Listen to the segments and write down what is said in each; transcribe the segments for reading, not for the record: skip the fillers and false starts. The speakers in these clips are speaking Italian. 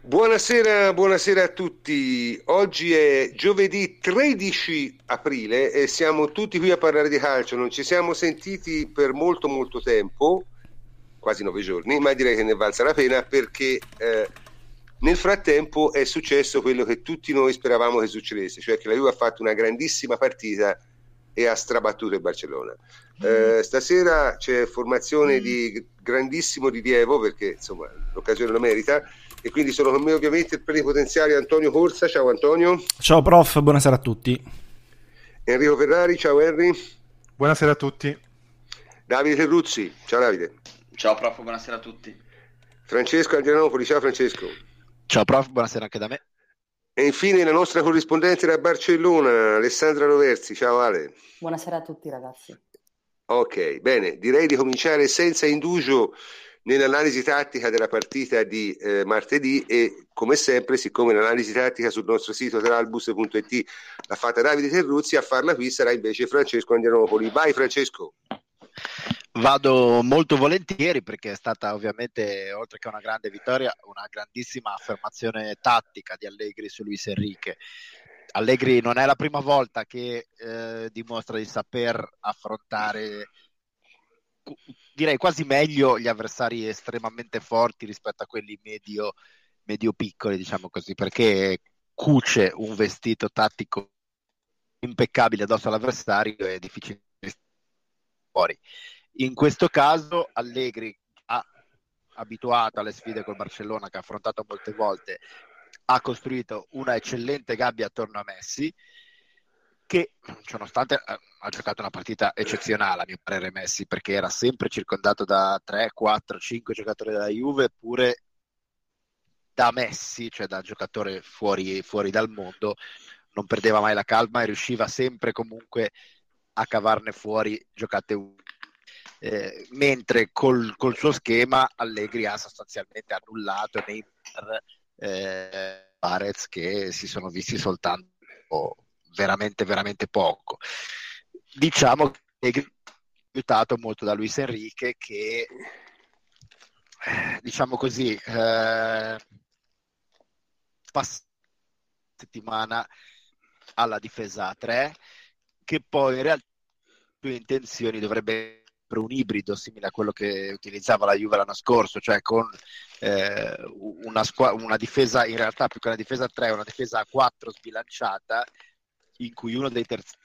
Buonasera, buonasera a tutti. Oggi è giovedì 13 aprile e siamo tutti qui a parlare di calcio. Non ci siamo sentiti per molto molto tempo, quasi 9 giorni, ma direi che ne è valsa la pena perché nel frattempo è successo quello che tutti noi speravamo che succedesse, cioè che la Juve ha fatto una grandissima partita e ha strabattuto il Barcellona. Stasera c'è formazione di grandissimo rilievo perché insomma l'occasione lo merita. E quindi sono con me ovviamente il plenipotenziario Antonio Corsa. Ciao Antonio. Ciao prof, buonasera a tutti. Enrico Ferrari. Ciao Henry. Buonasera a tutti. Davide Terruzzi. Ciao Davide. Ciao prof, buonasera a tutti. Francesco Adrianopoli. Ciao Francesco. Ciao prof, buonasera anche da me. E infine la nostra corrispondente da Barcellona, Alessandra Roversi. Ciao Ale. Buonasera a tutti ragazzi. Ok, bene, direi di cominciare senza indugio nell'analisi tattica della partita di martedì e come sempre, siccome l'analisi tattica sul nostro sito tralbus.it l'ha fatta Davide Terruzzi, a farla qui sarà invece Francesco Andianopoli. Vai Francesco. Vado molto volentieri perché è stata ovviamente, oltre che una grande vittoria, una grandissima affermazione tattica di Allegri su Luis Enrique. Allegri non è la prima volta che dimostra di saper affrontare, direi quasi meglio, gli avversari estremamente forti rispetto a quelli medio piccoli, diciamo così, perché cuce un vestito tattico impeccabile addosso all'avversario e è difficile fuori. In questo caso Allegri, abituato alle sfide col Barcellona, che ha affrontato molte volte, ha costruito una eccellente gabbia attorno a Messi, che nonostante ha giocato una partita eccezionale, a mio parere Messi, perché era sempre circondato da 3, 4, 5 giocatori della Juve, eppure da Messi, cioè da giocatore fuori dal mondo, non perdeva mai la calma e riusciva sempre comunque a cavarne fuori giocate mentre col suo schema Allegri ha sostanzialmente annullato Neymar, Suarez, che si sono visti soltanto veramente veramente poco. Diciamo che Allegri è aiutato molto da Luis Enrique, che diciamo così settimana alla difesa a 3, che poi in realtà le intenzioni dovrebbe per un ibrido simile a quello che utilizzava la Juve l'anno scorso, cioè con una difesa, in realtà più che una difesa a 3, una difesa a 4 sbilanciata, in cui uno dei terzini,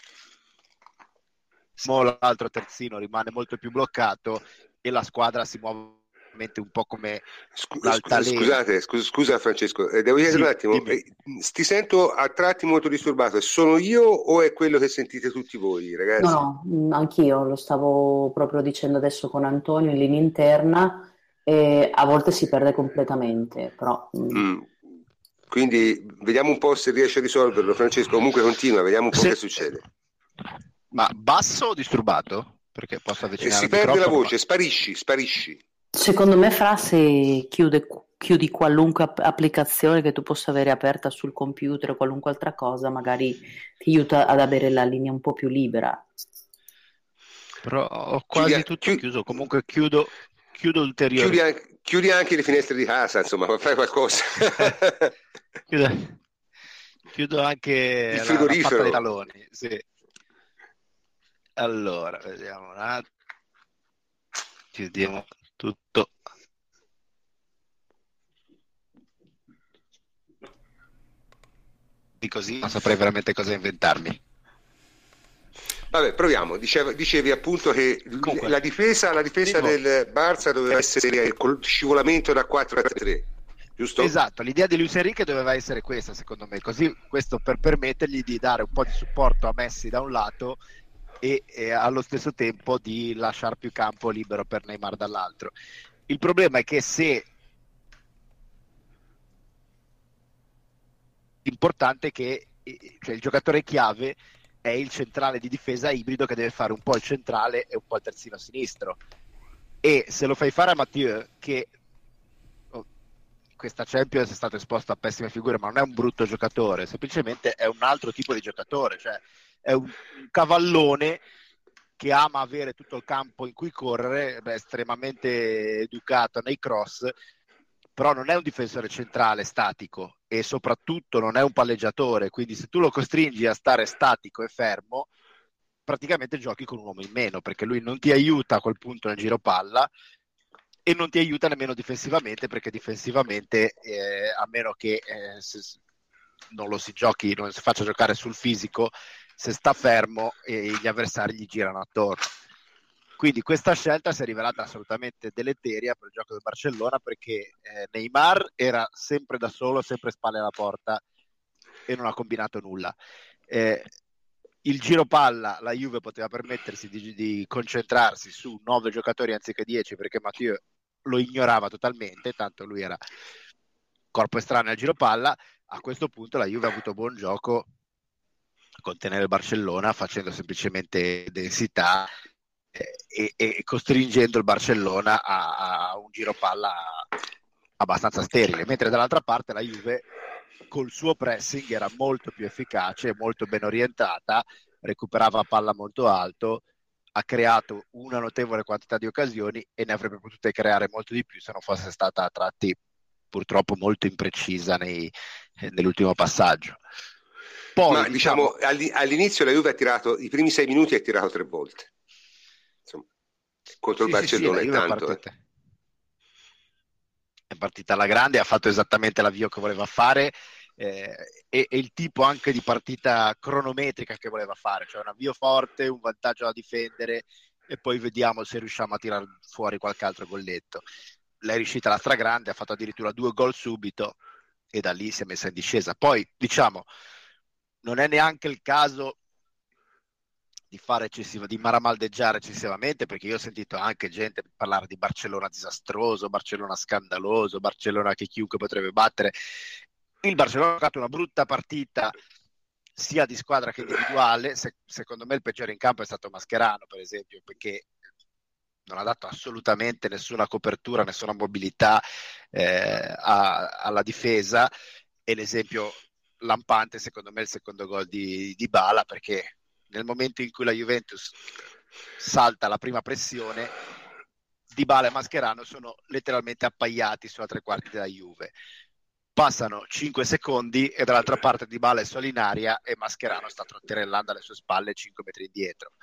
l'altro terzino rimane molto più bloccato e la squadra si muove un po' come un'altalena. Scusa Francesco, devo chiedere un attimo, ti sento a tratti molto disturbato, sono io o è quello che sentite tutti voi ragazzi? No, anch'io lo stavo proprio dicendo adesso con Antonio in linea interna e a volte si perde completamente, però... Quindi vediamo un po' se riesce a risolverlo Francesco, comunque continua, vediamo un po' che succede. Ma basso o disturbato? Perché posso avvicinare si il perde microfono, la voce, sparisci. Secondo me Fra, se chiudi qualunque applicazione che tu possa avere aperta sul computer o qualunque altra cosa, magari ti aiuta ad avere la linea un po' più libera. Però ho quasi tutto chiuso, comunque chiudo ulteriori. Chiudi anche le finestre di casa, insomma, fai qualcosa. Chiudo anche il frigorifero. la patta dei taloni, sì. Allora, vediamo un attimo. Chiudiamo tutto. Di così non saprei veramente cosa inventarmi. Vabbè, proviamo. Dicevi appunto che comunque, la difesa del Barça doveva essere col scivolamento da 4 a 3, giusto? Esatto, l'idea di Luis Enrique doveva essere questa, secondo me, così questo per permettergli di dare un po' di supporto a Messi da un lato e allo stesso tempo di lasciare più campo libero per Neymar dall'altro. Il problema è che se l'importante è che cioè, il giocatore chiave è il centrale di difesa ibrido che deve fare un po' il centrale e un po' il terzino sinistro, e se lo fai fare a Mathieu, che questa Champions è stato esposto a pessime figure, ma non è un brutto giocatore, semplicemente è un altro tipo di giocatore, cioè è un cavallone che ama avere tutto il campo in cui correre, è estremamente educato nei cross, però non è un difensore centrale statico e soprattutto non è un palleggiatore, quindi se tu lo costringi a stare statico e fermo, praticamente giochi con un uomo in meno, perché lui non ti aiuta a quel punto nel giro palla e non ti aiuta nemmeno difensivamente, perché difensivamente, a meno che non lo si giochi, non si faccia giocare sul fisico, se sta fermo gli avversari gli girano attorno. Quindi questa scelta si è rivelata assolutamente deleteria per il gioco del Barcellona, perché Neymar era sempre da solo, sempre spalle alla porta e non ha combinato nulla. Il giro palla la Juve poteva permettersi di concentrarsi su 9 giocatori anziché 10, perché Matteo lo ignorava totalmente, tanto lui era corpo estraneo al giro palla. A questo punto la Juve ha avuto buon gioco a contenere il Barcellona, facendo semplicemente densità e costringendo il Barcellona a un giro palla abbastanza sterile, mentre dall'altra parte la Juve col suo pressing era molto più efficace, molto ben orientata, recuperava palla molto alto, ha creato una notevole quantità di occasioni e ne avrebbe potute creare molto di più se non fosse stata a tratti purtroppo molto imprecisa nell'ultimo passaggio. Poi, ma diciamo all'inizio la Juve ha tirato, i primi 6 minuti ha tirato 3 volte. Insomma, contro il Barcellona sì, è tanto. È partita alla grande, ha fatto esattamente l'avvio che voleva fare e il tipo anche di partita cronometrica che voleva fare, cioè un avvio forte, un vantaggio da difendere e poi vediamo se riusciamo a tirare fuori qualche altro golletto. Lei è riuscita alla stragrande, ha fatto addirittura 2 gol subito e da lì si è messa in discesa. Poi diciamo non è neanche il caso di fare di maramaldeggiare eccessivamente, perché io ho sentito anche gente parlare di Barcellona disastroso, Barcellona scandaloso, Barcellona che chiunque potrebbe battere. Il Barcellona ha giocato una brutta partita sia di squadra che individuale. Secondo me il peggiore in campo è stato Mascherano, per esempio, perché non ha dato assolutamente nessuna copertura, nessuna mobilità alla difesa, e l'esempio lampante secondo me è il secondo gol di Dybala, perché nel momento in cui la Juventus salta la prima pressione, Dybala e Mascherano sono letteralmente appaiati sulla tre quarti della Juve. Passano 5 secondi e dall'altra parte Dybala è solo in aria e Mascherano sta trotterellando alle sue spalle 5 metri indietro.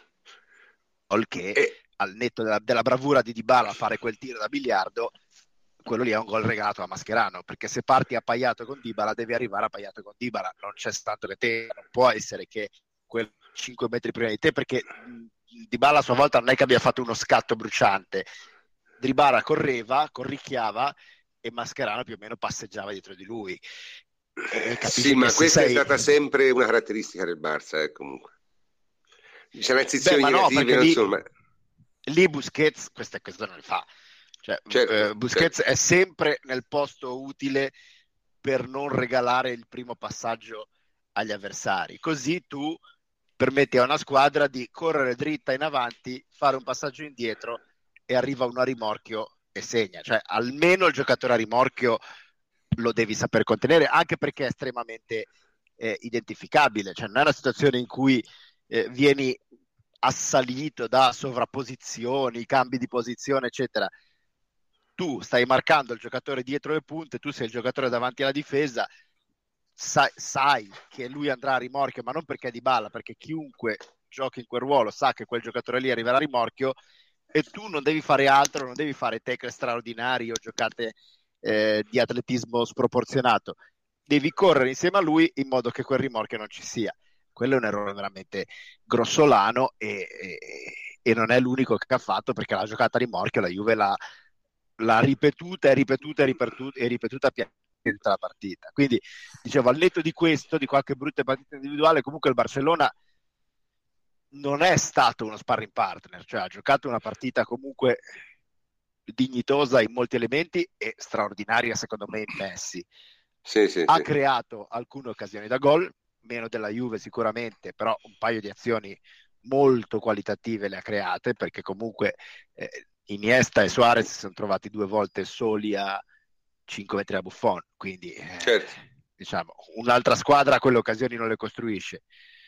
Olché al netto della bravura di Dybala a fare quel tiro da biliardo, quello lì è un gol regalato a Mascherano, perché se parti appaiato con Dybala devi arrivare appaiato con Dybala, non c'è stato che te, non può essere che quel 5 metri prima di te, perché Dybala a sua volta non è che abbia fatto uno scatto bruciante, Dybala correva, corricchiava e Mascherano più o meno passeggiava dietro di lui. Sì, ma questa è stata sempre una caratteristica del Barça, comunque. C'è una sezione negative, no, insomma. Lì Busquets queste non le fa. Cioè, certo, Busquets certo. È sempre nel posto utile per non regalare il primo passaggio agli avversari. Così tu permetti a una squadra di correre dritta in avanti, fare un passaggio indietro e arriva uno a rimorchio e segna. Cioè, almeno il giocatore a rimorchio lo devi saper contenere, anche perché è estremamente identificabile. Cioè, non è una situazione in cui vieni assalito da sovrapposizioni, cambi di posizione, eccetera. Tu stai marcando il giocatore dietro le punte, tu sei il giocatore davanti alla difesa, sai che lui andrà a rimorchio, ma non perché è Dybala, perché chiunque giochi in quel ruolo sa che quel giocatore lì arriverà a rimorchio e tu non devi fare altro, non devi fare tackle straordinari o giocate di atletismo sproporzionato, devi correre insieme a lui in modo che quel rimorchio non ci sia. Quello è un errore veramente grossolano e non è l'unico che ha fatto, perché la giocata a rimorchio la Juve l'ha ripetuta e ripetuta più tutta la partita. Quindi dicevo, al netto di questo, di qualche brutta partita individuale, comunque il Barcellona non è stato uno sparring partner, cioè ha giocato una partita comunque dignitosa in molti elementi e straordinaria secondo me in Messi. Sì. Creato alcune occasioni da gol, meno della Juve sicuramente, però un paio di azioni molto qualitative le ha create, perché comunque Iniesta e Suarez si sono trovati 2 volte soli a 5 metri da Buffon, quindi certo. diciamo un'altra squadra quelle occasioni non le costruisce.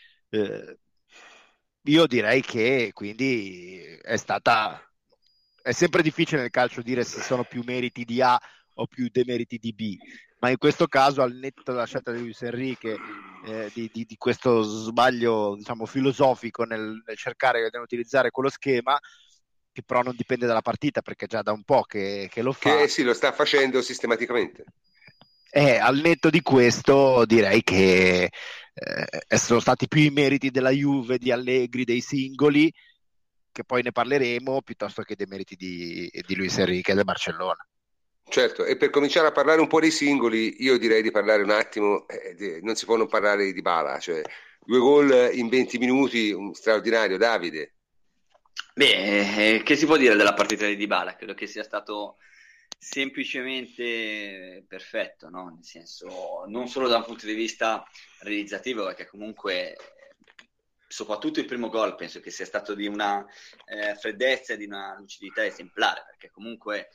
Io direi che quindi è sempre difficile nel calcio dire se sono più meriti di A o più demeriti di B, ma in questo caso, al netto della scelta di Luis Enrique, di questo sbaglio, diciamo, filosofico nel cercare di utilizzare quello schema, che però non dipende dalla partita perché già da un po' che lo fa. Che sì, lo sta facendo sistematicamente. Al netto di questo direi che sono stati più i meriti della Juve, di Allegri, dei singoli, che poi ne parleremo, piuttosto che dei meriti di Luis Enrique e del Barcellona. Certo, e per cominciare a parlare un po' dei singoli, io direi di parlare un attimo, non si può non parlare di Dybala, cioè 2 gol in 20 minuti, un straordinario. Davide. Beh, che si può dire della partita di Dybala? Credo che sia stato semplicemente perfetto, no? Nel senso, non solo da un punto di vista realizzativo, perché comunque soprattutto il primo gol penso che sia stato di una freddezza e di una lucidità esemplare, perché comunque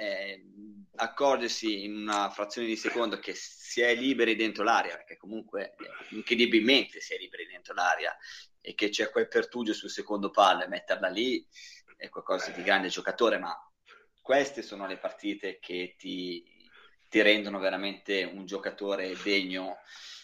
accorgersi in una frazione di secondo che si è liberi dentro l'area, perché comunque incredibilmente si è liberi dentro l'area, e che c'è quel pertugio sul secondo palo e metterla lì è qualcosa di grande giocatore. Ma queste sono le partite che ti rendono veramente un giocatore degno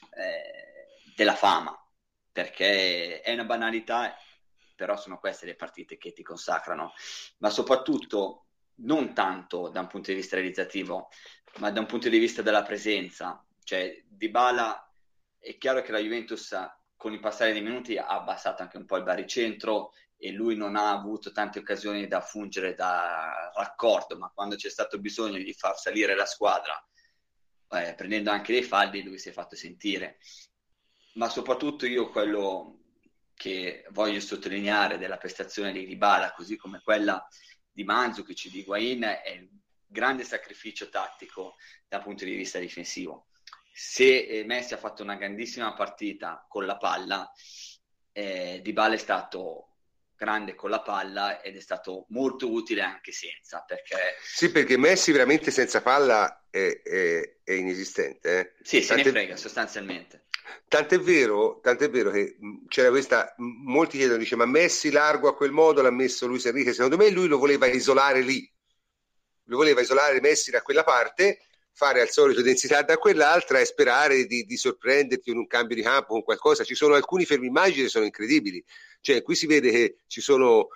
della fama, perché è una banalità, però sono queste le partite che ti consacrano, ma soprattutto non tanto da un punto di vista realizzativo, ma da un punto di vista della presenza. Cioè, Dybala, è chiaro che la Juventus con il passare dei minuti ha abbassato anche un po' il baricentro e lui non ha avuto tante occasioni da fungere da raccordo, ma quando c'è stato bisogno di far salire la squadra, prendendo anche dei falli, lui si è fatto sentire. Ma soprattutto io quello che voglio sottolineare della prestazione di Dybala, così come quella di Mandzukic, di Higuain, è il grande sacrificio tattico dal punto di vista difensivo. Se Messi ha fatto una grandissima partita con la palla, Dybala è stato grande con la palla ed è stato molto utile anche senza, perché Sì, perché Messi veramente senza palla è inesistente. Sì, se ne frega sostanzialmente. Tant'è vero che c'era questa, molti chiedono, dice, ma Messi largo a quel modo l'ha messo Luis Enrique? Secondo me lui lo voleva isolare lì, lo voleva isolare Messi da quella parte, fare al solito densità da quell'altra e sperare di sorprenderti con un cambio di campo, con qualcosa. Ci sono alcuni fermi immagini che sono incredibili, cioè qui si vede che ci sono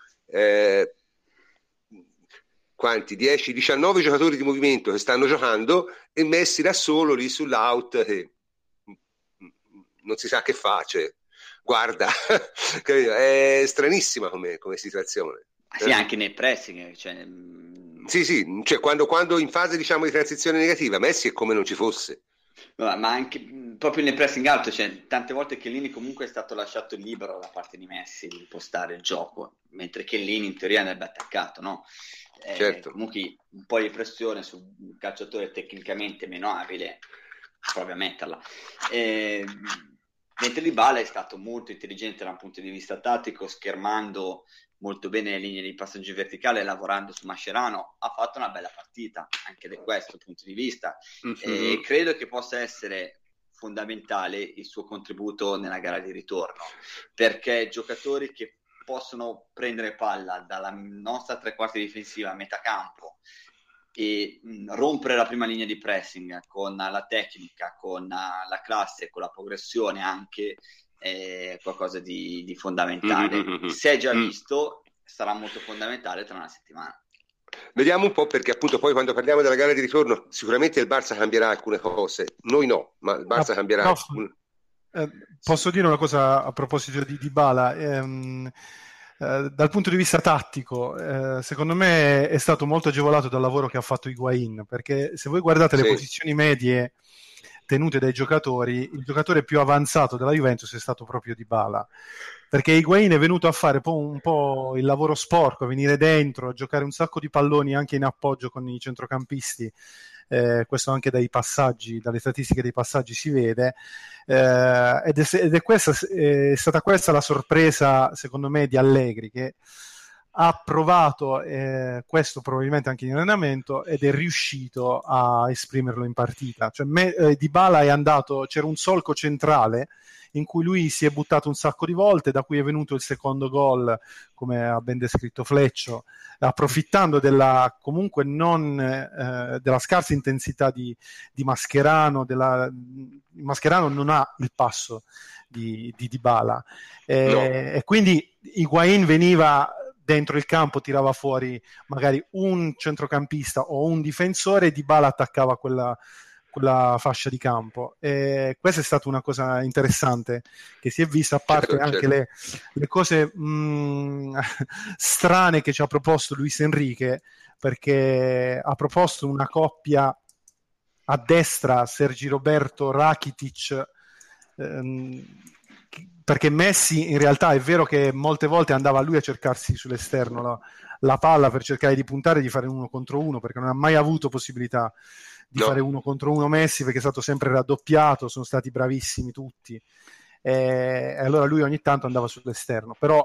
10, 19 giocatori di movimento che stanno giocando e Messi da solo lì sull'out che non si sa che fa, cioè, guarda, è stranissima come situazione. Sì, anche nel pressing, cioè... Sì, cioè quando in fase, diciamo, di transizione negativa Messi è come non ci fosse. Ma anche proprio nel pressing alto, cioè, tante volte Chiellini comunque è stato lasciato libero da parte di Messi di impostare il gioco, mentre Chiellini in teoria andrebbe attaccato, no? Certo. Comunque un po' di pressione su un calciatore tecnicamente meno abile, provi a metterla. Mentre Dybala è stato molto intelligente da un punto di vista tattico, schermando molto bene le linee di passaggio verticale, lavorando su Mascherano, ha fatto una bella partita anche da questo punto di vista. E credo che possa essere fondamentale il suo contributo nella gara di ritorno, perché giocatori che possono prendere palla dalla nostra tre quarti difensiva a metà campo e rompere la prima linea di pressing con la tecnica, con la classe, con la progressione anche, qualcosa di fondamentale. Si è già visto, sarà molto fondamentale tra una settimana. Vediamo un po', perché appunto poi quando parliamo della gara di ritorno sicuramente il Barça cambierà alcune cose, noi no, ma il Barça cambierà. Posso dire una cosa a proposito di Dybala? Dal punto di vista tattico, secondo me è stato molto agevolato dal lavoro che ha fatto Higuain, perché se voi guardate le posizioni medie tenute dai giocatori, il giocatore più avanzato della Juventus è stato proprio Dybala, perché Higuain è venuto a fare un po' il lavoro sporco, a venire dentro, a giocare un sacco di palloni anche in appoggio con i centrocampisti. Questo anche dai passaggi, dalle statistiche dei passaggi si vede, ed è stata questa la sorpresa secondo me di Allegri, che ha provato questo probabilmente anche in allenamento ed è riuscito a esprimerlo in partita. Cioè, Dybala è andato, c'era un solco centrale in cui lui si è buttato un sacco di volte, da cui è venuto il secondo gol, come ha ben descritto Fleccio, approfittando della comunque non della scarsa intensità di Mascherano. Mascherano non ha il passo di Dybala, e quindi Higuaín veniva dentro il campo, tirava fuori magari un centrocampista o un difensore, e Dybala attaccava quella fascia di campo. E questa è stata una cosa interessante che si è vista, a parte anche le cose strane che ci ha proposto Luis Enrique, perché ha proposto una coppia a destra, Sergi Roberto Rakitic, perché Messi in realtà è vero che molte volte andava lui a cercarsi sull'esterno la palla per cercare di puntare e di fare 1 contro 1, perché non ha mai avuto possibilità di fare 1 contro 1 Messi, perché è stato sempre raddoppiato, sono stati bravissimi tutti, e allora lui ogni tanto andava sull'esterno, però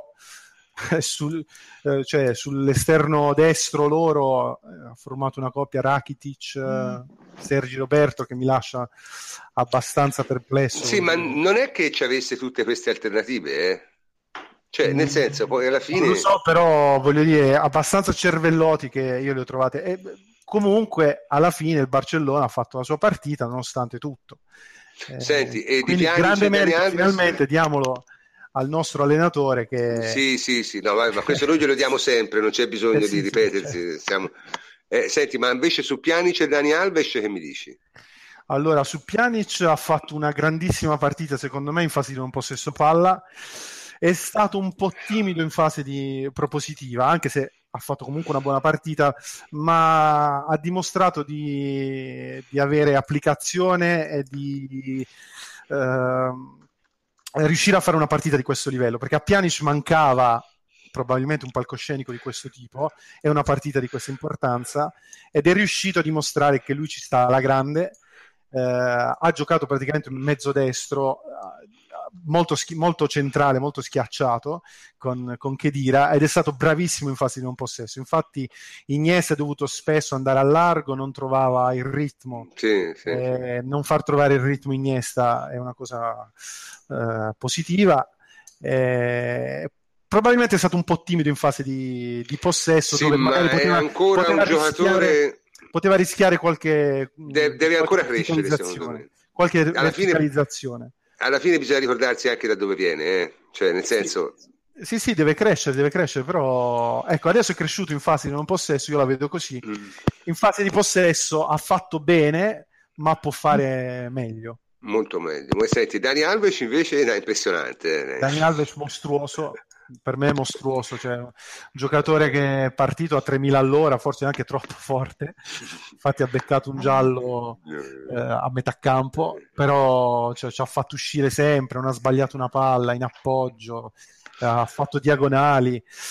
cioè, sull'esterno destro loro ha formato una coppia Rakitic Sergi Roberto che mi lascia abbastanza perplesso. Sì, ma non è che ci avesse tutte queste alternative, cioè nel senso, poi alla fine non lo so, però voglio dire, abbastanza cervellotti che io le ho trovate, e comunque alla fine il Barcellona ha fatto la sua partita nonostante tutto. Senti, e quindi grande merito, finalmente diamolo al nostro allenatore che... Sì, no, ma questo noi glielo diamo sempre, non c'è bisogno di ripetersi. Certo. Senti, ma invece su Pjanic e Dani Alves che mi dici? Allora, su Pjanic ha fatto una grandissima partita, secondo me, in fase di non possesso palla. È stato un po' timido in fase di propositiva, anche se ha fatto comunque una buona partita, ma ha dimostrato di avere applicazione e di riuscire a fare una partita di questo livello, perché a Pjanic mancava probabilmente un palcoscenico di questo tipo e una partita di questa importanza, ed è riuscito a dimostrare che lui ci sta alla grande. Ha giocato praticamente un mezzo destro molto centrale, molto schiacciato con Khedira, ed è stato bravissimo in fase di non possesso. Infatti Iniesta è dovuto spesso andare al largo, non trovava il ritmo. Sì. Non far trovare il ritmo Iniesta è una cosa positiva. Probabilmente è stato un po' timido in fase di possesso, sì, dove ma magari è ancora un giocatore, poteva rischiare qualche deve ancora crescere, secondo me, qualche verticalizzazione. Alla fine bisogna ricordarsi anche da dove viene, cioè nel senso sì, deve crescere, però ecco, adesso è cresciuto in fase di non possesso, io la vedo così. In fase di possesso ha fatto bene, ma può fare meglio, molto meglio. Ma senti, Dani Alves invece è impressionante. Dani Alves mostruoso, per me è mostruoso, cioè un giocatore che è partito a 3000 all'ora, forse anche troppo forte, infatti ha beccato un giallo a metà campo, però ci ha fatto uscire sempre, non ha sbagliato una palla in appoggio, ha fatto diagonali,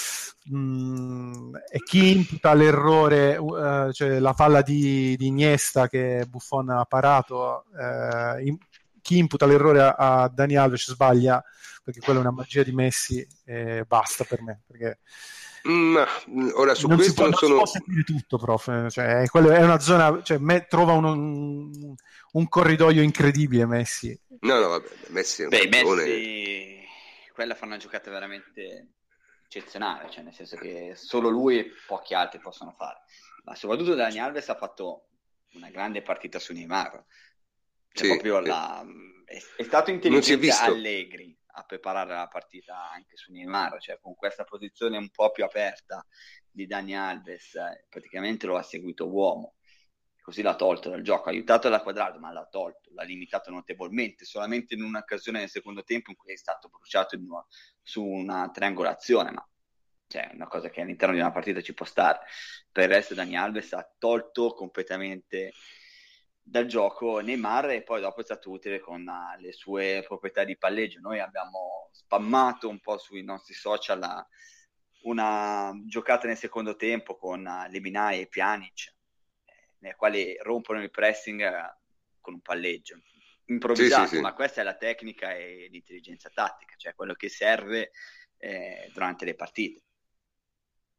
e chi imputa l'errore, cioè la palla di Iniesta che Buffon ha parato, chi imputa l'errore a Dani Alves sbaglia, perché quella è una magia di Messi, e basta per me, perché ora su non questo si può seguire tutto, prof, cioè, è una zona, cioè, trova un corridoio incredibile Messi. No, vabbè, Messi è un campione. Messi, quella fa una giocata veramente eccezionale, cioè nel senso che solo lui e pochi altri possono fare, ma soprattutto Dani Alves ha fatto una grande partita su Neymar, cioè proprio è stato intelligente Allegri a preparare la partita anche su Neymar, cioè con questa posizione un po' più aperta di Dani Alves, praticamente lo ha seguito uomo, così l'ha tolto dal gioco, ha aiutato la Quadrado, ma l'ha tolto, l'ha limitato notevolmente, solamente in un'occasione nel secondo tempo in cui è stato bruciato su una triangolazione, ma cioè una cosa che all'interno di una partita ci può stare. Per il resto Dani Alves ha tolto completamente dal gioco Neymar, e poi dopo è stato utile con le sue proprietà di palleggio. Noi abbiamo spammato un po' sui nostri social una giocata nel secondo tempo con Lemina e Pjanic, nel quale rompono il pressing con un palleggio improvvisato, sì. Ma questa è la tecnica e l'intelligenza tattica, cioè quello che serve durante le partite.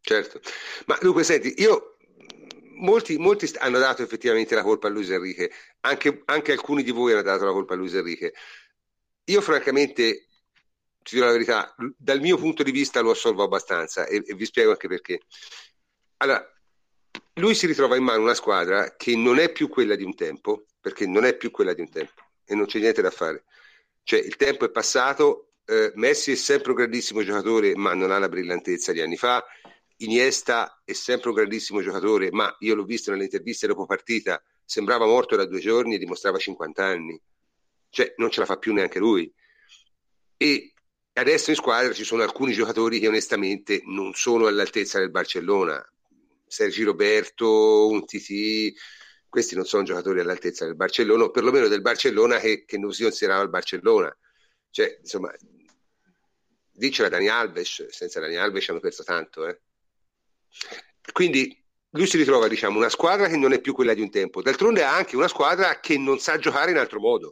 Certo, ma dunque senti, molti hanno dato effettivamente la colpa a Luis Enrique, anche alcuni di voi hanno dato la colpa a Luis Enrique. Io francamente, ti dirò la verità, dal mio punto di vista lo assolvo abbastanza e vi spiego anche perché. Allora, lui si ritrova in mano una squadra che non è più quella di un tempo, perché non è più quella di un tempo e non c'è niente da fare. Cioè, il tempo è passato, Messi è sempre un grandissimo giocatore, ma non ha la brillantezza di anni fa. Iniesta è sempre un grandissimo giocatore, ma io l'ho visto nelle interviste dopo partita, sembrava morto da 2 giorni e dimostrava 50 anni. Cioè, non ce la fa più neanche lui. E adesso in squadra ci sono alcuni giocatori che onestamente non sono all'altezza del Barcellona. Sergi Roberto, Umtiti, questi non sono giocatori all'altezza del Barcellona, o perlomeno del Barcellona che non si considerava il Barcellona. Cioè, insomma, dicela Dani Alves, senza Dani Alves hanno perso tanto. Quindi lui si ritrova, diciamo, una squadra che non è più quella di un tempo. D'altronde ha anche una squadra che non sa giocare in altro modo.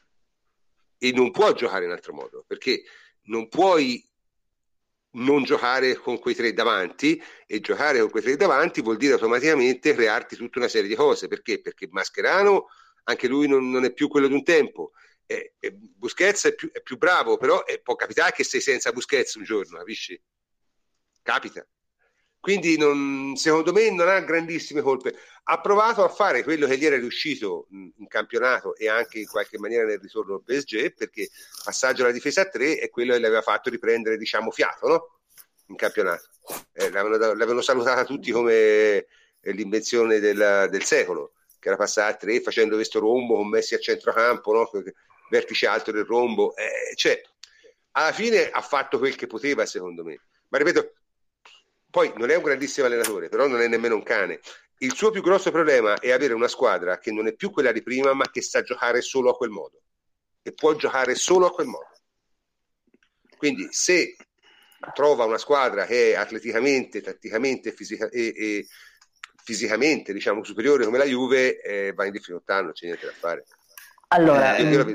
E non può giocare in altro modo, perché non puoi non giocare con quei 3 davanti, e giocare con quei 3 davanti vuol dire automaticamente crearti tutta una serie di cose. Perché? Perché Mascherano, anche lui non è più quello di un tempo. Busquets è più bravo, però può capitare che sei senza Busquets un giorno, capisci? Capita. Quindi secondo me non ha grandissime colpe. Ha provato a fare quello che gli era riuscito in campionato e anche in qualche maniera nel ritorno al PSG, perché passaggio alla difesa a 3 è quello che le aveva fatto riprendere, diciamo, fiato, no? In campionato. L'avevano salutata tutti come l'invenzione del secolo, che era passare a 3 facendo questo rombo con Messi a centrocampo, no? Vertice alto del rombo. Cioè, alla fine ha fatto quel che poteva, secondo me. Ma ripeto, poi non è un grandissimo allenatore, però non è nemmeno un cane. Il suo più grosso problema è avere una squadra che non è più quella di prima, ma che sa giocare solo a quel modo. E può giocare solo a quel modo. Quindi se trova una squadra che è atleticamente, tatticamente e fisicamente, diciamo, superiore come la Juve, va in difficoltà, non c'è niente da fare. Allora,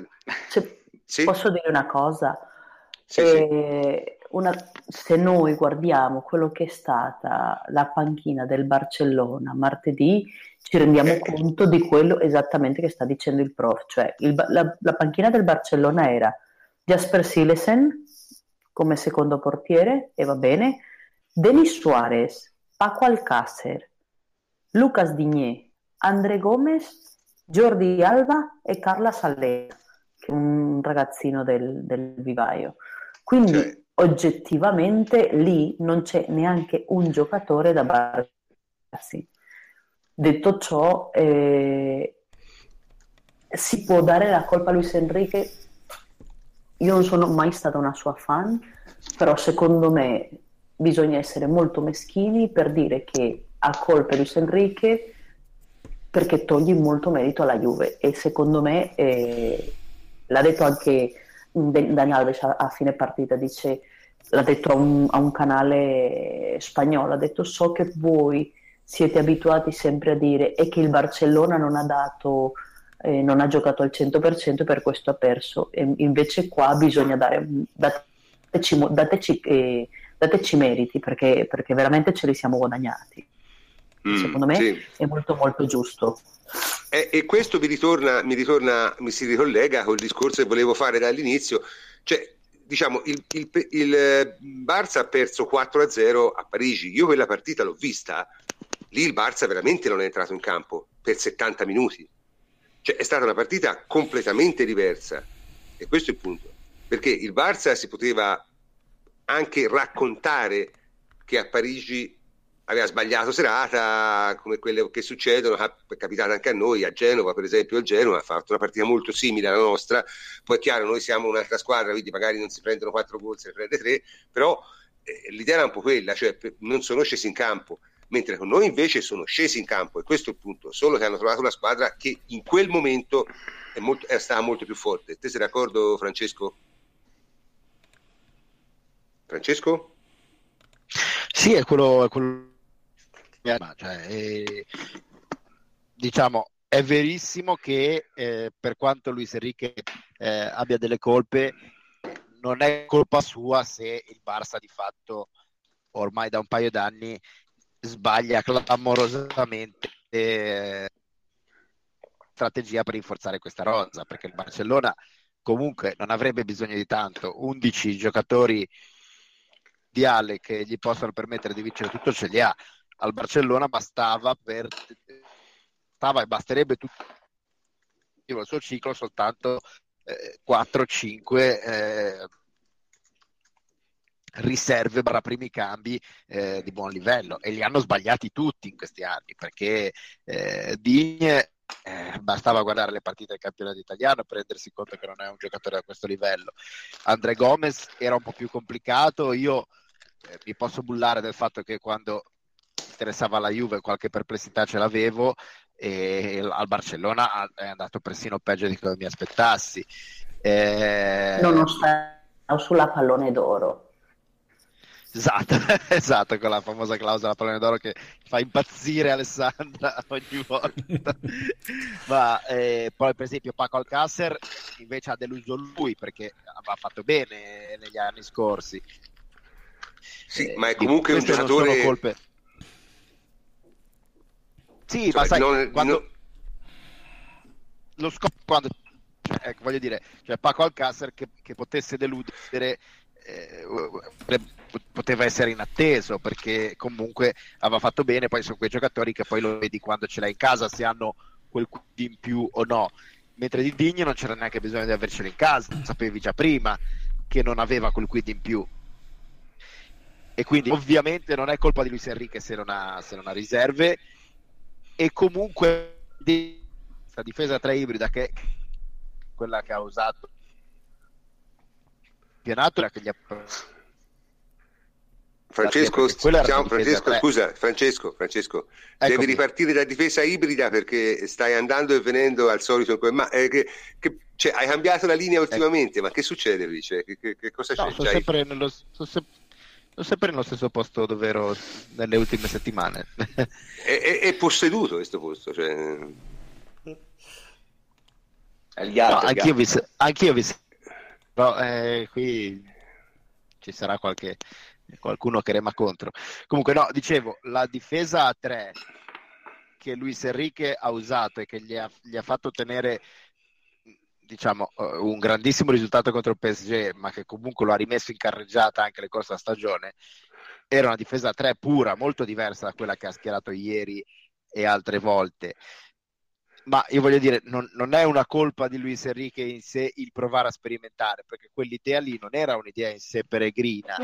sì? posso dire una cosa? Sì. Se noi guardiamo quello che è stata la panchina del Barcellona martedì, ci rendiamo conto di quello esattamente che sta dicendo il prof. Cioè, la panchina del Barcellona era Jasper Silesen come secondo portiere, e va bene, Denis Suarez, Paco Alcácer, Lucas Digne, André Gómez, Jordi Alba e Carla Sallera, che è un ragazzino del vivaio. Quindi oggettivamente lì non c'è neanche un giocatore da barcarsi. Detto ciò, si può dare la colpa a Luis Enrique. Io non sono mai stata una sua fan, però secondo me bisogna essere molto meschini per dire che ha colpa Luis Enrique, perché togli molto merito alla Juve, e secondo me l'ha detto anche Dani Alves a fine partita, l'ha detto a un canale spagnolo, ha detto: so che voi siete abituati sempre a dire è che il Barcellona non ha giocato al 100%, per questo ha perso, e invece qua bisogna dateci meriti, perché veramente ce li siamo guadagnati. Secondo me è molto molto giusto. E questo mi si ricollega col discorso che volevo fare dall'inizio. Cioè, diciamo, il Barça ha perso 4-0 a Parigi. Io quella partita l'ho vista, lì il Barça veramente non è entrato in campo per 70 minuti. Cioè, è stata una partita completamente diversa, e questo è il punto, perché il Barça si poteva anche raccontare che a Parigi aveva sbagliato serata, come quelle che succedono, è capitato anche a noi, a Genova per esempio. Il Genova ha fatto una partita molto simile alla nostra, poi è chiaro, noi siamo un'altra squadra, quindi magari non si prendono 4 gol, se ne prende 3, però l'idea era un po' quella, cioè non sono scesi in campo, mentre con noi invece sono scesi in campo, e questo è il punto, solo che hanno trovato una squadra che in quel momento è stata molto più forte. Te sei d'accordo, Francesco? Francesco? Sì, è quello diciamo, è verissimo che per quanto Luis Enrique abbia delle colpe, non è colpa sua se il Barça di fatto ormai da un paio d'anni sbaglia clamorosamente strategia per rinforzare questa rosa, perché il Barcellona comunque non avrebbe bisogno di tanto, 11 giocatori di Ale che gli possono permettere di vincere tutto ce li ha. Al Barcellona basterebbe tutto il suo ciclo soltanto 4-5 riserve barra primi cambi di buon livello, e li hanno sbagliati tutti in questi anni, perché Digne bastava guardare le partite del campionato italiano per rendersi conto che non è un giocatore da questo livello. André Gomes era un po' più complicato. Io mi posso bullare del fatto che quando interessava la Juve qualche perplessità ce l'avevo, e al Barcellona è andato persino peggio di come mi aspettassi. Non sta sulla pallone d'oro. Esatto, con la famosa clausola pallone d'oro che fa impazzire Alessandra ogni volta. Ma poi per esempio Paco Alcácer invece ha deluso lui, perché aveva fatto bene negli anni scorsi. Sì, ma è comunque un giocatore... Non sono colpe. Sì, cioè, ma sai, lo scopo quando... voglio dire, cioè Paco Alcácer che potesse deludere poteva essere inatteso, perché comunque aveva fatto bene. Poi sono quei giocatori che poi lo vedi quando ce l'hai in casa, se hanno quel quid in più o no, mentre di Digne non c'era neanche bisogno di avercelo in casa, sapevi già prima che non aveva quel quid in più, e quindi ovviamente non è colpa di Luis Enrique se non ha riserve. E comunque questa difesa 3 ibrida, che quella che ha usato il campionato, che gli ha... Francesco, scusa, Francesco, devi ripartire da difesa ibrida, perché stai andando e venendo al solito. Ma cioè, hai cambiato la linea ultimamente, ma che succede lì? Cioè, che cosa c'è? Sono sempre nello stesso posto dove ero nelle ultime settimane. È posseduto questo posto, cioè... È il gatto. Anch'io vi però qui ci sarà qualcuno che rema contro. Comunque no, dicevo, la difesa a 3 che Luis Enrique ha usato e che gli ha fatto ottenere, diciamo, un grandissimo risultato contro il PSG, ma che comunque lo ha rimesso in carreggiata anche le corse a stagione, era una difesa a 3 pura, molto diversa da quella che ha schierato ieri e altre volte. Ma io voglio dire, non è una colpa di Luis Enrique in sé il provare a sperimentare, perché quell'idea lì non era un'idea in sé peregrina,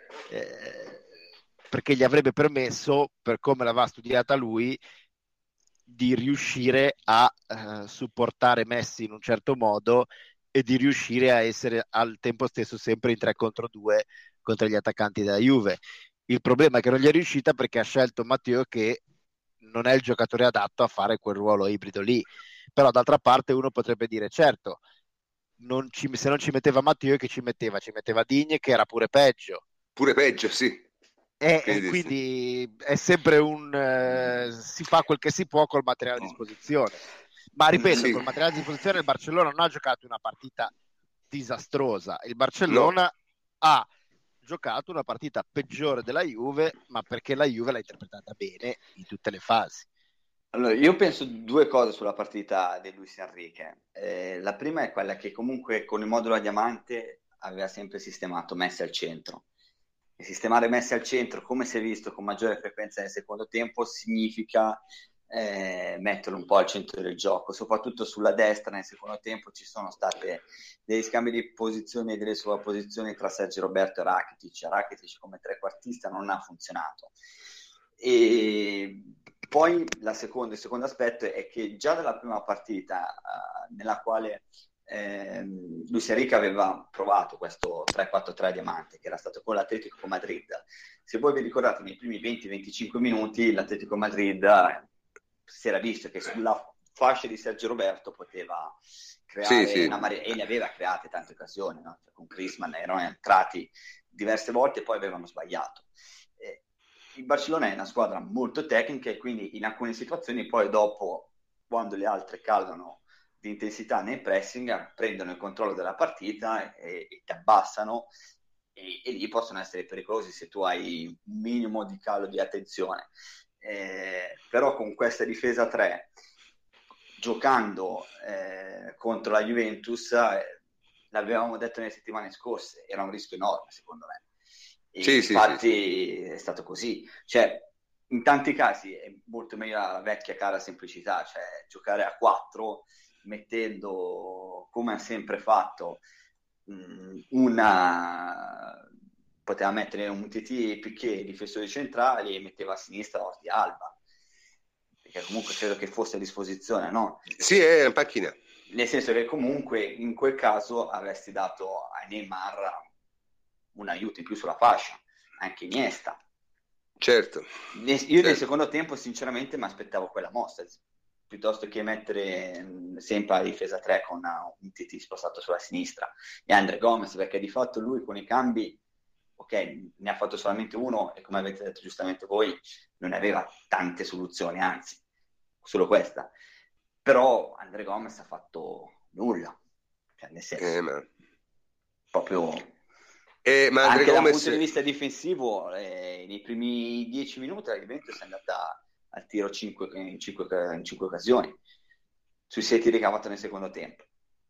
perché gli avrebbe permesso, per come l'aveva studiata lui, di riuscire a supportare Messi in un certo modo e di riuscire a essere al tempo stesso sempre in 3 contro 2 contro gli attaccanti della Juve. Il problema è che non gli è riuscita, perché ha scelto Matteo, che non è il giocatore adatto a fare quel ruolo ibrido lì. Però d'altra parte uno potrebbe dire, certo, se non ci metteva Matteo, che ci metteva Digne, che era pure peggio, sì. Quindi è sempre si fa quel che si può col materiale a disposizione. Ma ripeto, sì, col materiale a disposizione il Barcellona non ha giocato una partita disastrosa. Il Barcellona ha giocato una partita peggiore della Juve, ma perché la Juve l'ha interpretata bene in tutte le fasi. Allora, io penso 2 cose sulla partita di Luis Enrique. La prima è quella che comunque con il modulo a diamante aveva sempre sistemato Messi al centro. E sistemare Messi al centro, come si è visto con maggiore frequenza nel secondo tempo, significa metterlo un po' al centro del gioco. Soprattutto sulla destra nel secondo tempo ci sono state degli scambi di posizioni e delle sovrapposizioni tra Sergio Roberto e Rakitic. Rakitic come trequartista non ha funzionato. E poi il secondo aspetto è che già dalla prima partita nella quale Luis Enrique aveva provato questo 3-4-3 diamante, che era stato con l'Atletico Madrid. Se voi vi ricordate, nei primi 20-25 minuti l'Atletico Madrid si era visto che sulla fascia di Sergio Roberto poteva creare e ne aveva create tante occasioni, no? Con Griezmann erano entrati diverse volte e poi avevano sbagliato. Il Barcellona è una squadra molto tecnica e quindi in alcune situazioni poi dopo, quando le altre calano di intensità nel pressing, prendono il controllo della partita e ti abbassano e lì possono essere pericolosi se tu hai un minimo di calo di attenzione. Però con questa difesa 3, giocando contro la Juventus, l'avevamo detto nelle settimane scorse, era un rischio enorme secondo me. E infatti è stato così. Cioè, in tanti casi è molto meglio la vecchia cara semplicità, cioè giocare a 4 mettendo, come ha sempre fatto, poteva mettere un TT e Piqué difensori centrali e metteva a sinistra Orti Alba, perché comunque credo che fosse a disposizione, no? Sì, è una panchina. Nel senso che comunque in quel caso avresti dato a Neymar un aiuto in più sulla fascia, anche Iniesta. Certo. Io nel secondo tempo sinceramente mi aspettavo quella mossa, piuttosto che mettere sempre la difesa 3 con un TT spostato sulla sinistra e Andre Gomes, perché di fatto lui con i cambi, ok, ne ha fatto solamente uno e come avete detto giustamente voi, non aveva tante soluzioni, anzi, solo questa. Però Andre Gomes ha fatto nulla, cioè nel senso, proprio... ma anche Gomes... dal punto di vista difensivo, nei primi 10 minuti la Juventus è andata al tiro in 5 occasioni sui 6 tiri che ha fatto nel secondo tempo,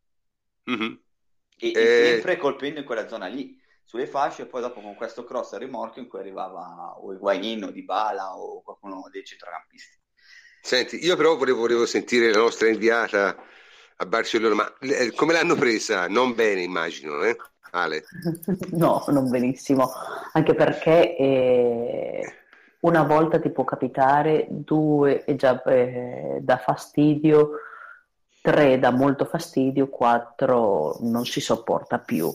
e sempre colpendo in quella zona lì sulle fasce, e poi dopo con questo cross a rimorchio in cui arrivava o Higuaín o Dybala o qualcuno dei centrocampisti. Senti, io però volevo sentire la nostra inviata a Barcellona, ma come l'hanno presa? Non bene, immagino, Ale? No, non benissimo, anche perché una volta ti può capitare, 2 è già dà fastidio, 3 dà molto fastidio, 4 non si sopporta più.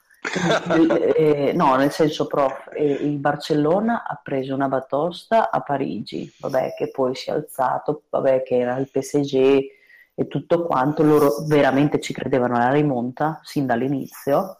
No, nel senso, il Barcellona ha preso una batosta a Parigi, vabbè, che poi si è alzato, vabbè, che era il PSG e tutto quanto, loro veramente ci credevano alla rimonta sin dall'inizio.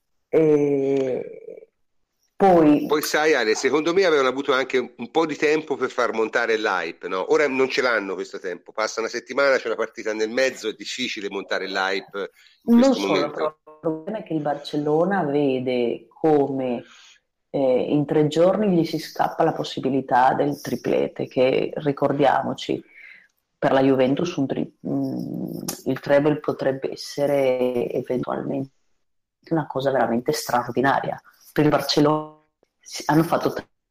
E poi sai Ale, secondo me avevano avuto anche un po' di tempo per far montare l'hype, no? Ora non ce l'hanno questo tempo, passa una settimana, c'è una partita nel mezzo, è difficile montare l'hype in questo momento. Il problema è che il Barcellona vede come in 3 giorni gli si scappa la possibilità del triplete, che ricordiamoci, per la Juventus il treble potrebbe essere eventualmente una cosa veramente straordinaria. Per il Barcellona hanno fatto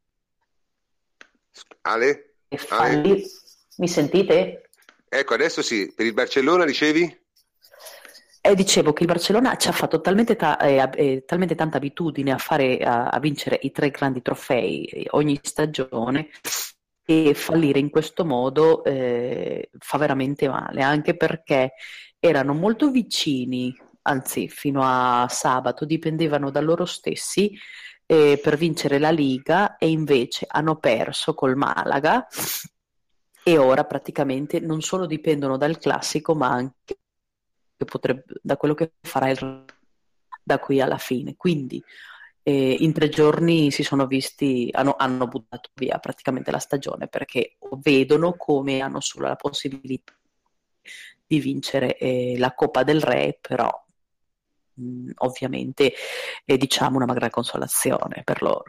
Ale? Mi sentite? Ecco, adesso sì. Per il Barcellona dicevi? Dicevo che il Barcellona ci ha fatto talmente tanta abitudine a vincere i 3 grandi trofei ogni stagione, e fallire in questo modo fa veramente male, anche perché erano molto vicini, anzi fino a sabato dipendevano da loro stessi per vincere la Liga, e invece hanno perso col Malaga e ora praticamente non solo dipendono dal classico, ma anche da quello che farà da qui alla fine. Quindi in 3 giorni si sono visti, hanno buttato via praticamente la stagione, perché vedono come hanno solo la possibilità di vincere la Coppa del Re, però ovviamente è diciamo una magra consolazione per loro.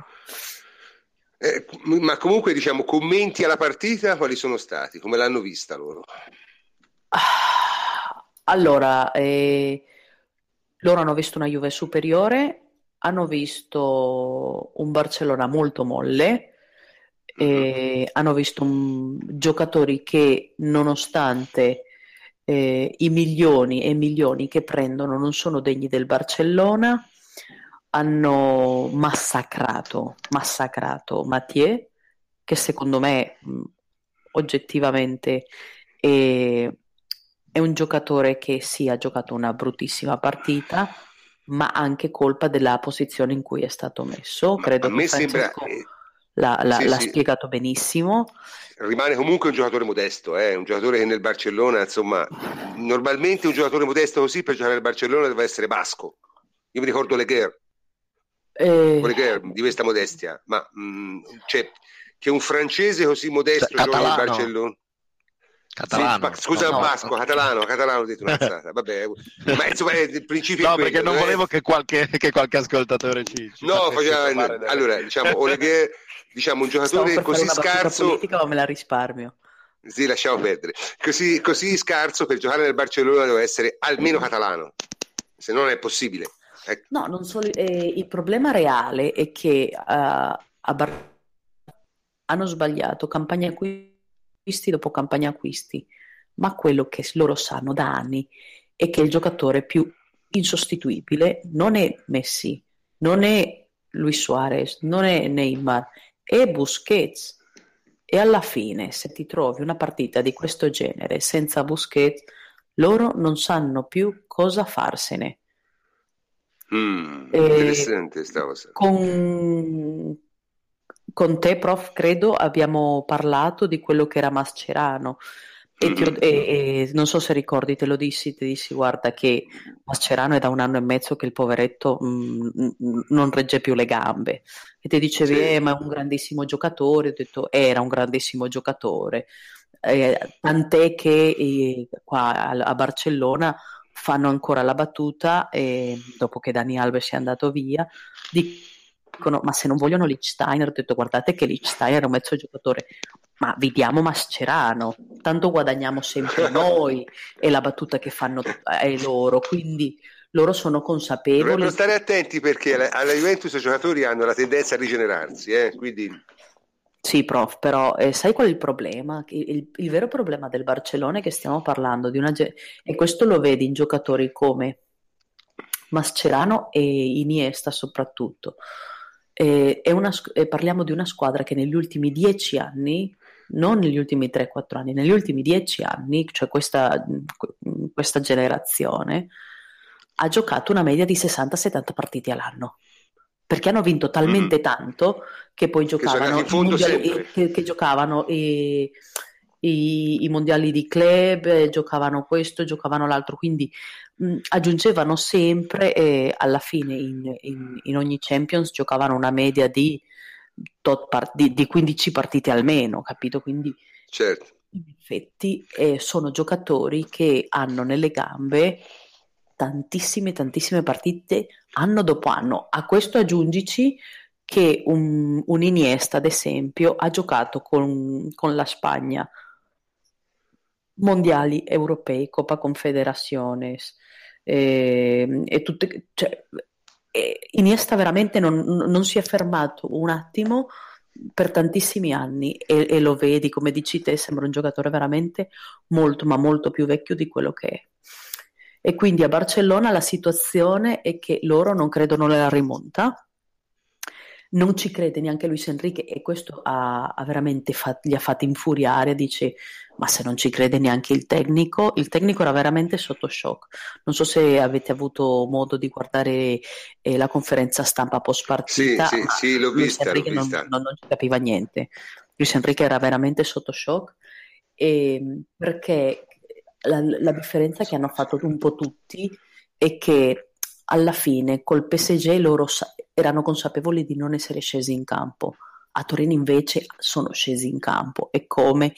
Ma comunque diciamo, commenti alla partita quali sono stati? Come l'hanno vista loro? Allora, loro hanno visto una Juve superiore, hanno visto un Barcellona molto molle, hanno visto giocatori che nonostante i milioni e milioni che prendono non sono degni del Barcellona, hanno massacrato Mathieu, che secondo me oggettivamente è un giocatore che sì, ha giocato una bruttissima partita, ma anche colpa della posizione in cui è stato messo. Credo che Francesco l'ha spiegato benissimo. Rimane comunque un giocatore modesto, un giocatore che nel Barcellona, insomma, normalmente un giocatore modesto così per giocare nel Barcellona deve essere basco. Io mi ricordo Leguer di questa modestia, ma cioè, che un francese così modesto gioca nel Barcellona. Catalano. Sì, scusa, no. Vasco, catalano, ho detto una cazzata. Vabbè, ma insomma il principio No, è quello, perché non volevo che qualche ascoltatore ci no, facesse faceva, trovare delle- allora, diciamo, Olivier, diciamo, un Stavo giocatore per fare così una battuta scarso, politica, ma me la risparmio. sì, lasciamo perdere, così scarso per giocare nel Barcellona deve essere almeno catalano, se no non è possibile. Ecco. No, non solo, il problema reale è che hanno sbagliato campagna acquisti dopo campagna acquisti, ma quello che loro sanno da anni è che il giocatore più insostituibile non è Messi, non è Luis Suarez, non è Neymar, è Busquets. E alla fine, se ti trovi una partita di questo genere senza Busquets, loro non sanno più cosa farsene. Interessante sta cosa. Con te, prof, credo abbiamo parlato di quello che era Mascherano e non so se ricordi, ti dissi guarda che Mascherano è da 1 anno e mezzo che il poveretto non regge più le gambe e ti dicevi Sì. ma è un grandissimo giocatore, ho detto era un grandissimo giocatore, tant'è che qua a Barcellona fanno ancora la battuta dopo che Dani Alves è andato via, dicono ma se non vogliono Lichtsteiner, ho detto guardate che Lichtsteiner è un mezzo giocatore, ma vi diamo Mascherano, tanto guadagniamo sempre noi, è la battuta che fanno loro, quindi loro sono consapevoli. Dovrebbero stare attenti perché alla Juventus i giocatori hanno la tendenza a rigenerarsi, quindi... Sì, prof, però sai qual è il problema? Il vero problema del Barcellona è che stiamo parlando di e questo lo vedi in giocatori come Mascherano e Iniesta soprattutto. Parliamo di una squadra che negli ultimi 10 anni, non negli ultimi 3-4 anni, negli ultimi 10 anni, cioè questa generazione, ha giocato una media di 60-70 partite all'anno. Perché hanno vinto talmente tanto che poi giocavano che giocavano i mondiali di club, giocavano questo, giocavano l'altro, quindi aggiungevano sempre alla fine in ogni Champions giocavano una media di 15 partite almeno, capito? Quindi certo. in effetti sono giocatori che hanno nelle gambe tantissime partite anno dopo anno. A questo aggiungici che un Iniesta, ad esempio, ha giocato con la Spagna mondiali europei, Coppa Confederaciones e tutte, cioè, Iniesta veramente non si è fermato un attimo per tantissimi anni e lo vedi, come dici te, sembra un giocatore veramente molto ma molto più vecchio di quello che è. E quindi a Barcellona la situazione è che loro non credono nella rimonta, non ci crede neanche Luis Enrique e questo veramente li ha fatti infuriare, dice ma se non ci crede neanche il tecnico era veramente sotto shock. Non so se avete avuto modo di guardare la conferenza stampa post partita, sì, l'ho vista. Non ci capiva niente. Luis Enrique era veramente sotto shock perché la differenza che hanno fatto un po' tutti è che alla fine col PSG loro erano consapevoli di non essere scesi in campo. A Torino invece sono scesi in campo e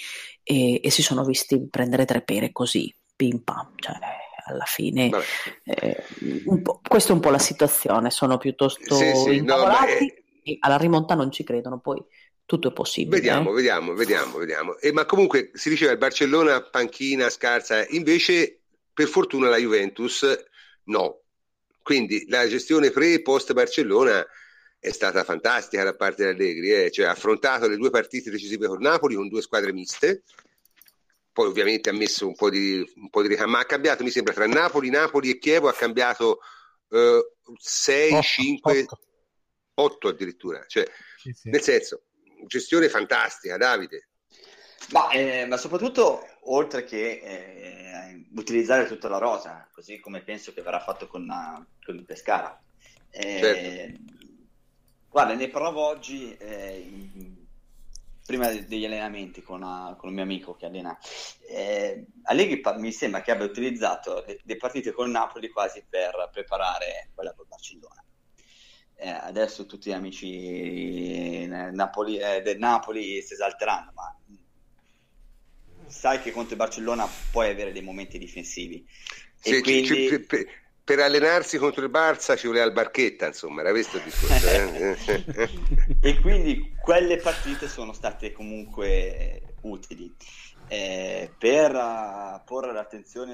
si sono visti prendere 3 pere così, pim pam, cioè alla fine questa è un po' la situazione, sono piuttosto incavolati e alla rimonta non ci credono, poi tutto è possibile. Vediamo. Ma comunque si diceva il Barcellona panchina scarsa, invece per fortuna la Juventus no. Quindi la gestione pre e post Barcellona è stata fantastica da parte di Allegri, cioè ha affrontato le 2 partite decisive con Napoli con 2 squadre miste, poi ovviamente ha messo un po' di ma ha cambiato, mi sembra, tra Napoli e Chievo ha cambiato 6, 5, 8 addirittura, cioè sì. Nel senso, gestione fantastica, Davide. Ma soprattutto oltre che utilizzare tutta la rosa, così come penso che verrà fatto con il Pescara. Certo. Guarda, ne parlavo oggi prima degli allenamenti con un mio amico che allena. Allegri mi sembra che abbia utilizzato le partite con Napoli quasi per preparare quella col Barcellona. Adesso tutti gli amici del Napoli si esalteranno, ma sai che contro il Barcellona puoi avere dei momenti difensivi. Sì, E quindi... per allenarsi contro il Barça ci voleva il Barchetta, insomma, era questo il discorso. E quindi quelle partite sono state comunque utili per porre l'attenzione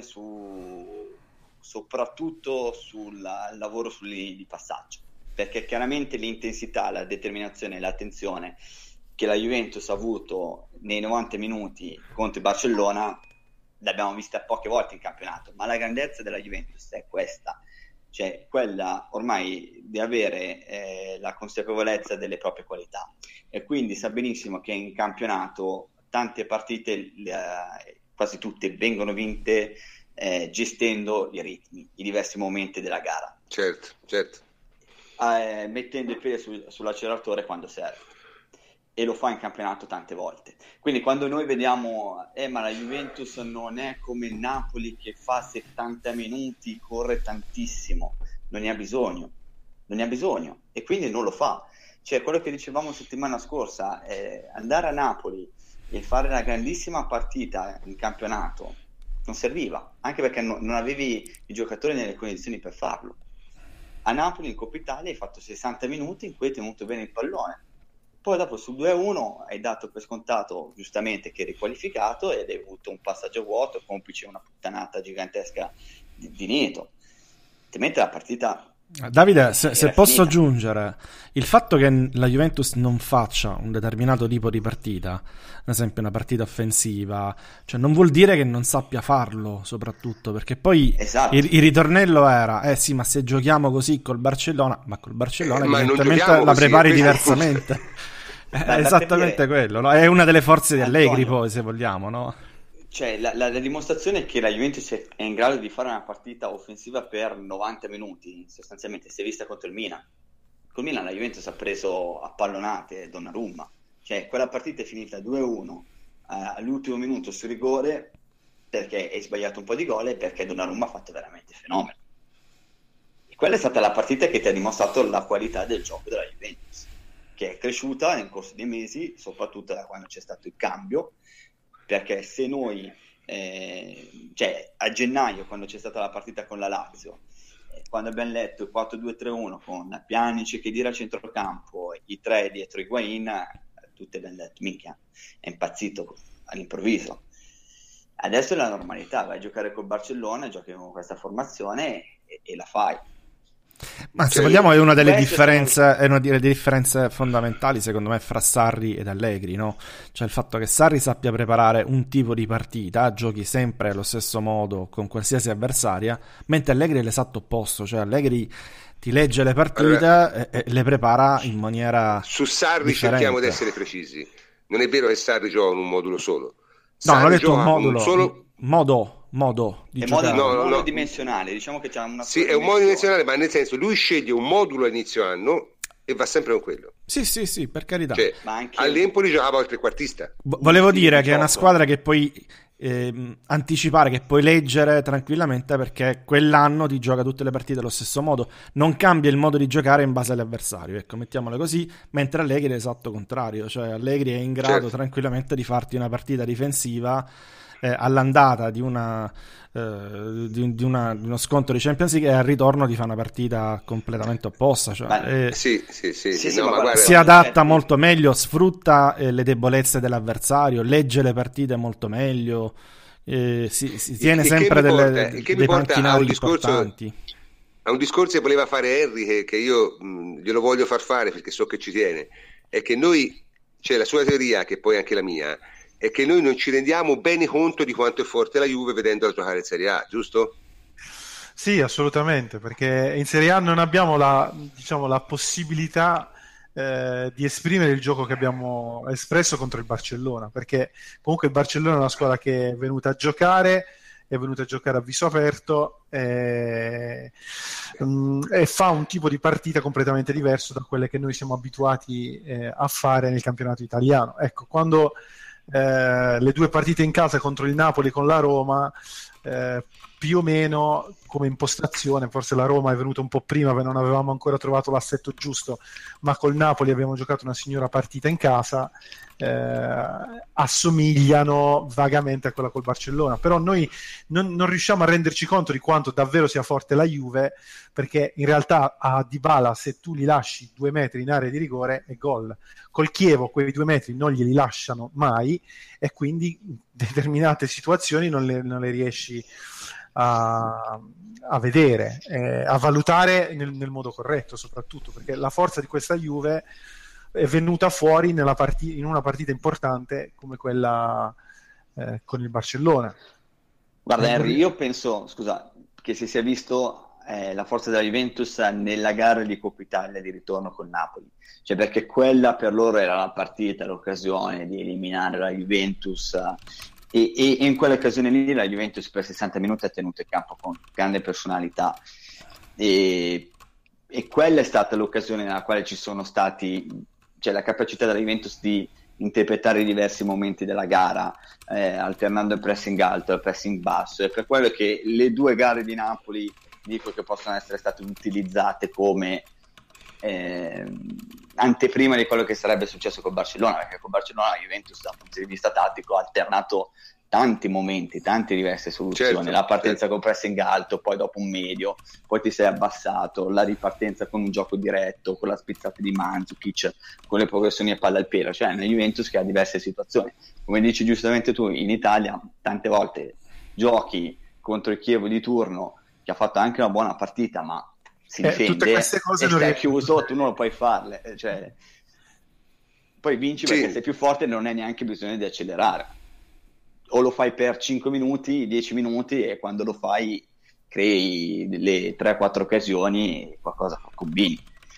soprattutto sul lavoro sulle linee di passaggio, perché chiaramente l'intensità, la determinazione e l'attenzione che la Juventus ha avuto nei 90 minuti contro il Barcellona l'abbiamo vista poche volte in campionato, ma la grandezza della Juventus è questa, cioè quella ormai di avere la consapevolezza delle proprie qualità, e quindi sa benissimo che in campionato tante partite, quasi tutte, vengono vinte gestendo i ritmi, i diversi momenti della gara. Certo. Mettendo il piede sull'acceleratore quando serve, e lo fa in campionato tante volte. Quindi quando noi vediamo ma la Juventus non è come il Napoli che fa 70 minuti, corre tantissimo, non ne ha bisogno, e quindi non lo fa. Cioè quello che dicevamo settimana scorsa, andare a Napoli e fare una grandissima partita in campionato non serviva, anche perché non avevi i giocatori nelle condizioni per farlo. A Napoli in Coppa Italia hai fatto 60 minuti in cui hai tenuto bene il pallone, poi dopo sul 2-1 hai dato per scontato giustamente che eri qualificato ed hai avuto un passaggio a vuoto, complice una puttanata gigantesca di Nieto, altrimenti la partita... Davide, se posso aggiungere, il fatto che la Juventus non faccia un determinato tipo di partita, ad esempio una partita offensiva, cioè non vuol dire che non sappia farlo, soprattutto perché poi esatto. il ritornello era sì, ma se giochiamo così col Barcellona, ma col Barcellona evidentemente la così, prepari diversamente. È esattamente quello, no? È una delle forze di Allegri, Antonio, poi, se vogliamo, no? Cioè la dimostrazione è che la Juventus è in grado di fare una partita offensiva per 90 minuti, sostanzialmente. Si è vista contro il Milan. Col Milan la Juventus ha preso a pallonate Donnarumma, cioè quella partita è finita 2-1 all'ultimo minuto su rigore, perché hai sbagliato un po' di gol e perché Donnarumma ha fatto veramente fenomeno. E quella è stata la partita che ti ha dimostrato la qualità del gioco della Juventus, che è cresciuta nel corso dei mesi, soprattutto da quando c'è stato il cambio. Perché se noi, cioè a gennaio, quando c'è stata la partita con la Lazio, quando abbiamo letto il 4-2-3-1 con Pjanic che dire a centrocampo, i tre dietro Higuain, tutti abbiamo detto, minchia, è impazzito all'improvviso. Adesso è la normalità, vai a giocare col Barcellona, giochi con questa formazione e la fai. Ma se vogliamo è una delle differenze fondamentali secondo me fra Sarri ed Allegri, no? Cioè il fatto che Sarri sappia preparare un tipo di partita, giochi sempre allo stesso modo con qualsiasi avversaria, mentre Allegri è l'esatto opposto, cioè Allegri ti legge le partite e le prepara in maniera su Sarri differente. Cerchiamo di essere precisi, non è vero che Sarri gioca in un modulo solo. No, non ho detto un modulo, solo... modo di giocare. Monodimensionale, diciamo che c'è una sì, è un monodimensionale, ma nel senso lui sceglie un modulo a inizio anno e va sempre con quello. Sì, per carità. Cioè, ma anche... all'Empoli giocava il trequartista. Volevo dire che è una squadra che puoi anticipare, che puoi leggere tranquillamente, perché quell'anno ti gioca tutte le partite allo stesso modo, non cambia il modo di giocare in base all'avversario, ecco, mettiamole così, mentre Allegri è l'esatto contrario, cioè Allegri è in grado tranquillamente di farti una partita difensiva all'andata di uno scontro di Champions League, e al ritorno ti fa una partita completamente opposta, cioè, sì, no, ma guarda, si adatta molto meglio, sfrutta le debolezze dell'avversario, legge le partite molto meglio, si tiene sempre dei panchinari importanti. A un discorso che voleva fare Henry, che io glielo voglio far fare perché so che ci tiene, è che noi, c'è la sua teoria, che poi è anche la mia, è che noi non ci rendiamo bene conto di quanto è forte la Juve vedendola giocare in Serie A, giusto? Sì, assolutamente, perché in Serie A non abbiamo la possibilità di esprimere il gioco che abbiamo espresso contro il Barcellona, perché comunque il Barcellona è una squadra che è venuta a giocare a viso aperto e fa un tipo di partita completamente diverso da quelle che noi siamo abituati a fare nel campionato italiano. Ecco, quando le due partite in casa contro il Napoli e con la Roma più o meno come impostazione. Forse la Roma è venuta un po' prima perché non avevamo ancora trovato l'assetto giusto, ma col Napoli abbiamo giocato una signora partita in casa. Assomigliano vagamente a quella col Barcellona, però noi non riusciamo a renderci conto di quanto davvero sia forte la Juve, perché in realtà a Dybala, se tu li lasci 2 metri in area di rigore, è gol. Col Chievo quei 2 metri non glieli lasciano mai, e quindi determinate situazioni non le riesci a vedere, a valutare nel modo corretto, soprattutto perché la forza di questa Juve è venuta fuori in una partita importante come quella con il Barcellona. Guarda Henry, io penso, scusa, che si sia visto la forza della Juventus nella gara di Coppa Italia di ritorno col Napoli, cioè perché quella per loro era la partita, l'occasione di eliminare la Juventus, e in quell'occasione lì la Juventus per 60 minuti ha tenuto il campo con grande personalità, e quella è stata l'occasione nella quale ci sono stati, cioè la capacità della Juventus di interpretare i diversi momenti della gara, alternando il pressing alto e il pressing basso. E per quello che le 2 gare di Napoli dico che possono essere state utilizzate come anteprima di quello che sarebbe successo col Barcellona, perché col Barcellona la Juventus dal punto di vista tattico ha alternato tanti momenti, tante diverse soluzioni, certo, la partenza col pressing alto, poi dopo un medio, poi ti sei abbassato, la ripartenza con un gioco diretto, con la spizzata di Mandzukic, con le progressioni a palla al piede, cioè una Juventus che ha diverse situazioni. Come dici giustamente tu, in Italia tante volte giochi contro il Chievo di turno, che ha fatto anche una buona partita, ma si difende e stai chiuso, tu non lo puoi farle, cioè, poi vinci perché sei più forte e non hai neanche bisogno di accelerare. O lo fai per 5 minuti, 10 minuti, e quando lo fai crei le 3-4 occasioni, qualcosa combini.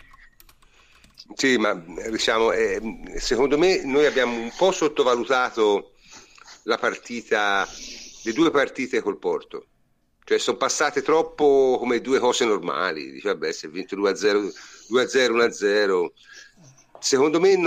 Sì, ma diciamo, secondo me noi abbiamo un po' sottovalutato la partita, le 2 partite col Porto, cioè sono passate troppo come 2 cose normali. Dice, vabbè, si è vinto 2-0, 2-0, 1-0. Secondo me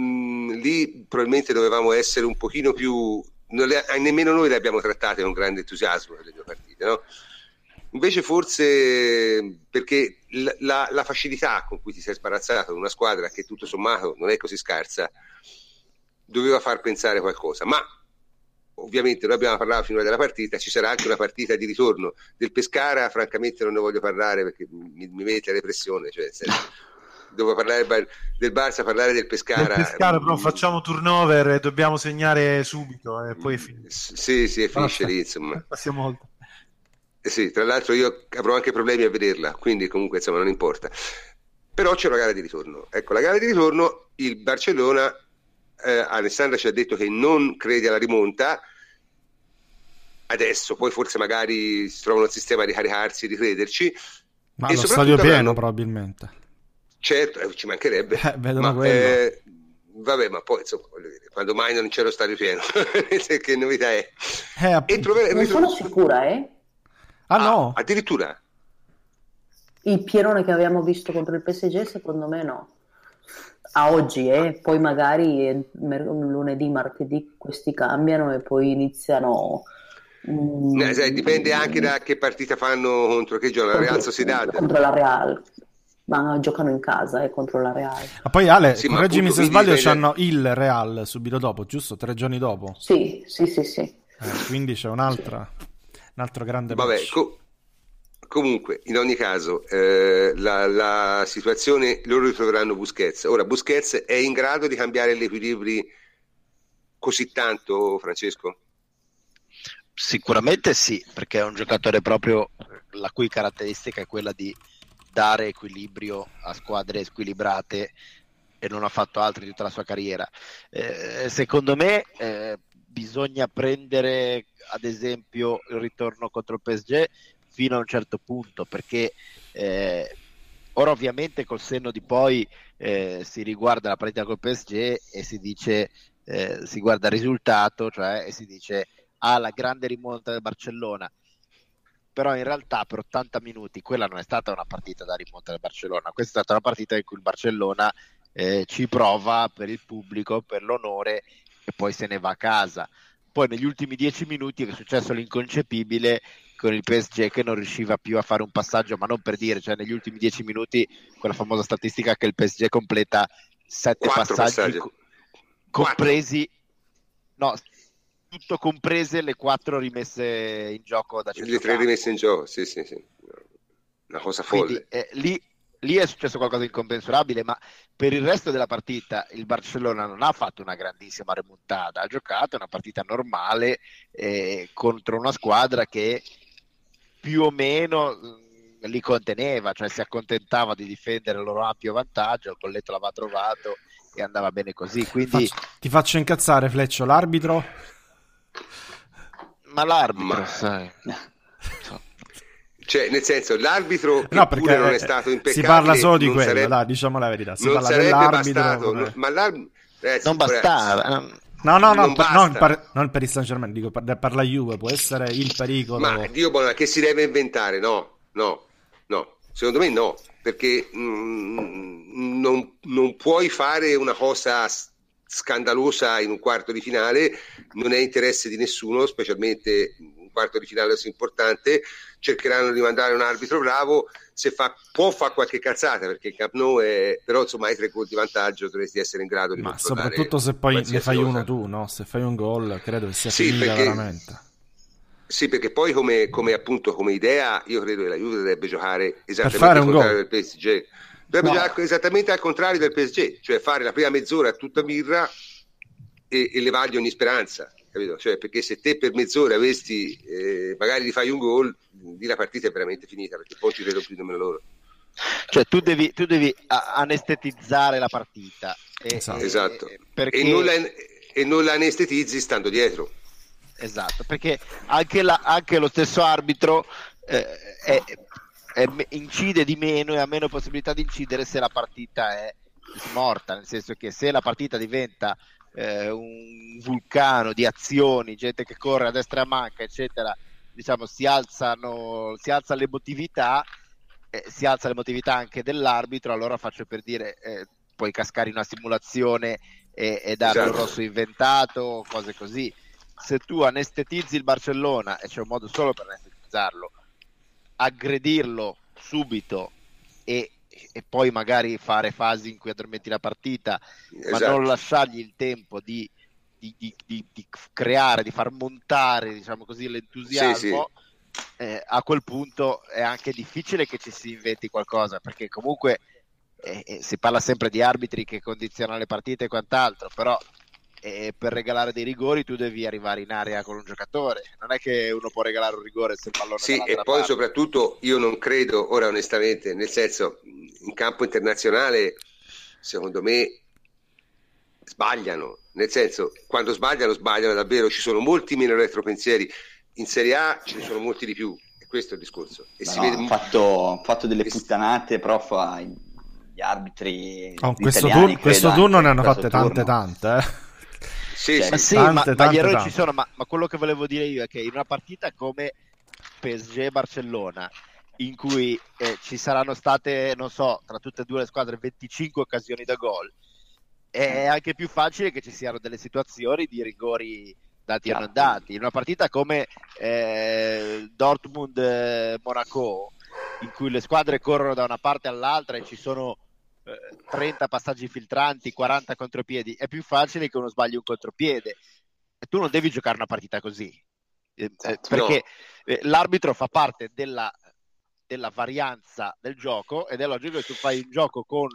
lì probabilmente dovevamo essere un pochino più, nemmeno noi le abbiamo trattate con grande entusiasmo le 2 partite, no? Invece forse perché la facilità con cui ti sei sbarazzato di una squadra che tutto sommato non è così scarsa doveva far pensare qualcosa, ma ovviamente noi abbiamo parlato finora della partita, ci sarà anche una partita di ritorno del Pescara. Francamente non ne voglio parlare perché mi mette la depressione, cioè devo parlare del Barça, parlare del Pescara. Però facciamo turnover e dobbiamo segnare subito e poi sì, e finisce lì, insomma. Passiamo oltre. Sì, tra l'altro io avrò anche problemi a vederla, quindi comunque insomma non importa. Però c'è una gara di ritorno. Ecco, la gara di ritorno, il Barcellona, Alessandra ci ha detto che non crede alla rimonta adesso, poi forse magari si trovano il sistema di caricarsi e di crederci. Ma lo stadio pieno probabilmente. Certo, ci mancherebbe. Vedono quello. Vabbè, ma poi insomma, voglio dire, quando mai non c'è lo stadio pieno? Che novità è? Non sono sicura, no, addirittura il pienone che abbiamo visto contro il PSG secondo me no, a oggi, poi magari lunedì, martedì questi cambiano e poi iniziano. Dipende anche da che partita fanno, contro che gioca la Real Sociedad, contro la Real, ma giocano in casa contro la Real. Ma poi Ale, sì, correggimi se sbaglio, c'hanno il Real subito dopo, giusto? 3 giorni dopo? Sì. Quindi c'è un altro grande match. Comunque, in ogni caso, la situazione, loro ritroveranno Busquets. Ora, Busquets è in grado di cambiare gli equilibri così tanto, Francesco? Sicuramente sì, perché è un giocatore proprio la cui caratteristica è quella di dare equilibrio a squadre squilibrate, e non ha fatto altro di tutta la sua carriera. Secondo me bisogna prendere ad esempio il ritorno contro il PSG fino a un certo punto, perché ora ovviamente col senno di poi si riguarda la partita col PSG e si dice, si guarda il risultato, cioè, e si dice la grande rimonta del Barcellona, però in realtà per 80 minuti quella non è stata una partita da rimonta del Barcellona, questa è stata una partita in cui il Barcellona ci prova per il pubblico, per l'onore, e poi se ne va a casa. poi negli ultimi 10 minuti è successo l'inconcepibile con il PSG che non riusciva più a fare un passaggio, ma non per dire, cioè negli ultimi 10 minuti quella famosa statistica che il PSG completa 7 passaggi compresi, no, tutto comprese le 4 rimesse in gioco da centrocampo. Le 3 rimesse in gioco, sì. Una cosa folle. Quindi, lì è successo qualcosa di incommensurabile, ma per il resto della partita il Barcellona non ha fatto una grandissima remontata, ha giocato una partita normale contro una squadra che più o meno li conteneva, cioè si accontentava di difendere il loro ampio vantaggio, il Colletto l'aveva trovato e andava bene così. Quindi ti faccio incazzare, Fleccio, l'arbitro? Ma l'arbitro, sai... Cioè, nel senso, l'arbitro che no, perché non è stato impeccabile, si parla solo di quello, dai, diciamo la verità. Si parla dell'arbitro, bastato, ma l'arbitro non bastava. Non per il Saint Germain, dico per la Juve può essere il pericolo. Ma Dio buono, che si deve inventare? No. Secondo me no, perché non puoi fare una cosa scandalosa in un quarto di finale, non è interesse di nessuno, specialmente un quarto di finale così importante. Cercheranno di mandare un arbitro bravo, può fare qualche cazzata, perché il Camp Nou però insomma hai 3 gol di vantaggio, dovresti essere in grado di controllare. Soprattutto se poi ne fai uno tu, no? Se fai un gol credo che sia finita veramente. Sì, perché poi come idea io credo che la Juve dovrebbe giocare esattamente fare al un contrario gol. del PSG. Dovrebbe giocare esattamente al contrario del PSG, cioè fare la prima mezz'ora tutta birra e levargli ogni speranza, capito? Cioè, perché se te per mezz'ora avesti magari gli fai un gol, lì la partita è veramente finita, perché poi ci credo più nemmeno loro. Cioè tu devi anestetizzare la partita esatto. Perché... e non la anestetizzi stando dietro. Esatto, perché anche lo stesso arbitro incide di meno e ha meno possibilità di incidere se la partita è smorta, nel senso che se la partita diventa un vulcano di azioni, gente che corre a destra e a manca, eccetera, diciamo si alza l'emotività, si alza l'emotività anche dell'arbitro, allora faccio per dire puoi cascare in una simulazione e dare un rosso inventato, cose così. Se tu anestetizzi il Barcellona, e c'è un modo solo per anestetizzarlo, aggredirlo subito e poi magari fare fasi in cui addormenti la partita, ma non lasciargli il tempo di creare, di far montare, diciamo così, l'entusiasmo, a quel punto è anche difficile che ci si inventi qualcosa, perché comunque si parla sempre di arbitri che condizionano le partite e quant'altro, però per regalare dei rigori tu devi arrivare in area con un giocatore, non è che uno può regalare un rigore se il pallone e poi parte. Soprattutto io non credo, ora onestamente, nel senso, in campo internazionale secondo me sbagliano, nel senso, quando sbagliano davvero, ci sono molti meno retropensieri, in Serie A ce ne sono molti di più, e questo è il discorso. Hanno fatto delle puttanate proprio gli arbitri questo turno ne hanno fatte tante. Ma gli errori ci sono, ma quello che volevo dire io è che in una partita come PSG Barcellona, in cui ci saranno state, non so, tra tutte e due le squadre 25 occasioni da gol, è anche più facile che ci siano delle situazioni di rigori dati e non dati. In una partita come Dortmund-Monaco, in cui le squadre corrono da una parte all'altra e ci sono 30 passaggi filtranti, 40 contropiedi, è più facile che uno sbagli un contropiede, e tu non devi giocare una partita così, perché l'arbitro fa parte della varianza del gioco, ed è logico che tu fai un gioco con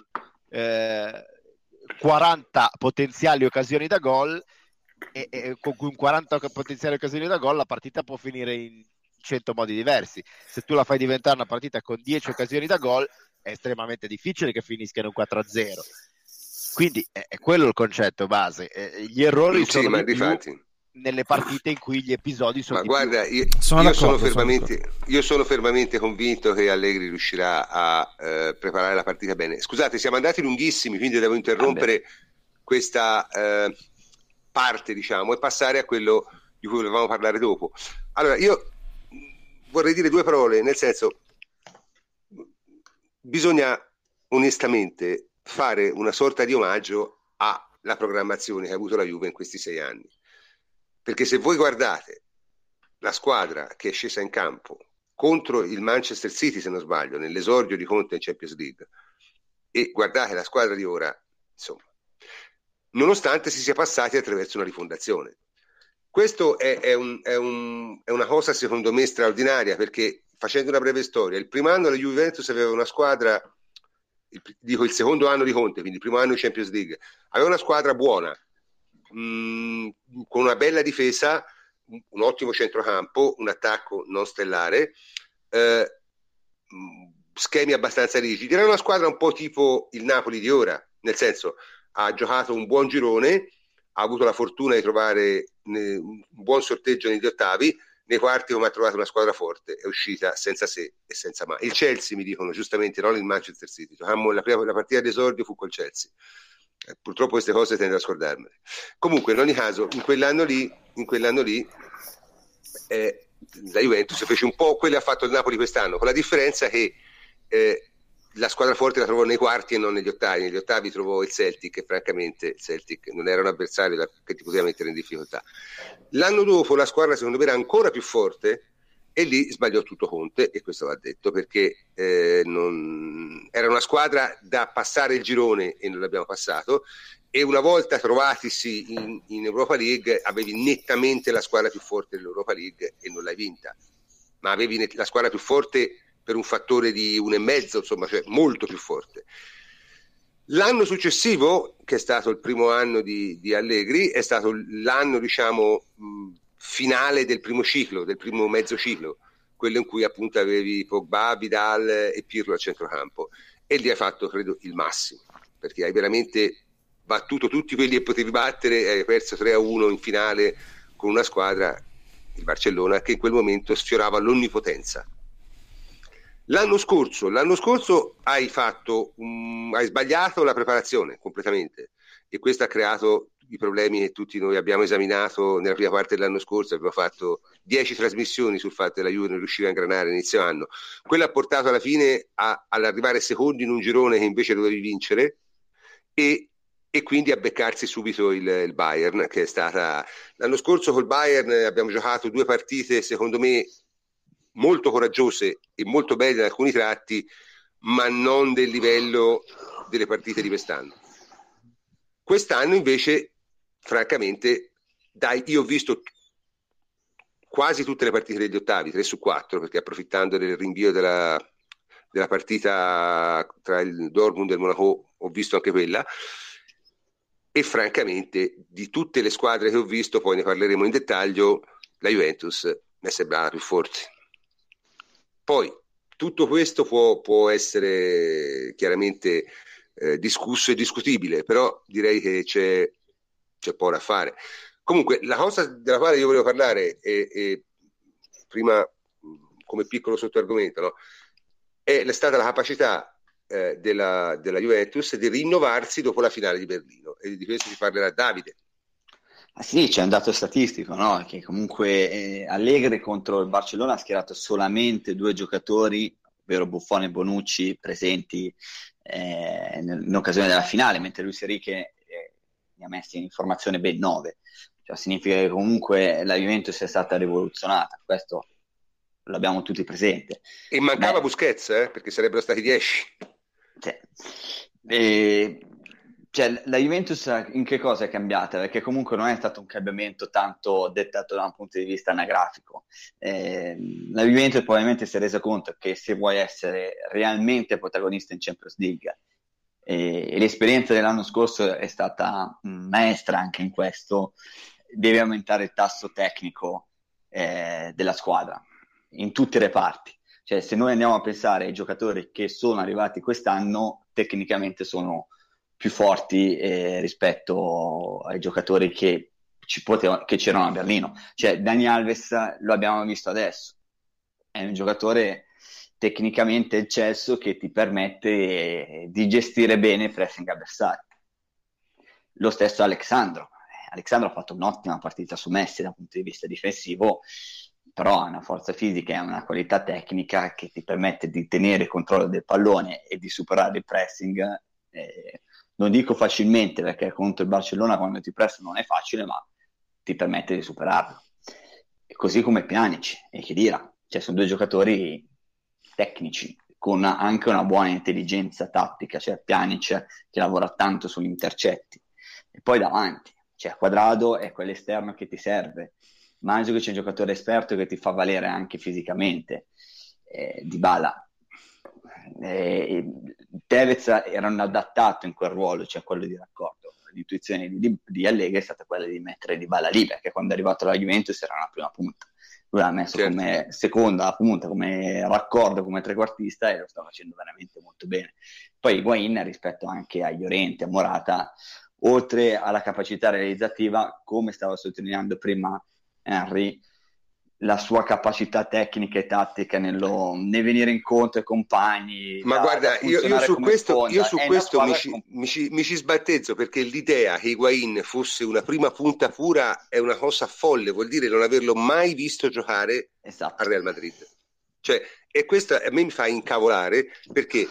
40 potenziali occasioni da gol, e con 40 potenziali occasioni da gol la partita può finire in 100 modi diversi. Se tu la fai diventare una partita con 10 occasioni da gol, è estremamente difficile che finisca in un 4-0. Quindi è quello il concetto base. Gli errori sono di più nelle partite in cui gli episodi sono guarda, più. Io sono fermamente convinto che Allegri riuscirà a preparare la partita bene. Scusate, siamo andati lunghissimi, quindi devo interrompere questa parte, diciamo, e passare a quello di cui volevamo parlare dopo. Allora, io vorrei dire 2 parole, nel senso, bisogna onestamente fare una sorta di omaggio alla programmazione che ha avuto la Juve in questi 6 anni. perché se voi guardate la squadra che è scesa in campo contro il Manchester City, se non sbaglio, nell'esordio di Conte in Champions League, e guardate la squadra di ora, insomma, nonostante si sia passati attraverso una rifondazione. Questo è una cosa secondo me straordinaria, perché, facendo una breve storia, il primo anno la Juventus aveva una squadra, dico il secondo anno di Conte, quindi il primo anno di Champions League, aveva una squadra buona, con una bella difesa, un ottimo centrocampo, un attacco non stellare, schemi abbastanza rigidi. Era una squadra un po' tipo il Napoli di ora, nel senso, ha giocato un buon girone, ha avuto la fortuna di trovare un buon sorteggio negli ottavi, nei quarti come ha trovato una squadra forte, è uscita senza se e senza ma. Il Chelsea, mi dicono giustamente, non il Manchester City. La partita d'esordio fu col Chelsea. Purtroppo queste cose tendo a scordarmele. Comunque, in ogni caso, in quell'anno lì la Juventus fece un po' quello che ha fatto il Napoli quest'anno, con la differenza che la squadra forte la trovò nei quarti e non negli ottavi. Negli ottavi trovò il Celtic, e francamente il Celtic non era un avversario che ti poteva mettere in difficoltà. L'anno dopo la squadra secondo me era ancora più forte, e lì sbagliò tutto Conte, e questo va detto, perché era una squadra da passare il girone e non l'abbiamo passato, e una volta trovatisi in Europa League avevi nettamente la squadra più forte dell'Europa League e non l'hai vinta, ma avevi la squadra più forte per un fattore di 1,5, insomma, cioè molto più forte. L'anno successivo, che è stato il primo anno di Allegri, è stato l'anno, diciamo, finale del primo ciclo, del primo mezzo ciclo, quello in cui appunto avevi Pogba, Vidal e Pirlo al centrocampo, e lì hai fatto, credo, il massimo, perché hai veramente battuto tutti quelli che potevi battere, hai perso 3-1 in finale con una squadra, il Barcellona, che in quel momento sfiorava l'onnipotenza. L'anno scorso hai sbagliato la preparazione completamente, e questo ha creato i problemi che tutti noi abbiamo esaminato nella prima parte dell'anno scorso. Abbiamo fatto 10 trasmissioni sul fatto che la Juve non riusciva a ingranare inizio anno. Quello ha portato alla fine all'arrivare secondi in un girone che invece dovevi vincere, e quindi a beccarsi subito il Bayern, che è stata l'anno scorso. Col Bayern abbiamo giocato 2 partite secondo me molto coraggiose e molto belle in alcuni tratti, ma non del livello delle partite di quest'anno. Quest'anno invece, francamente, io ho visto quasi tutte le partite degli ottavi, 3 su 4, perché approfittando del rinvio della partita tra il Dortmund e il Monaco ho visto anche quella, e francamente di tutte le squadre che ho visto, poi ne parleremo in dettaglio, la Juventus mi è sembrata più forte. Poi tutto questo può essere chiaramente discusso e discutibile, però direi che c'è poco da fare. Comunque la cosa della quale io volevo parlare, e prima come piccolo sottoargomento, no? È stata la capacità della Juventus di rinnovarsi dopo la finale di Berlino, e di questo ci parlerà Davide. Ah sì, c'è un dato statistico, no? Che comunque Allegri contro il Barcellona ha schierato solamente 2 giocatori, ovvero Buffon e Bonucci, presenti in occasione della finale, mentre Luis Enrique ne ha messi in formazione ben 9. Cioè, significa che comunque la Juventus è stata rivoluzionata, questo l'abbiamo tutti presente. E mancava Busquets, perché sarebbero stati 10. Cioè, la Juventus in che cosa è cambiata? Perché comunque non è stato un cambiamento tanto dettato da un punto di vista anagrafico. La Juventus probabilmente si è resa conto che se vuoi essere realmente protagonista in Champions League, e l'esperienza dell'anno scorso è stata maestra anche in questo, devi aumentare il tasso tecnico della squadra in tutte le parti. Cioè, se noi andiamo a pensare ai giocatori che sono arrivati quest'anno, tecnicamente sono più forti rispetto ai giocatori che c'erano a Berlino. Cioè, Dani Alves lo abbiamo visto adesso, è un giocatore tecnicamente eccesso che ti permette di gestire bene il pressing avversario. Lo stesso Alexandro ha fatto un'ottima partita su Messi dal punto di vista difensivo, però ha una forza fisica e una qualità tecnica che ti permette di tenere il controllo del pallone e di superare il pressing. Non dico facilmente, perché contro il Barcellona quando ti pressa non è facile, ma ti permette di superarlo. E così come Pjanic e Khedira, cioè sono due giocatori tecnici con anche una buona intelligenza tattica, cioè Pjanic che lavora tanto sugli intercetti, e poi davanti, cioè Quadrado è quell'esterno che ti serve, Mandzukic è un giocatore esperto che ti fa valere anche fisicamente, Dybala, Tevez era un adattato in quel ruolo, cioè quello di raccordo. L'intuizione di Allegri è stata quella di mettere Dybala lì, perché quando è arrivato alla Juventus era una prima punta, lui l'ha messo come seconda punta, come raccordo, come trequartista, e lo sta facendo veramente molto bene. Poi Higuain, rispetto anche a Llorente, a Morata, oltre alla capacità realizzativa, come stava sottolineando prima Henry, la sua capacità tecnica e tattica nel venire incontro ai compagni. Ma guarda, io su questo mi ci sbattezzo, perché l'idea che Higuain fosse una prima punta pura è una cosa folle, vuol dire non averlo mai visto giocare al Real Madrid. Cioè, e questo a me mi fa incavolare, perché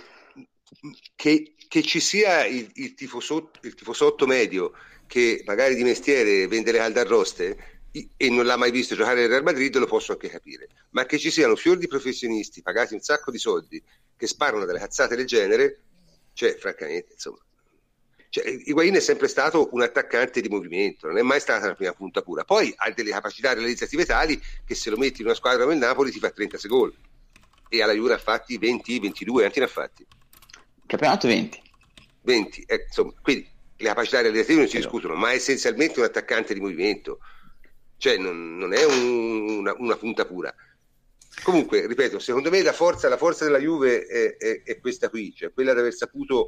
che ci sia il tifosotto medio che magari di mestiere vende le caldarroste e non l'ha mai visto giocare nel Real Madrid, lo posso anche capire, ma che ci siano fior di professionisti pagati un sacco di soldi che sparano delle cazzate del genere, cioè francamente, insomma, cioè, Higuain è sempre stato un attaccante di movimento, non è mai stata la prima punta pura, poi ha delle capacità realizzative tali che se lo metti in una squadra come il Napoli ti fa 36 gol, e alla Juve ha fatti 20, 22, anche ne ha fatti campionato 20, insomma, quindi le capacità realizzative non si discutono, ma è essenzialmente un attaccante di movimento. Cioè non è una punta pura. Comunque, ripeto, secondo me la forza della Juve è questa qui, cioè quella di aver saputo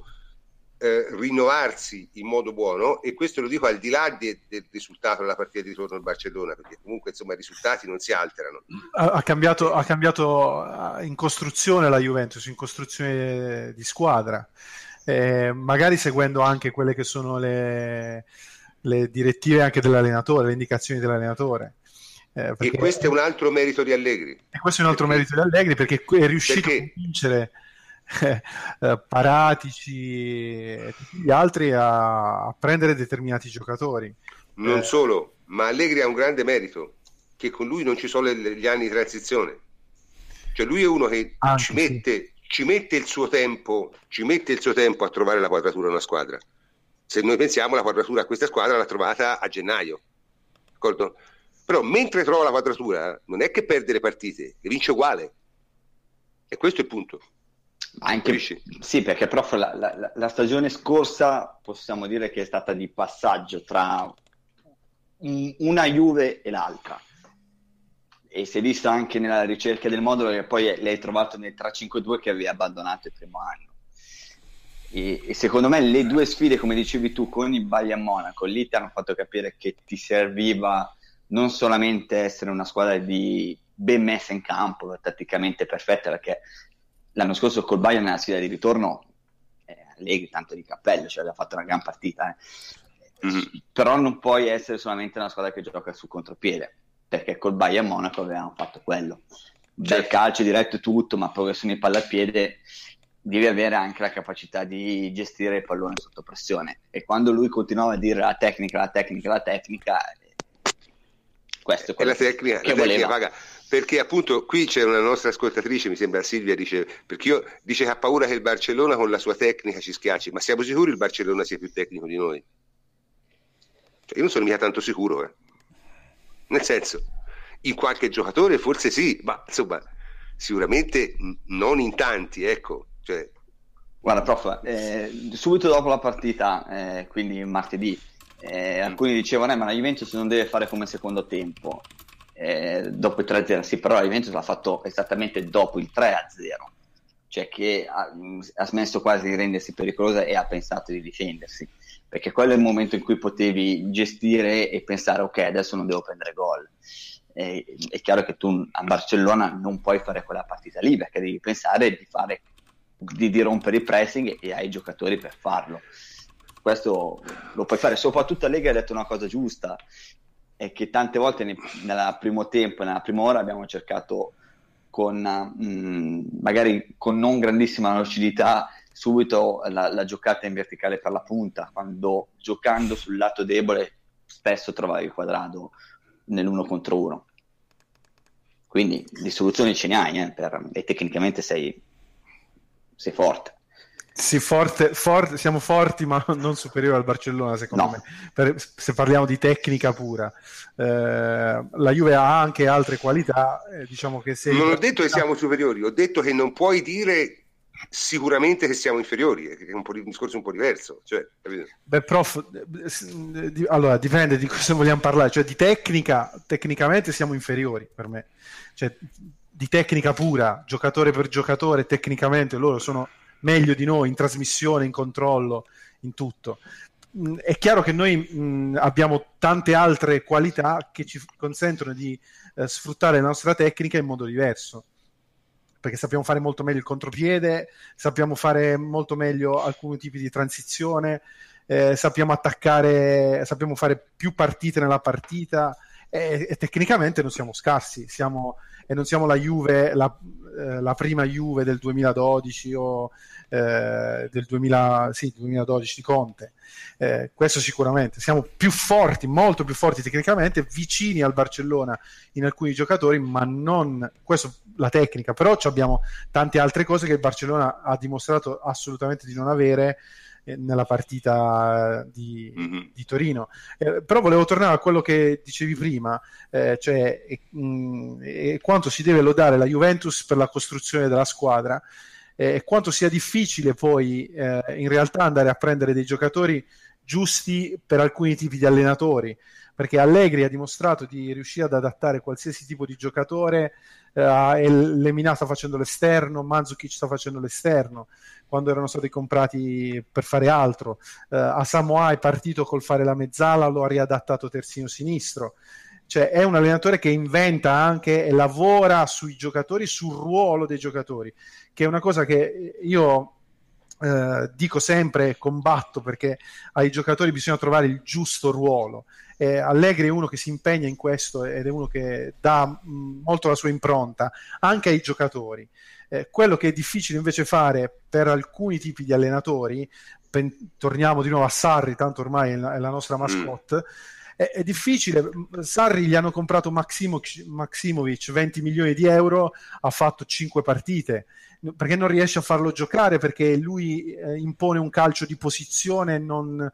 rinnovarsi in modo buono, e questo lo dico al di là del risultato della partita di ritorno al Barcellona, perché comunque insomma i risultati non si alterano. Ha cambiato in costruzione la Juventus, in costruzione di squadra, magari seguendo anche quelle che sono le direttive anche dell'allenatore, le indicazioni dell'allenatore. E questo è un altro merito di Allegri. E questo è un altro merito di Allegri, perché è riuscito a convincere Paratici e tutti gli altri a prendere determinati giocatori. Non solo, ma Allegri ha un grande merito, che con lui non ci sono gli anni di transizione. Cioè lui è uno che ci mette il suo tempo a trovare la quadratura a una squadra. Se noi pensiamo, la quadratura a questa squadra l'ha trovata a gennaio, d'accordo? Però mentre trova la quadratura non è che perde le partite, le vince uguale, e questo è il punto. Anche, sì, perché prof, la stagione scorsa possiamo dire che è stata di passaggio tra una Juve e l'altra, e si è visto anche nella ricerca del modulo che poi l'hai trovato nel 3-5-2 che avevi abbandonato il primo anno. E secondo me le due sfide, come dicevi tu, con il Bayern Monaco, lì ti hanno fatto capire che ti serviva non solamente essere una squadra ben messa in campo, tatticamente perfetta, perché l'anno scorso col Bayern nella sfida di ritorno Allegri tanto di cappello, cioè aveva fatto una gran partita, però non puoi essere solamente una squadra che gioca sul contropiede, perché col Bayern Monaco avevamo fatto quello, bel calcio diretto e tutto, ma progressione di palla al piede. Devi avere anche la capacità di gestire il pallone sotto pressione, e quando lui continuava a dire la tecnica, questo è quello la tecnica, che voleva. Paga, perché appunto qui c'è una nostra ascoltatrice, mi sembra Silvia, dice che ha paura che il Barcellona con la sua tecnica ci schiacci, ma siamo sicuri il Barcellona sia più tecnico di noi? Cioè, io non sono mica tanto sicuro, nel senso, in qualche giocatore forse sì, ma insomma sicuramente non in tanti, ecco. Cioè. Guarda prof, subito dopo la partita, quindi martedì, alcuni dicevano ma la Juventus non deve fare come secondo tempo dopo il 3-0, sì, però la Juventus l'ha fatto esattamente dopo il 3-0, cioè che ha smesso quasi di rendersi pericolosa e ha pensato di difendersi, perché quello è il momento in cui potevi gestire e pensare ok, adesso non devo prendere gol. È chiaro che tu a Barcellona non puoi fare quella partita lì, perché devi pensare di rompere il pressing e hai i giocatori per farlo. Questo lo puoi fare, soprattutto Allegri ha detto una cosa giusta, è che tante volte nel primo tempo, nella prima ora abbiamo cercato magari con non grandissima lucidità subito la giocata in verticale per la punta, quando giocando sul lato debole spesso trovare il quadrato nell'1 contro 1. Quindi di soluzioni ce ne hai, e tecnicamente sei forte. Sì, siamo forti, ma non superiori al Barcellona, secondo me. Se parliamo di tecnica pura, la Juve ha anche altre qualità. Diciamo che non ho detto che siamo superiori, ho detto che non puoi dire sicuramente che siamo inferiori, che è un discorso un po' diverso. Cioè, beh, prof, allora dipende di cosa vogliamo parlare. Cioè, di tecnicamente siamo inferiori per me. Cioè, di tecnica pura, giocatore per giocatore, tecnicamente loro sono meglio di noi in trasmissione, in controllo, in tutto. È chiaro che noi abbiamo tante altre qualità che ci consentono di sfruttare la nostra tecnica in modo diverso, perché sappiamo fare molto meglio il contropiede, sappiamo fare molto meglio alcuni tipi di transizione, sappiamo attaccare, sappiamo fare più partite nella partita, e tecnicamente non siamo scarsi, e non siamo la Juve, la prima Juve del 2012 o del 2012 di Conte. Questo sicuramente. Siamo più forti, molto più forti tecnicamente, vicini al Barcellona in alcuni giocatori, ma non questo la tecnica. Però abbiamo tante altre cose che il Barcellona ha dimostrato assolutamente di non avere nella partita di Torino. Però volevo tornare a quello che dicevi prima, cioè quanto si deve lodare la Juventus per la costruzione della squadra, e quanto sia difficile poi in realtà andare a prendere dei giocatori giusti per alcuni tipi di allenatori, perché Allegri ha dimostrato di riuscire ad adattare qualsiasi tipo di giocatore. Lemina sta facendo l'esterno, Mandzukic sta facendo l'esterno quando erano stati comprati per fare altro. Asamoah è partito col fare la mezzala, lo ha riadattato terzino sinistro. Cioè è un allenatore che inventa anche e lavora sui giocatori, sul ruolo dei giocatori, che è una cosa che io dico sempre e combatto, perché ai giocatori bisogna trovare il giusto ruolo. Allegri è uno che si impegna in questo ed è uno che dà molto la sua impronta anche ai giocatori. Quello che è difficile invece fare per alcuni tipi di allenatori, torniamo di nuovo a Sarri, tanto ormai è la nostra mascotte, è difficile. Sarri gli hanno comprato Maksimovic 20 milioni di euro, ha fatto 5 partite, perché non riesce a farlo giocare, perché lui impone un calcio di posizione,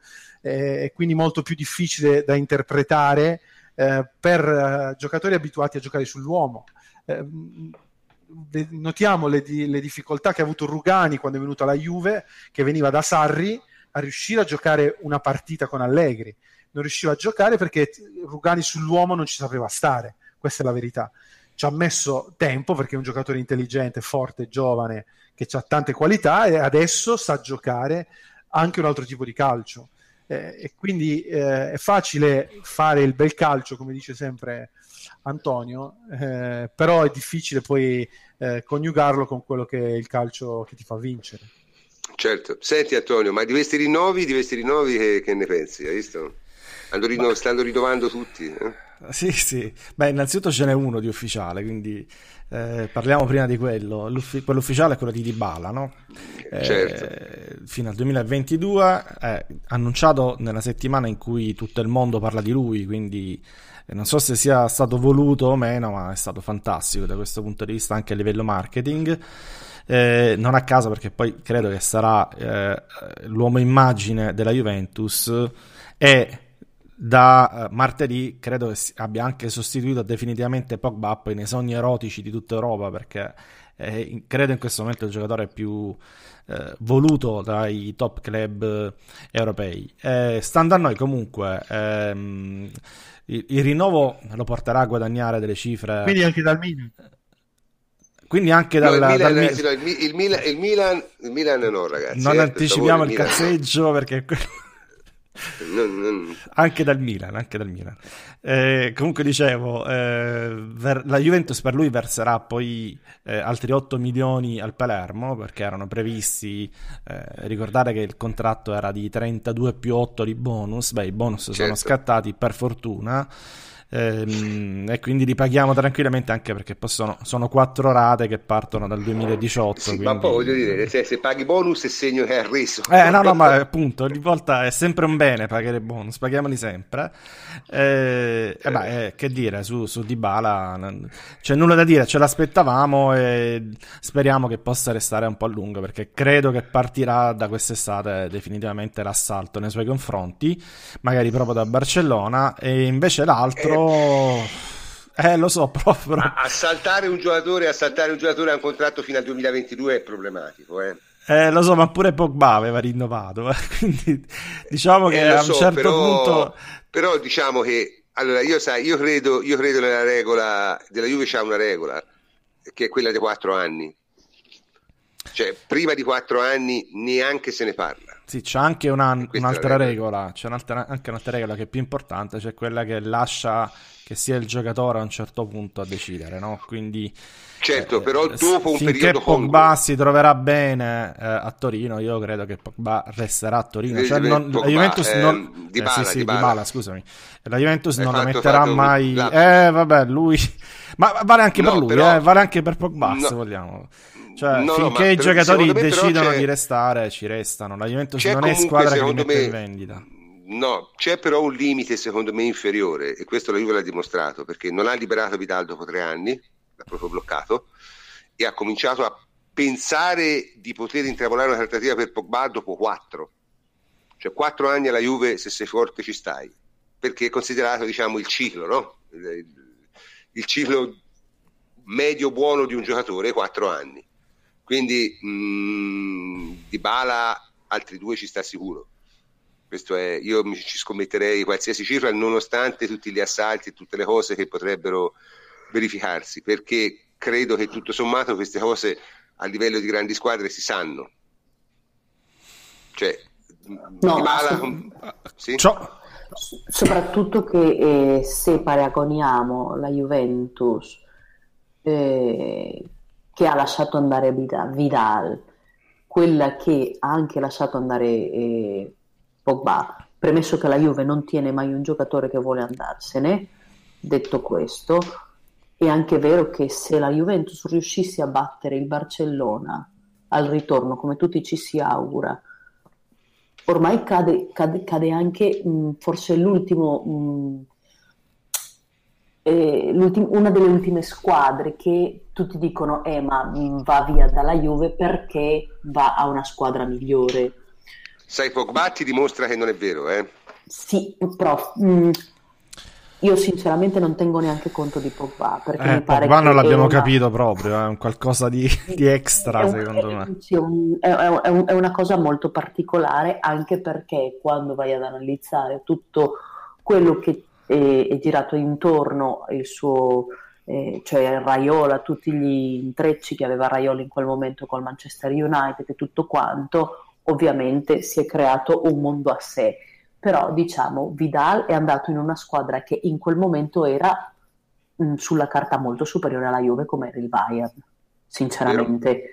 è quindi molto più difficile da interpretare per giocatori abituati a giocare sull'uomo. Notiamo le difficoltà che ha avuto Rugani quando è venuto alla Juve, che veniva da Sarri, a riuscire a giocare una partita con Allegri. Non riusciva a giocare perché Rugani sull'uomo non ci sapeva stare, questa è la verità. Ci ha messo tempo, perché è un giocatore intelligente, forte, giovane, che ha tante qualità, e adesso sa giocare anche un altro tipo di calcio. E quindi è facile fare il bel calcio, come dice sempre Antonio, però è difficile poi coniugarlo con quello che è il calcio che ti fa vincere. Certo. Senti Antonio, ma di questi rinnovi che ne pensi? Hai visto? Stanno rinnovando tutti? Sì. Beh, innanzitutto ce n'è uno di ufficiale, quindi parliamo prima di quello. Quello ufficiale è quello di Dybala, no? Certo. Fino al 2022, annunciato nella settimana in cui tutto il mondo parla di lui, quindi non so se sia stato voluto o meno, ma è stato fantastico da questo punto di vista anche a livello marketing. Non a caso, perché poi credo che sarà l'uomo immagine della Juventus, e da martedì credo che abbia anche sostituito definitivamente Pogba poi nei sogni erotici di tutta Europa, perché credo in questo momento il giocatore più voluto dai top club europei. Stando a noi comunque il rinnovo lo porterà a guadagnare delle cifre, quindi anche dal Milan. Quindi anche il Milan no, ragazzi. Non anticipiamo il cazzeggio, perché anche dal Milan. Comunque dicevo, la Juventus per lui verserà poi altri 8 milioni al Palermo, perché erano previsti, ricordate che il contratto era di 32 più 8 di bonus. Beh, i bonus sono scattati per fortuna, e quindi li paghiamo tranquillamente, anche perché poi sono 4 rate che partono dal 2018. Sì, quindi... ma poi voglio dire, se paghi bonus è segno che hai reso. No, ma appunto ogni volta è sempre un bene pagare bonus, paghiamoli sempre. Che dire, su Dybala c'è nulla da dire, ce l'aspettavamo e speriamo che possa restare un po' a lungo, perché credo che partirà da quest'estate definitivamente l'assalto nei suoi confronti, magari proprio da Barcellona, e invece l'altro lo so, proprio. Ma assaltare un giocatore a un contratto fino al 2022 è problematico, Lo so, ma pure Pogba aveva rinnovato, quindi diciamo che a un certo punto... Però diciamo che, allora, io credo nella regola della Juve, c'ha una regola, che è quella dei 4 anni. Cioè, prima di 4 anni neanche se ne parla. Sì, c'è anche un'altra regola, c'è anche un'altra regola che è più importante, cioè quella che lascia che sia il giocatore a un certo punto a decidere, no? Quindi certo, però dopo un finché periodo Pogba si troverà bene a Torino, io credo che Pogba resterà a Torino. Cioè la Juventus Dybala, scusami. La Juventus non lo metterà mai. Vabbè, lui ma vale anche per lui, però... vale anche per Pogba, se vogliamo. Cioè, finché i giocatori decidono di restare, ci restano. La Juventus non è squadra che li mette in vendita. No, c'è però un limite secondo me inferiore, e questo la Juve l'ha dimostrato, perché non ha liberato Vidal dopo 3 anni, l'ha proprio bloccato, e ha cominciato a pensare di poter intravolare una trattativa per Pogba dopo 4. Cioè 4 anni alla Juve, se sei forte ci stai, perché è considerato, diciamo, il ciclo, no? Il ciclo medio buono di un giocatore, 4 anni. Quindi Dybala altri 2 ci sta sicuro. Questo è, io ci scommetterei qualsiasi cifra, nonostante tutti gli assalti e tutte le cose che potrebbero verificarsi, perché credo che tutto sommato queste cose a livello di grandi squadre si sanno. Cioè, Dybala, sì? Soprattutto che se paragoniamo la Juventus che ha lasciato andare Vidal, quella che ha anche lasciato andare Pogba, premesso che la Juve non tiene mai un giocatore che vuole andarsene, detto questo, è anche vero che se la Juventus riuscisse a battere il Barcellona al ritorno, come tutti ci si augura, ormai cade anche forse una delle ultime squadre che tutti dicono ma va via dalla Juve perché va a una squadra migliore. Sai, Pogba ti dimostra che non è vero, Sì, però io sinceramente non tengo neanche conto di Pogba, perché mi pare Pogba che non l'abbiamo capito proprio, è un qualcosa di extra, secondo me. Sì, è una cosa molto particolare, anche perché quando vai ad analizzare tutto quello che è girato intorno il suo, cioè Raiola, tutti gli intrecci che aveva Raiola in quel momento col Manchester United e tutto quanto, ovviamente si è creato un mondo a sé. Però diciamo Vidal è andato in una squadra che in quel momento era sulla carta molto superiore alla Juve, come era il Bayern, sinceramente.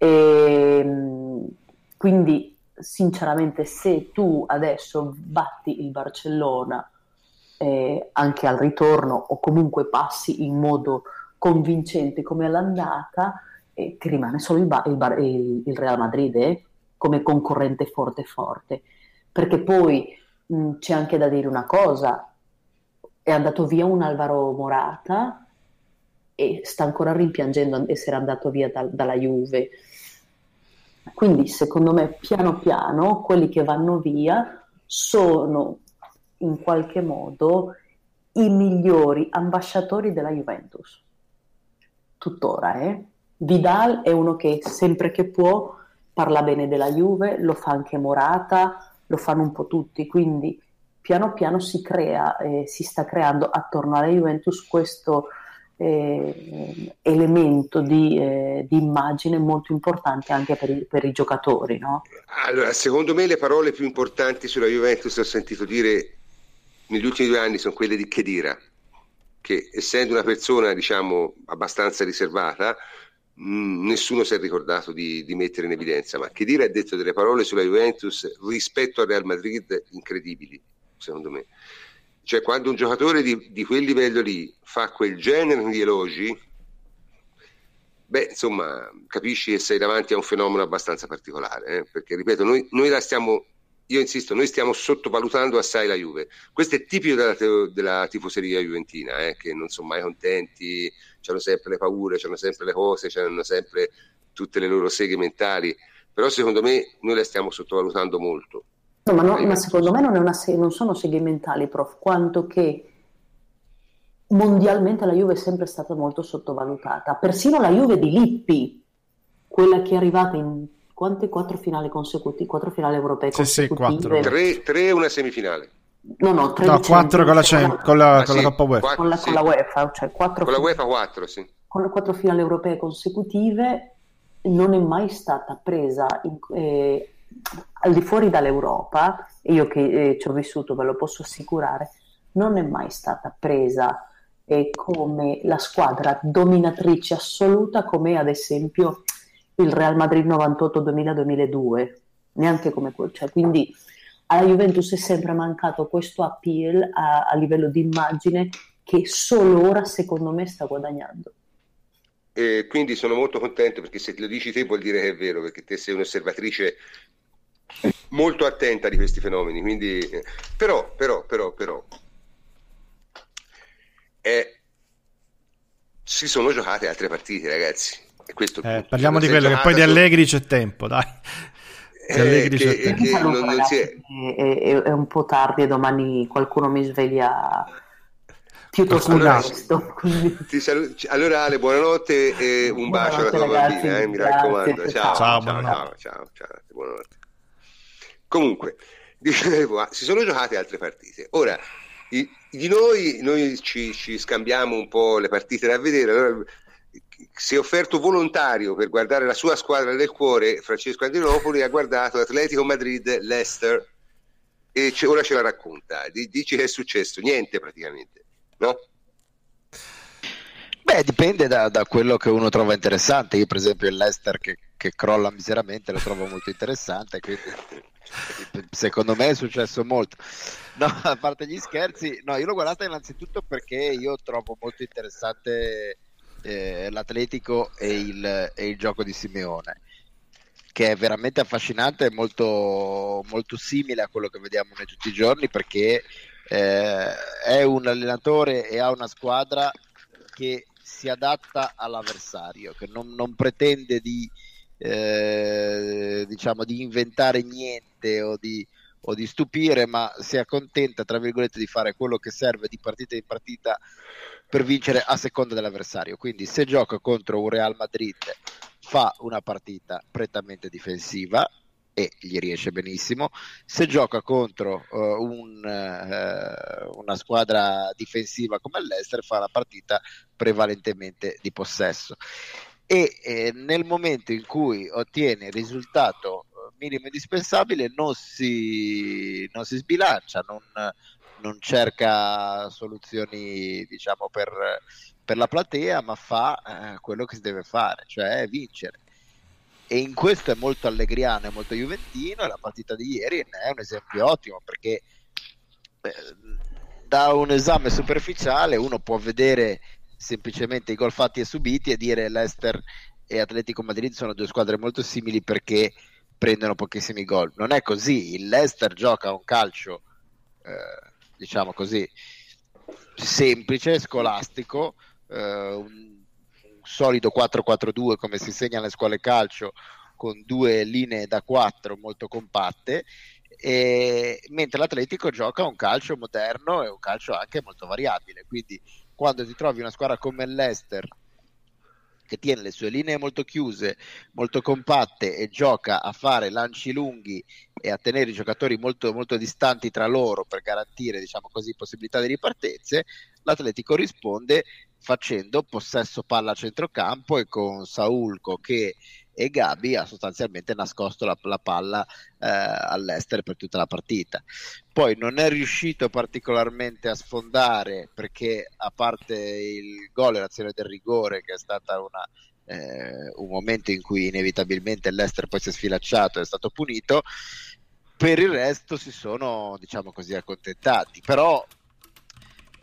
Quindi sinceramente se tu adesso batti il Barcellona anche al ritorno, o comunque passi in modo convincente come all'andata, ti rimane solo il Real Madrid come concorrente forte, perché poi c'è anche da dire una cosa: è andato via un Alvaro Morata e sta ancora rimpiangendo essere andato via dalla Juve. Quindi secondo me piano piano quelli che vanno via sono in qualche modo i migliori ambasciatori della Juventus tuttora. Vidal è uno che sempre che può parla bene della Juve, lo fa anche Morata, lo fanno un po' tutti, quindi piano piano si sta creando attorno alla Juventus questo elemento di immagine molto importante anche per i giocatori, no? Allora, secondo me le parole più importanti sulla Juventus che ho sentito dire negli ultimi 2 anni sono quelle di Khedira, che essendo una persona, diciamo, abbastanza riservata, nessuno si è ricordato di mettere in evidenza, ma Khedira ha detto delle parole sulla Juventus rispetto al Real Madrid incredibili, secondo me. Cioè, quando un giocatore di quel livello lì fa quel genere di elogi, beh, insomma, capisci che sei davanti a un fenomeno abbastanza particolare, perché, ripeto, noi la stiamo, io insisto, noi stiamo sottovalutando assai la Juve. Questo è tipico della tifoseria juventina, che non sono mai contenti, hanno sempre le paure, hanno sempre le cose, hanno sempre tutte le loro seghe mentali, però secondo me noi la stiamo sottovalutando molto. No, ma secondo me non sono seghe mentali, prof, quanto che mondialmente la Juve è sempre stata molto sottovalutata. Persino la Juve di Lippi, quella che è arrivata in quante 4 finali consecutive, 4 finali europee consecutive. 4. 3 e una semifinale. No, 4 con la Coppa UEFA. Con la UEFA, cioè 4 con la UEFA 4, sì. Con le 4 finali europee consecutive non è mai stata presa al di fuori dall'Europa, e io che ci ho vissuto ve lo posso assicurare, non è mai stata presa come la squadra dominatrice assoluta, come ad esempio il Real Madrid 98-2000-2002, neanche come cioè, quindi alla Juventus è sempre mancato questo appeal a livello di immagine che solo ora secondo me sta guadagnando. Quindi sono molto contento, perché se te lo dici te vuol dire che è vero, perché te sei un'osservatrice molto attenta di questi fenomeni, quindi però si sono giocate altre partite, ragazzi, e questo parliamo di quello, che poi di Allegri c'è tempo, dai. È un po' tardi e domani qualcuno mi sveglia piuttosto presto. Allora Ale, buonanotte e un bacio alla tua bambina, mi raccomando. Ciao, buonanotte. Comunque, dicevo, si sono giocate altre partite. Ora, di noi ci scambiamo un po' le partite da vedere. Allora, si è offerto volontario per guardare la sua squadra del cuore. Francesco Andrinopoli ha guardato Atletico Madrid, Leicester, e ora ce la racconta. Dici che è successo? Niente praticamente, no? Beh, dipende da quello che uno trova interessante. Io per esempio il Leicester che crolla miseramente lo trovo molto interessante, quindi secondo me è successo molto. No, a parte gli scherzi, no, io l'ho guardata innanzitutto perché io trovo molto interessante l'Atletico e il gioco di Simeone, che è veramente affascinante e molto, molto simile a quello che vediamo noi tutti i giorni, perché è un allenatore e ha una squadra che si adatta all'avversario, che non pretende di inventare niente o di stupire, ma si accontenta, tra virgolette, di fare quello che serve di partita in partita per vincere a seconda dell'avversario. Quindi se gioca contro un Real Madrid fa una partita prettamente difensiva e gli riesce benissimo. Se gioca contro una squadra difensiva come l'Leicester fa una partita prevalentemente di possesso, e nel momento in cui ottiene il risultato minimo indispensabile non si sbilancia, non cerca soluzioni, diciamo, per la platea, ma fa quello che si deve fare, cioè vincere. E in questo è molto allegriano e molto juventino, e la partita di ieri è un esempio ottimo, perché da un esame superficiale uno può vedere semplicemente i gol fatti e subiti e dire Leicester e Atletico Madrid sono due squadre molto simili perché prendono pochissimi gol. Non è così. Il Leicester gioca un calcio diciamo così semplice, scolastico, un solido 4-4-2 come si insegna alle scuole calcio, con due linee da 4 molto compatte, mentre l'Atletico gioca un calcio moderno e un calcio anche molto variabile. Quindi quando ti trovi una squadra come il Leicester che tiene le sue linee molto chiuse, molto compatte, e gioca a fare lanci lunghi e a tenere i giocatori molto, molto distanti tra loro per garantire, diciamo così, possibilità di ripartenze, l'Atletico risponde facendo possesso palla a centrocampo e con Saúl, Koké e Gabi ha sostanzialmente nascosto la palla all'Leicester per tutta la partita. Poi non è riuscito particolarmente a sfondare, perché a parte il gol e l'azione del rigore, che è stata un momento in cui inevitabilmente il Leicester poi si è sfilacciato e è stato punito, per il resto si sono, diciamo così, accontentati. Però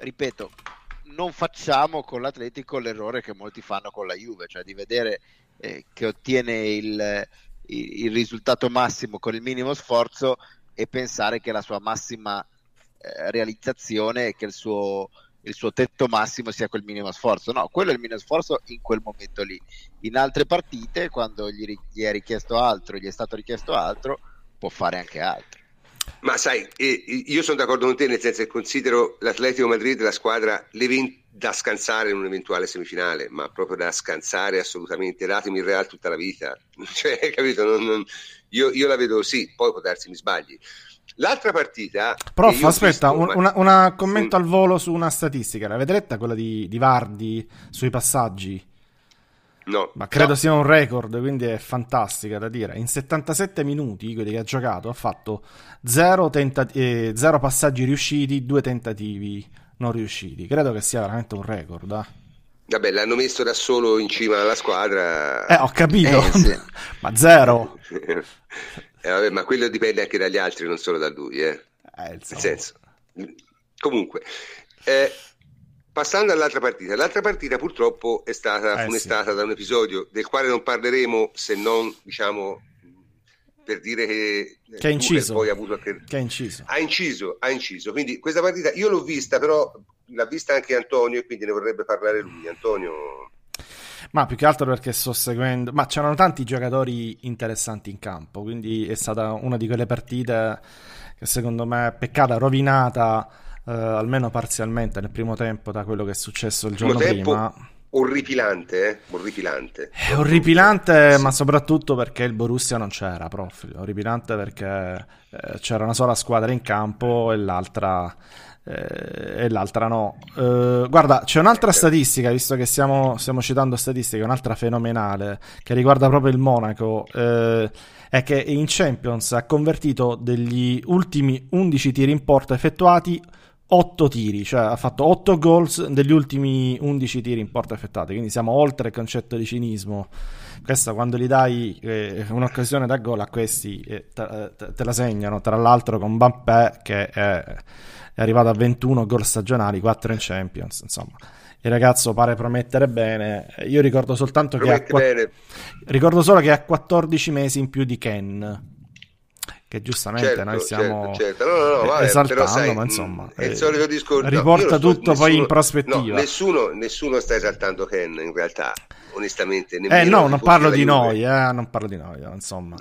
ripeto, non facciamo con l'Atletico l'errore che molti fanno con la Juve, cioè di vedere che ottiene il risultato massimo con il minimo sforzo e pensare che la sua massima realizzazione è che il suo tetto massimo sia quel minimo sforzo. No, quello è il minimo sforzo in quel momento lì. In altre partite, quando gli è richiesto altro, gli è stato richiesto altro, può fare anche altro. Ma sai, io sono d'accordo con te, nel senso che considero l'Atletico Madrid la squadra da scansare in un'eventuale semifinale, ma proprio da scansare assolutamente. Datemi il Real tutta la vita, cioè, capito? Io la vedo, sì, poi può darsi mi sbagli. L'altra partita, prof, aspetta, un commento al volo su una statistica. L'avete letta quella di Vardy sui passaggi? No, ma credo sia un record, quindi è fantastica da dire. In 77 minuti, quelli che ha giocato, ha fatto 0 passaggi riusciti, 2 tentativi non riusciti. Credo che sia veramente un record. Vabbè, l'hanno messo da solo in cima alla squadra. Ho capito, sì. Ma 0. Vabbè, ma quello dipende anche dagli altri, non solo da lui. Nel senso. Comunque, passando all'altra partita purtroppo è stata funestata da un episodio del quale non parleremo, se non, diciamo, per dire che ha inciso. Poi ha avuto che ha inciso. Quindi questa partita io l'ho vista, però l'ha vista anche Antonio e quindi ne vorrebbe parlare lui. Antonio. Ma più che altro perché sto seguendo, ma c'erano tanti giocatori interessanti in campo, quindi è stata una di quelle partite che secondo me è peccata, rovinata almeno parzialmente nel primo tempo da quello che è successo il giorno prima. Orripilante. È orripilante, sì. Ma soprattutto perché il Borussia non c'era, prof. Orripilante perché c'era una sola squadra in campo e l'altra no. Guarda, c'è un'altra statistica, visto che stiamo citando statistiche, un'altra fenomenale che riguarda proprio il Monaco, è che in Champions ha convertito degli ultimi 11 tiri in porta effettuati 8 tiri, cioè ha fatto 8 goals degli ultimi 11 tiri in porta effettuati, quindi siamo oltre il concetto di cinismo. Questa, quando gli dai un'occasione da gol a questi, te la segnano, tra l'altro con Mbappé che è arrivato a 21 gol stagionali, 4 in Champions, insomma. Il ragazzo pare promettere bene. Io ricordo soltanto ricordo solo che ha 14 mesi in più di Ken, che giustamente noi stiamo vabbè, esaltando, però sai, ma insomma è il solito discorso. Riporta tutto poi in prospettiva. Nessuno sta esaltando Ken, in realtà, onestamente. Non parlo di noi, insomma.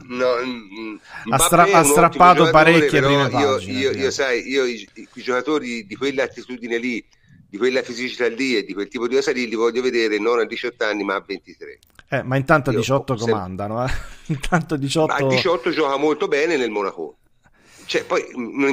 Ha strappato parecchie prime pagine. Io i giocatori di quell'attitudine lì, di quella fisicità lì e di quel tipo di cosa lì li voglio vedere non a 18 anni ma a 23. Ma intanto a 18 comandano, Intanto 18... A 18 gioca molto bene nel Monaco. Cioè, poi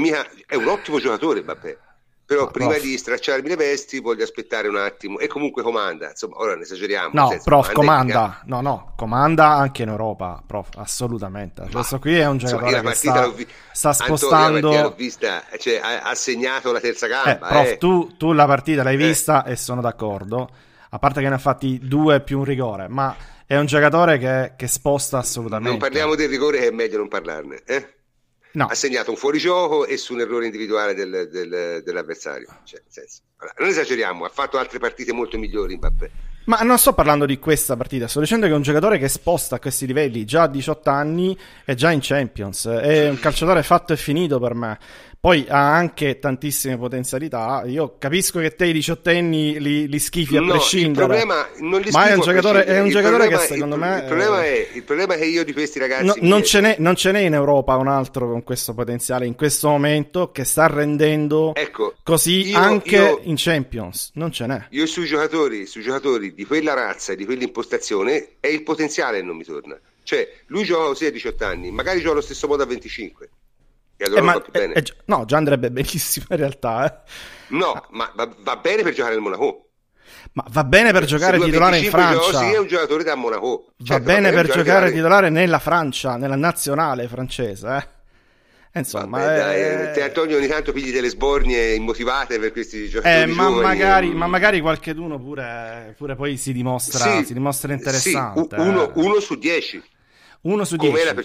è un ottimo giocatore, Mbappé. Però prima di stracciarmi le vesti voglio aspettare un attimo. E comunque comanda, insomma, ora ne esageriamo. No, prof, comanda. Comanda anche in Europa, prof, assolutamente. Questo qui è un giocatore che sta spostando... Antonio, l'ho vista, cioè, ha segnato la terza gamba. Prof, tu la partita l'hai vista e sono d'accordo. A parte che ne ha fatti 2 più un rigore, ma è un giocatore che sposta assolutamente. Non parliamo del rigore, che è meglio non parlarne. No. Ha segnato un fuorigioco e su un errore individuale dell'avversario. Cioè, nel senso, non esageriamo, ha fatto altre partite molto migliori Mbappé. Ma non sto parlando di questa partita, sto dicendo che è un giocatore che sposta a questi livelli già a 18 anni e già in Champions. È un calciatore fatto e finito per me. Poi ha anche tantissime potenzialità. Io capisco che te i 18enni li schifi a prescindere. Il problema non li ma è un giocatore che secondo me il problema è che io di questi ragazzi non ce n'è in Europa un altro con questo potenziale in questo momento che sta rendendo così anche in Champions. Non ce n'è. Io sui giocatori di quella razza e di quell'impostazione è il potenziale che non mi torna. Cioè, lui gioca così a 18 anni, magari gioca allo stesso modo a 25. E allora va più bene. No, già andrebbe benissimo in realtà. No, ma va bene per giocare nel Monaco. Ma va bene per giocare titolare in Francia. Sì, è un giocatore da Monaco. Va bene per giocare titolare nella Francia, nella nazionale francese. Insomma, te Antonio ogni tanto pigli delle sbornie immotivate per questi giocatori giovani. Ma magari qualcheduno pure poi si dimostra interessante. Sì, uno su 10. Com'è la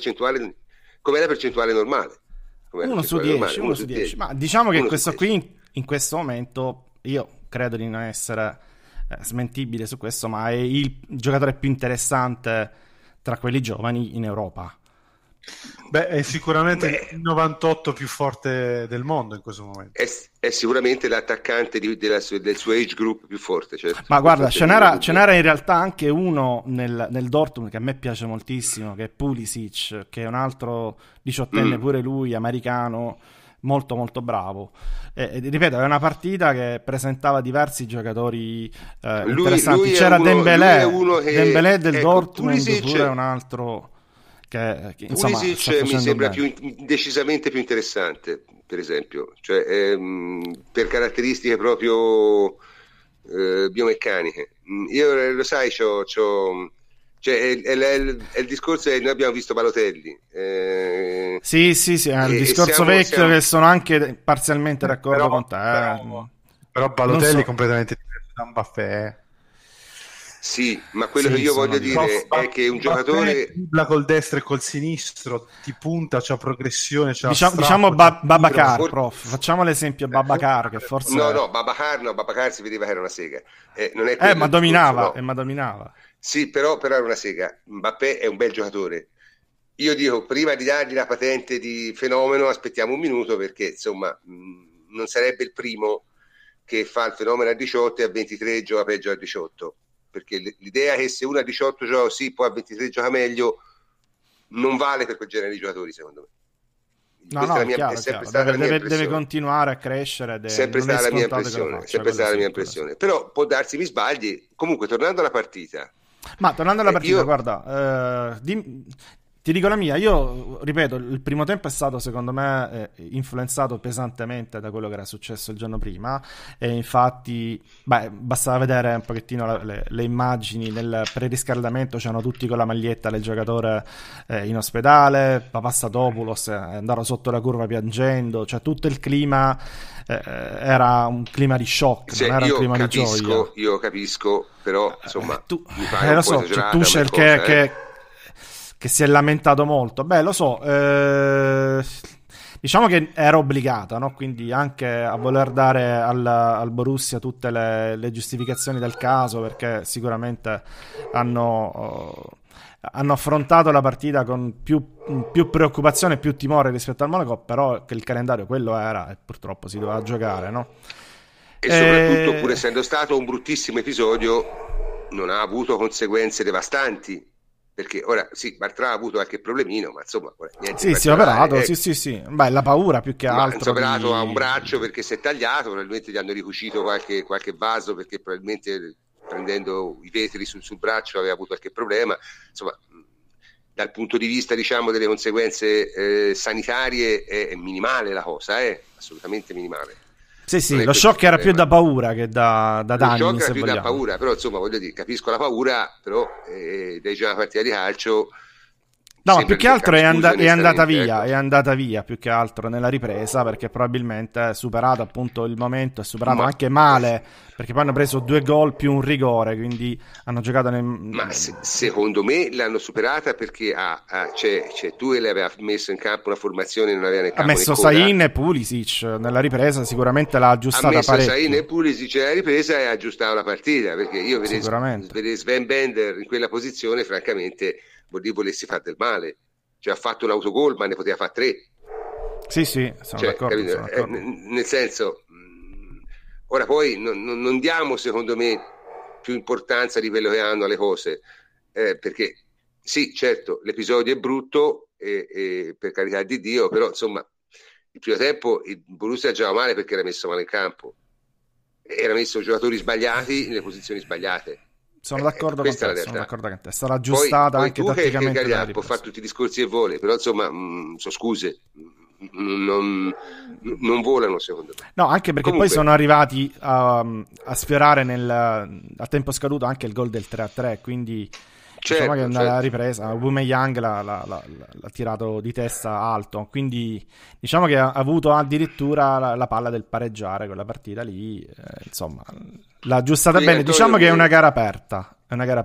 percentuale normale? 1 su 10. Ma diciamo che questo qui in questo momento io credo di non essere smentibile su questo, ma è il giocatore più interessante tra quelli giovani in Europa. Beh, è sicuramente il 98 più forte del mondo in questo momento. È sicuramente l'attaccante del suo age group più forte. Certo. Ma guarda, ce n'era in realtà anche uno nel Dortmund che a me piace moltissimo, che è Pulisic, che è un altro 18enne pure lui, americano, molto molto bravo. Ripeto, è una partita che presentava diversi giocatori interessanti. Lui c'era Dembélé del Dortmund, Pulisic, pure un altro che insomma, Pulisic mi sembra bene. decisamente più interessante, per esempio, cioè per caratteristiche proprio biomeccaniche. Io lo sai, cioè, il discorso è: noi abbiamo visto Balotelli. Sì, è il discorso vecchio che sono anche parzialmente d'accordo con te. Però Balotelli è completamente diverso da Mbappé. Sì, ma quello che io voglio dire è che un giocatore col destro e col sinistro ti punta, c'ha progressione, c'ha diciamo Babacar, prof. Facciamo l'esempio Babacar, che forse no, Babacar si vedeva che era una sega. Non è ma dominava. Sì, però era una sega. Mbappé è un bel giocatore. Io dico, prima di dargli la patente di fenomeno, aspettiamo un minuto, perché insomma non sarebbe il primo che fa il fenomeno a 18 e a 23 gioca peggio a 18. Perché l'idea che se uno a 18 gioca sì, poi a 23 gioca meglio, non vale per quel genere di giocatori, secondo me. È sempre stata la mia impressione. Deve continuare a crescere. Sempre stata la mia impressione. Però può darsi mi sbagli. Comunque, tornando alla partita. Ma tornando alla partita, guarda, ti dico la mia, io ripeto, il primo tempo è stato secondo me influenzato pesantemente da quello che era successo il giorno prima, e infatti bastava vedere un pochettino le immagini nel preriscaldamento, c'erano tutti con la maglietta del giocatore in ospedale, Papastatopoulos andava sotto la curva piangendo, cioè tutto il clima era un clima di shock, non era un clima di gioia. Io capisco, però insomma mi pare lo un po' so, esagerata Tuchel che si è lamentato molto. Lo so, diciamo che era obbligata, no? Quindi anche a voler dare al Borussia tutte le giustificazioni del caso, perché sicuramente hanno affrontato la partita con più preoccupazione e più timore rispetto al Monaco, però che il calendario quello era e purtroppo si doveva giocare, no? E soprattutto, pur essendo stato un bruttissimo episodio, non ha avuto conseguenze devastanti. Perché ora sì, Bartra ha avuto qualche problemino, ma insomma niente. Si è operato, sì. La paura più che altro. Si è operato a un braccio perché si è tagliato, probabilmente gli hanno ricucito qualche vaso, perché probabilmente prendendo i vetri sul braccio aveva avuto qualche problema. Insomma, dal punto di vista, diciamo, delle conseguenze sanitarie è minimale la cosa, assolutamente minimale. Sì, lo shock era più da paura che da danni. Lo shock era più da paura, però insomma voglio dire, capisco la paura, però dai già una partita di calcio. No, ma più che altro è andata via più che altro nella ripresa, perché probabilmente è superato appunto il momento, è superato anche male, perché poi hanno preso 2 gol più un rigore, quindi hanno giocato secondo me l'hanno superata perché Tuchel aveva messo in campo una formazione, non aveva nel campo, ha messo Sahin e Pulisic nella ripresa, sicuramente l'ha aggiustata parecchio. Ha messo Sahin e Pulisic nella ripresa e ha aggiustato la partita, perché io vedere Sven Bender in quella posizione, francamente volessi fare del male, cioè ha fatto un autogol ma ne poteva fare 3. Sì, sono d'accordo. Nel senso, ora poi non diamo secondo me più importanza di quello che hanno alle cose, perché sì, certo, l'episodio è brutto e per carità di Dio, però insomma il primo tempo il Borussia giocava male perché era messo male in campo, era messo giocatori sbagliati nelle posizioni sbagliate. Sono d'accordo con te, sarà aggiustata poi anche tu tatticamente. Può fare tutti i discorsi che vuole, però insomma, sono scuse, non volano secondo me. No, anche perché poi sono arrivati a sfiorare a tempo scaduto anche il gol del 3-3, quindi diciamo che nella ripresa Aubameyang l'ha tirato di testa alto, quindi diciamo che ha avuto addirittura la palla del pareggiare quella partita lì, insomma l'ha aggiustata bene. Diciamo che è una gara aperta,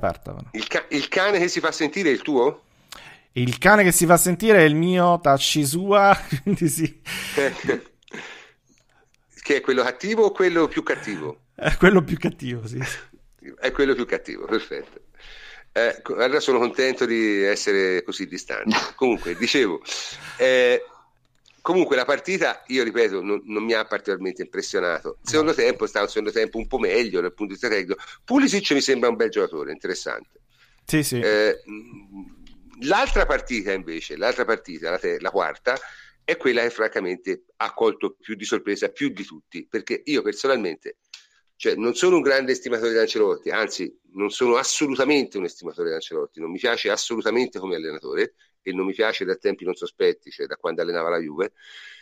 Il cane che si fa sentire è il tuo? Il cane che si fa sentire è il mio Tachizua, quindi sì. Che è quello cattivo o quello più cattivo? È quello più cattivo, sì. È quello più cattivo, perfetto. Allora sono contento di essere così distante. Comunque, dicevo, comunque la partita, io ripeto, non mi ha particolarmente impressionato. Secondo tempo è stato un secondo tempo un po' meglio dal punto di vista tecnico. Pulisic mi sembra un bel giocatore, interessante. Sì, sì. L'altra partita invece, la quarta, è quella che francamente ha colto più di sorpresa più di tutti, perché io personalmente, cioè, non sono un grande estimatore di Ancelotti, anzi non sono assolutamente un estimatore di Ancelotti, non mi piace assolutamente come allenatore e non mi piace da tempi non sospetti, cioè da quando allenava la Juve,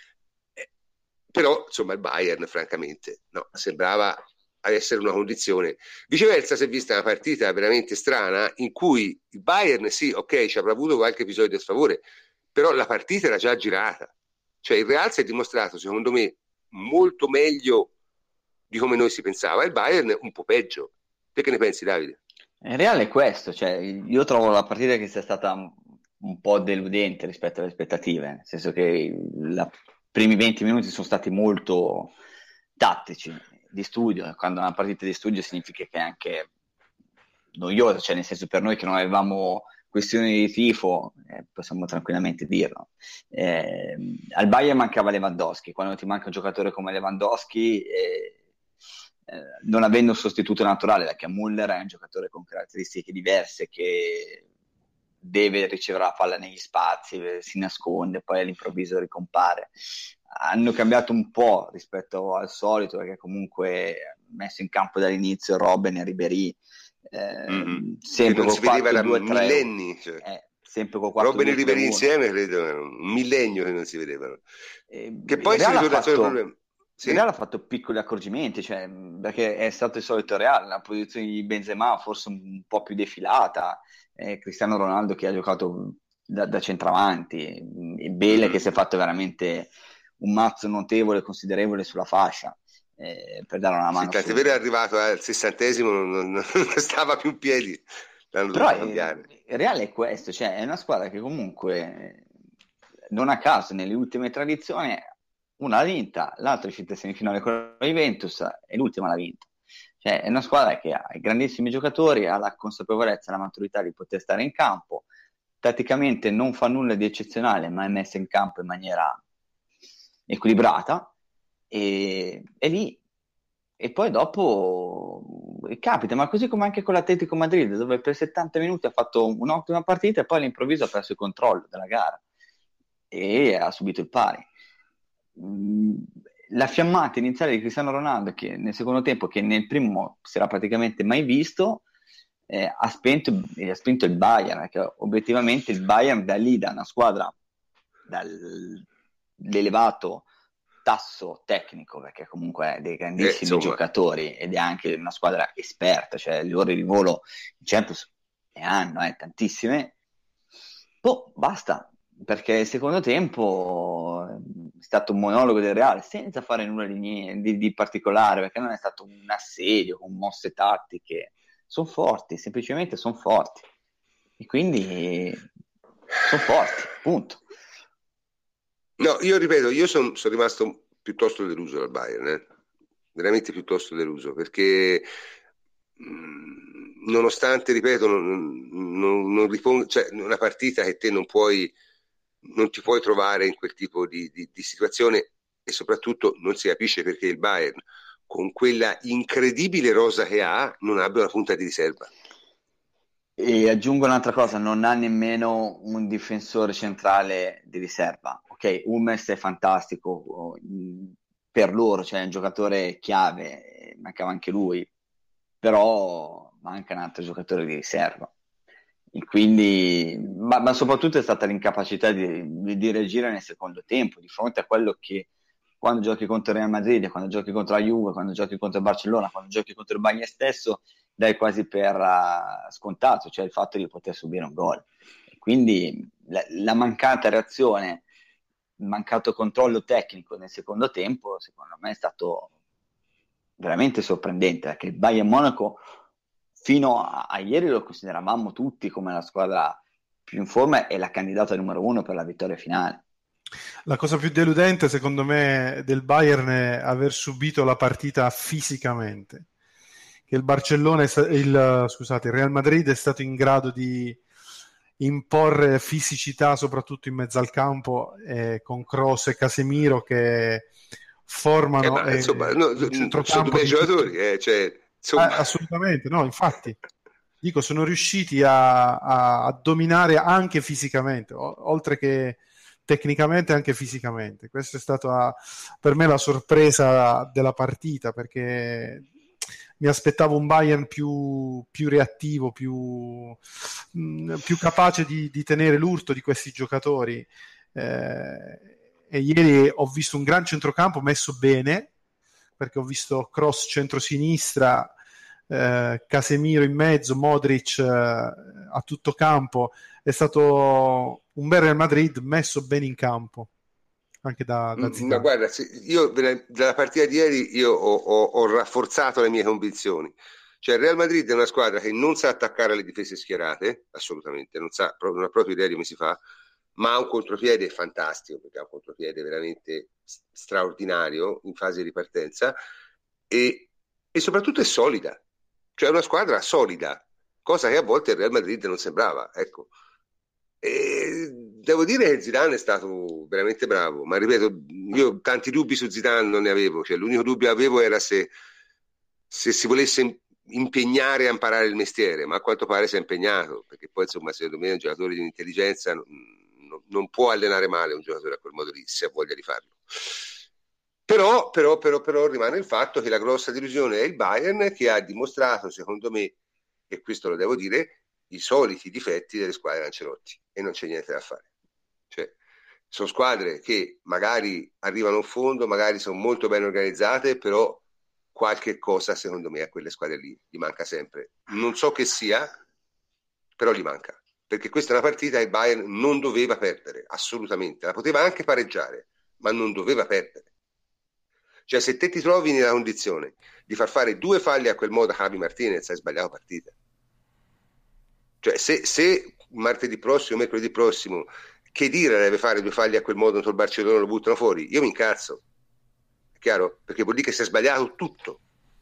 però insomma il Bayern francamente no, sembrava essere una condizione. Viceversa si è vista una partita veramente strana in cui il Bayern sì, ok, ci avrà avuto qualche episodio di sfavore, però la partita era già girata, cioè il Real si è dimostrato secondo me molto meglio di come noi si pensava, il Bayern un po' peggio. Te che ne pensi, Davide? In reale è questo, cioè io trovo la partita che sia stata un po' deludente rispetto alle aspettative, nel senso che i primi 20 minuti sono stati molto tattici, di studio. Quando una partita di studio significa che è anche noiosa, cioè nel senso, per noi che non avevamo questioni di tifo, possiamo tranquillamente dirlo. Al Bayern mancava Lewandowski, quando ti manca un giocatore come Lewandowski, non avendo un sostituto naturale, perché Müller è un giocatore con caratteristiche diverse, che deve ricevere la palla negli spazi, si nasconde, poi all'improvviso ricompare. Hanno cambiato un po' rispetto al solito, perché comunque messo in campo dall'inizio Robben e Ribéry, sempre non si vedeva da 4-2-3, millenni, cioè. Sempre con Robben e Ribéry insieme credo era un millennio che non si vedevano, che poi si ritorna solo il problema. Sì? Il Real ha fatto piccoli accorgimenti, cioè, perché è stato il solito Real, la posizione di Benzema forse un po' più defilata, Cristiano Ronaldo che ha giocato da centravanti, e Bale che si è fatto veramente un mazzo notevole, considerevole sulla fascia, per dare una mano. Sì, tant'è vero, è arrivato al 60°, non stava più in piedi. Però il Real è questo, cioè è una squadra che comunque non a caso nelle ultime tre edizioni una l'ha vinta, l'altra è uscita in semifinale con la Juventus e l'ultima l'ha vinta. Cioè è una squadra che ha grandissimi giocatori, ha la consapevolezza e la maturità di poter stare in campo, tatticamente non fa nulla di eccezionale, ma è messa in campo in maniera equilibrata, e lì. E poi dopo capita, ma così come anche con l'Atletico Madrid, dove per 70 minuti ha fatto un'ottima partita e poi all'improvviso ha perso il controllo della gara e ha subito il pari. La fiammata iniziale di Cristiano Ronaldo, che nel secondo tempo, che nel primo si era praticamente mai visto, ha spinto il Bayern, perché obiettivamente il Bayern da lì, da una squadra dall'elevato tasso tecnico, perché comunque ha dei grandissimi giocatori ed è anche una squadra esperta, cioè le ore di volo in Champions ne hanno tantissime, basta, perché il secondo tempo è stato un monologo del Real senza fare nulla di particolare, perché non è stato un assedio con mosse tattiche, sono forti, semplicemente sono forti, e quindi sono forti, punto. No, io ripeto, io sono rimasto piuttosto deluso dal Bayern, veramente piuttosto deluso, perché nonostante, ripeto, non ripongo, cioè una partita che te non ti puoi trovare in quel tipo di situazione, e soprattutto non si capisce perché il Bayern, con quella incredibile rosa che ha, non abbia una punta di riserva. E aggiungo un'altra cosa, non ha nemmeno un difensore centrale di riserva. Ok, Hummels è fantastico per loro, cioè è un giocatore chiave, mancava anche lui, però manca un altro giocatore di riserva. E quindi, ma soprattutto è stata l'incapacità di reagire nel secondo tempo, di fronte a quello che quando giochi contro il Real Madrid, quando giochi contro la Juve, quando giochi contro il Barcellona, quando giochi contro il Bayern stesso, dai quasi per scontato, cioè il fatto di poter subire un gol. Quindi la mancata reazione, il mancato controllo tecnico nel secondo tempo, secondo me è stato veramente sorprendente, perché il Bayern Monaco fino a ieri lo consideravamo tutti come la squadra più in forma e la candidata numero 1 per la vittoria finale. La cosa più deludente, secondo me, del Bayern è aver subito la partita fisicamente. Che il il Real Madrid è stato in grado di imporre fisicità, soprattutto in mezzo al campo, con Kroos e Casemiro che formano insomma, un centrocampo sono due giocatori, cioè, assolutamente, no, infatti. Dico, sono riusciti a dominare anche fisicamente, oltre che tecnicamente anche fisicamente. Questa è stata per me la sorpresa della partita, perché mi aspettavo un Bayern più reattivo, più capace di tenere l'urto di questi giocatori. E ieri ho visto un gran centrocampo messo bene, perché ho visto Kroos centrosinistra, Casemiro in mezzo, Modric a tutto campo. È stato un bel Real Madrid messo bene in campo anche da Zidane. Ma guarda, io dalla partita di ieri io ho rafforzato le mie convinzioni. Cioè il Real Madrid è una squadra che non sa attaccare alle difese schierate, assolutamente, non ha proprio idea di come si fa, ma ha un contropiede fantastico, perché ha un contropiede veramente straordinario in fase di ripartenza e soprattutto è solida. Cioè è una squadra solida, cosa che a volte il Real Madrid non sembrava, ecco. E devo dire che Zidane è stato veramente bravo, ma ripeto, io tanti dubbi su Zidane non ne avevo, cioè l'unico dubbio che avevo era se si volesse impegnare a imparare il mestiere, ma a quanto pare si è impegnato, perché poi insomma secondo me un giocatore di intelligenza non può allenare male un giocatore a quel modo lì, se ha voglia di farlo. Però rimane il fatto che la grossa delusione è il Bayern, che ha dimostrato, secondo me, e questo lo devo dire, i soliti difetti delle squadre Ancelotti, e non c'è niente da fare. Cioè, sono squadre che magari arrivano in fondo, magari sono molto ben organizzate, però qualche cosa, secondo me, a quelle squadre lì gli manca sempre. Non so che sia, però gli manca. Perché questa è una partita che il Bayern non doveva perdere, assolutamente. La poteva anche pareggiare, ma non doveva perdere. Cioè, se te ti trovi nella condizione di far fare 2 falli a quel modo a Javi Martinez, hai sbagliato partita. Cioè, se martedì prossimo, mercoledì prossimo, Khedira deve fare 2 falli a quel modo contro il Barcellona, lo buttano fuori, io mi incazzo. È chiaro? Perché vuol dire che si è sbagliato tutto.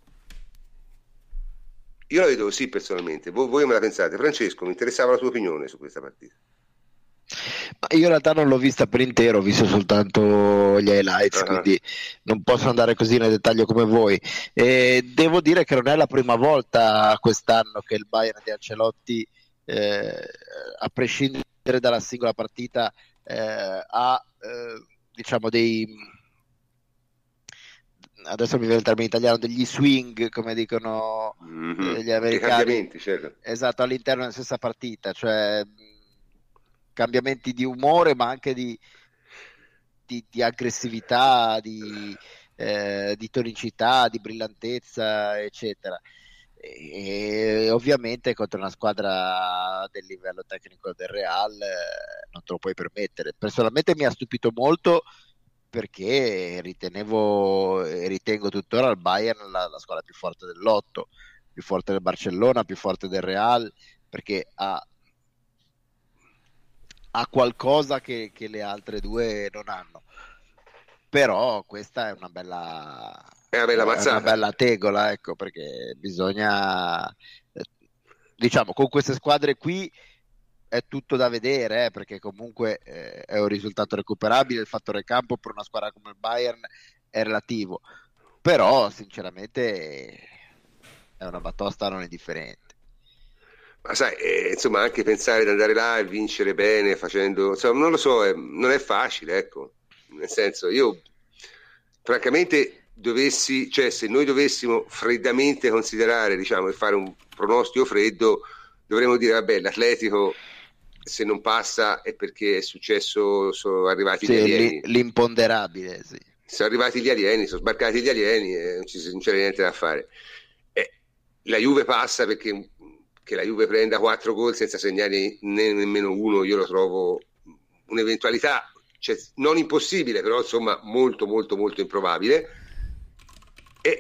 Io la vedo così personalmente. Voi come la pensate? Francesco, mi interessava la tua opinione su questa partita. Ma io in realtà non l'ho vista per intero, ho visto soltanto gli highlights, quindi non posso andare così nel dettaglio come voi. E devo dire che non è la prima volta quest'anno che il Bayern di Ancelotti, a prescindere dalla singola partita, ha diciamo adesso mi viene il termine italiano, degli swing, come dicono gli americani. Cambiamenti, certo. Esatto, all'interno della stessa partita, cioè cambiamenti di umore, ma anche di aggressività, di tonicità, di brillantezza, eccetera. E ovviamente contro una squadra del livello tecnico del Real non te lo puoi permettere. Personalmente mi ha stupito molto, perché ritenevo e ritengo tuttora il Bayern la squadra più forte del lotto, più forte del Barcellona, più forte del Real, perché ha qualcosa che le altre due non hanno. Però questa è una bella mazzata, una bella tegola, ecco, perché bisogna, diciamo, con queste squadre qui è tutto da vedere, perché comunque è un risultato recuperabile. Il fattore campo per una squadra come il Bayern è relativo, però sinceramente è una batosta non indifferente. Ma sai, insomma, anche pensare di andare là e vincere bene facendo, insomma, non lo so, non è facile, ecco. Nel senso, io francamente se noi dovessimo freddamente considerare, diciamo, e fare un pronostico freddo, dovremmo dire, vabbè, l'Atletico se non passa è perché è successo, sono arrivati gli alieni. L'imponderabile, sì. Sono arrivati gli alieni, sono sbarcati gli alieni e non c'era niente da fare. La Juve passa perché che la Juve prenda 4 gol senza segnare nemmeno uno, io lo trovo un'eventualità, cioè, non impossibile, però insomma molto molto molto improbabile. E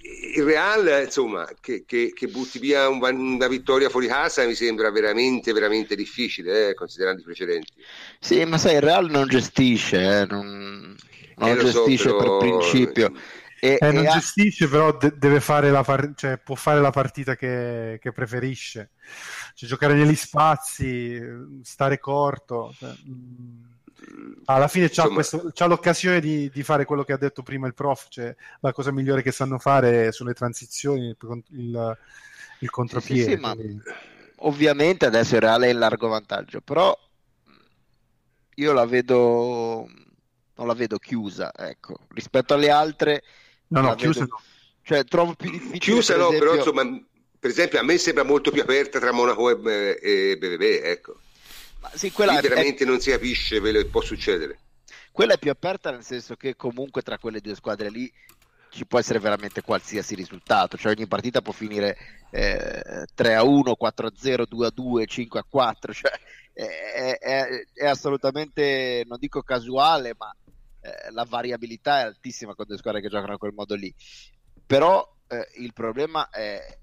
il Real, insomma, che butti via una vittoria fuori casa mi sembra veramente, veramente difficile, considerando i precedenti. Sì, ma sai, il Real non gestisce, non gestisce so, però... per principio. Non gestisce, però deve fare cioè può fare la partita che preferisce, cioè giocare negli spazi, stare corto, cioè, alla fine c'ha l'occasione di fare quello che ha detto prima il prof, cioè la cosa migliore che sanno fare sulle transizioni, il contropiede. Sì, ma ovviamente adesso il Reale è in largo vantaggio, però io non la vedo chiusa, ecco, rispetto alle altre. No, chiusa no. Cioè, trovo più difficile. Chiusa no, però insomma, per esempio a me sembra molto più aperta tra Monaco e BVB, ecco. Ma sì, quella veramente non si capisce quello che può succedere. Quella è più aperta nel senso che comunque tra quelle due squadre lì ci può essere veramente qualsiasi risultato, cioè ogni partita può finire 3-1, 4-0, 2-2, 5-4, cioè è assolutamente, non dico casuale, ma la variabilità è altissima con due squadre che giocano a quel modo lì. Però il problema è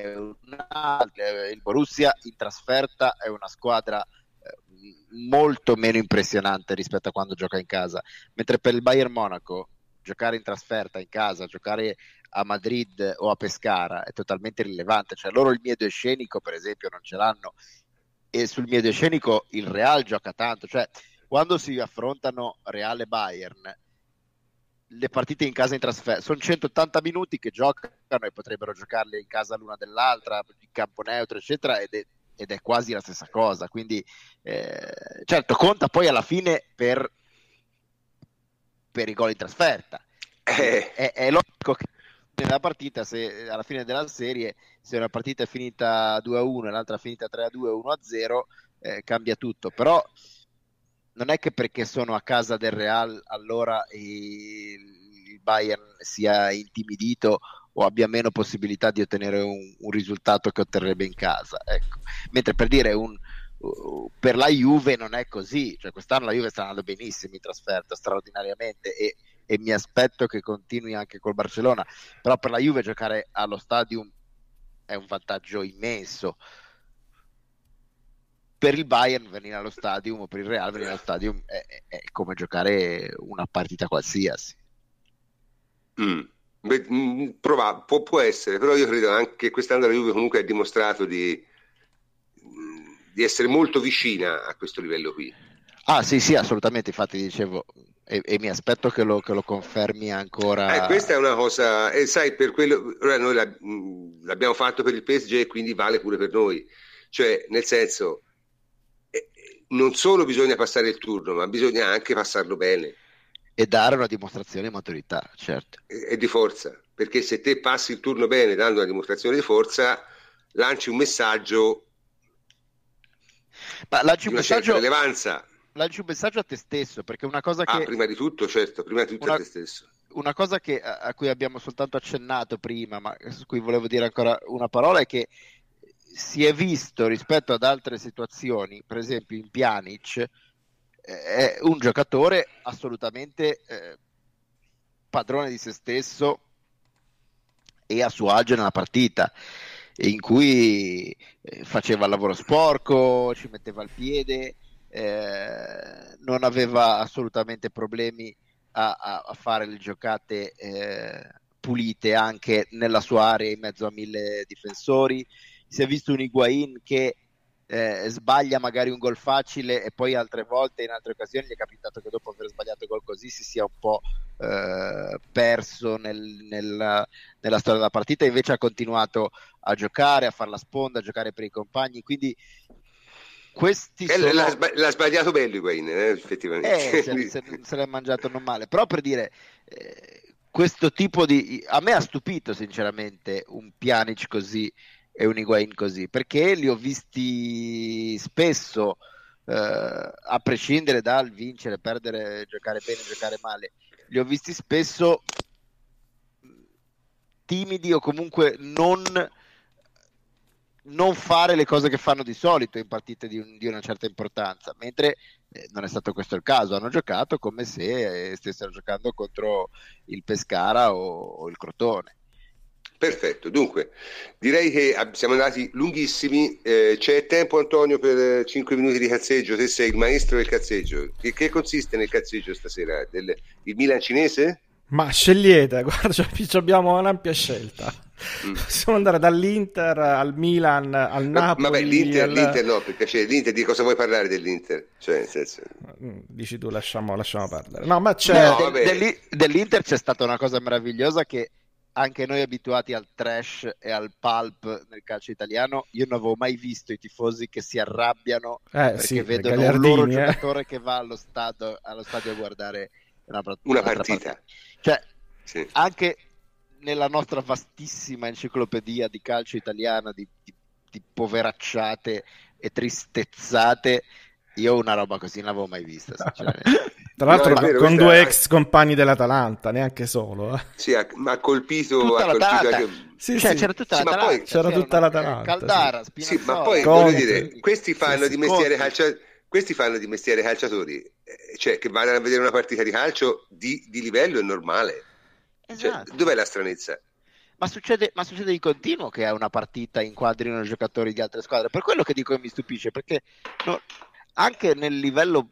il Borussia in trasferta è una squadra molto meno impressionante rispetto a quando gioca in casa, mentre per il Bayern Monaco giocare in trasferta in casa, giocare a Madrid o a Pescara è totalmente rilevante, cioè loro il miedo scenico per esempio non ce l'hanno, e sul miedo scenico il Real gioca tanto, cioè quando si affrontano Real e Bayern le partite in casa e in trasferta sono 180 minuti che giocano e potrebbero giocarle in casa l'una dell'altra, in campo neutro eccetera, ed è quasi la stessa cosa, quindi certo conta poi alla fine per i gol in trasferta. È logico che nella partita, se alla fine della serie, se una partita è finita 2-1 e l'altra è finita 3-2 1-0, cambia tutto, però non è che perché sono a casa del Real allora il Bayern sia intimidito o abbia meno possibilità di ottenere un risultato che otterrebbe in casa, ecco. Mentre per dire per la Juve non è così, cioè quest'anno la Juve sta andando benissimo in trasferta, straordinariamente, e mi aspetto che continui anche col Barcellona, però per la Juve giocare allo Stadium è un vantaggio immenso. Per il Bayern venire allo Stadium o per il Real venire allo Stadium è come giocare una partita qualsiasi. Può essere, però io credo anche che quest'anno la Juve comunque ha dimostrato di essere molto vicina a questo livello qui. Ah sì, assolutamente, infatti dicevo, e mi aspetto che lo confermi ancora. Questa è una cosa, sai, per quello noi l'abbiamo fatto per il PSG e quindi vale pure per noi, cioè nel senso non solo bisogna passare il turno, ma bisogna anche passarlo bene. E dare una dimostrazione di maturità, certo. E di forza, perché se te passi il turno bene dando una dimostrazione di forza, lanci un messaggio di una certa rilevanza. Lanci un messaggio a te stesso, perché una cosa che... prima di tutto, certo, a te stesso. Una cosa a cui abbiamo soltanto accennato prima, ma su cui volevo dire ancora una parola, è che si è visto rispetto ad altre situazioni, per esempio in Pjanic, è un giocatore assolutamente padrone di se stesso e a suo agio nella partita, in cui faceva il lavoro sporco, ci metteva il piede, non aveva assolutamente problemi a fare le giocate pulite anche nella sua area in mezzo a 1000 difensori. Si è visto un Higuaín che sbaglia magari un gol facile e poi altre volte, in altre occasioni, gli è capitato che dopo aver sbagliato gol così si sia un po' perso nella storia della partita, invece ha continuato a giocare, a far la sponda, a giocare per i compagni, quindi questi l'ha sbagliato bello Higuaín, effettivamente se l'è mangiato non male, però per dire questo tipo a me ha stupito sinceramente un Pjanic così e un Higuaín così, perché li ho visti spesso a prescindere dal vincere, perdere, giocare bene, giocare male, li ho visti spesso timidi o comunque non fare le cose che fanno di solito in partite di una certa importanza, mentre non è stato questo il caso, hanno giocato come se stessero giocando contro il Pescara o il Crotone. Perfetto, dunque direi che siamo andati lunghissimi, c'è tempo Antonio per 5 minuti di cazzeggio, te sei il maestro del cazzeggio, che consiste nel cazzeggio stasera? Il Milan cinese? Ma scegliete, guarda, abbiamo un'ampia scelta. Possiamo andare dall'Inter al Milan, al Napoli. Vabbè, l'Inter no, perché l'Inter, di cosa vuoi parlare dell'Inter? Cioè, nel senso... Dici tu, lasciamo perdere. No, ma c'è... No, dell'Inter c'è stata una cosa meravigliosa che anche noi abituati al trash e al pulp nel calcio italiano, io non avevo mai visto i tifosi che si arrabbiano perché vedono un loro giocatore che va allo stadio a guardare una partita. Cioè, sì. Anche nella nostra vastissima enciclopedia di calcio italiana di poveracciate e tristezzate, io una roba così non l'avevo mai vista, sinceramente. Tra l'altro con due ex compagni dell'Atalanta, neanche solo. Sì, ma ha colpito anche... sì, c'era tutta l'Atalanta. Poi c'era tutta l'Atalanta. Caldara, sì, ma poi voglio dire, questi fanno di mestiere calciatori, cioè che vadano a vedere una partita di calcio di livello è normale. Esatto. Cioè, dov'è la stranezza? Ma succede di continuo che a una partita inquadrino giocatori di altre squadre. Per quello che dico che mi stupisce, perché anche nel livello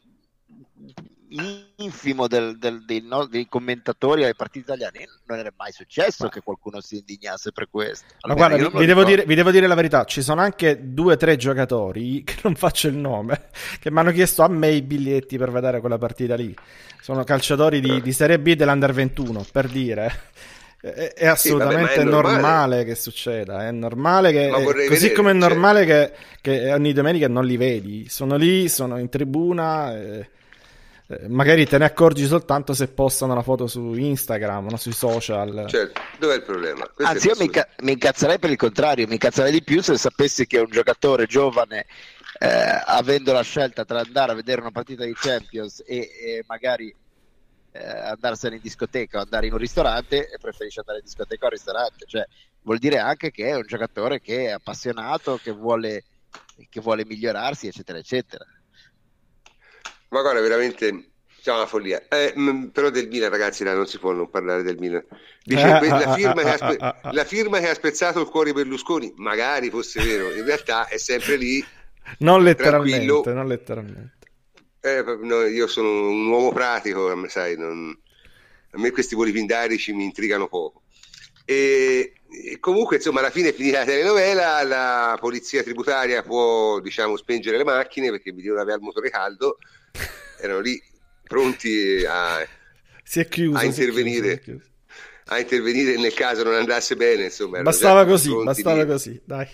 infimo dei commentatori ai partiti italiani non era mai successo che qualcuno si indignasse per questo. Ma guarda, vi devo dire la verità, ci sono anche 2 o 3 giocatori, che non faccio il nome, che mi hanno chiesto a me i biglietti per vedere quella partita lì. Sono calciatori di Serie B dell'Under 21, per dire. È assolutamente è normale che succeda, è normale che così come è normale che ogni domenica non li vedi, sono lì, sono in tribuna, magari te ne accorgi soltanto se postano una foto su Instagram, no? Sui social. Certo, dov'è il problema? Anzi, io mi incazzerei per il contrario, mi incazzerei di più se sapessi che un giocatore giovane, avendo la scelta tra andare a vedere una partita di Champions e magari andarsene in discoteca o andare in un ristorante, e preferisce andare in discoteca o al ristorante. Cioè, vuol dire anche che è un giocatore che è appassionato, che vuole migliorarsi, eccetera eccetera. Ma guarda, veramente c'è una follia, però del Milan, ragazzi, là non si può non parlare del Milan. Dice, la firma che ha spezzato il cuore di Berlusconi, magari fosse vero, in realtà è sempre lì, non letteralmente. No, io sono un uomo pratico, sai, a me questi voli pindarici mi intrigano poco. E comunque, insomma, alla fine è finita la telenovela, la polizia tributaria può, diciamo, spengere le macchine perché mi devono avere il motore caldo, erano lì pronti a intervenire. A intervenire nel caso non andasse bene, insomma. Bastava così, dai.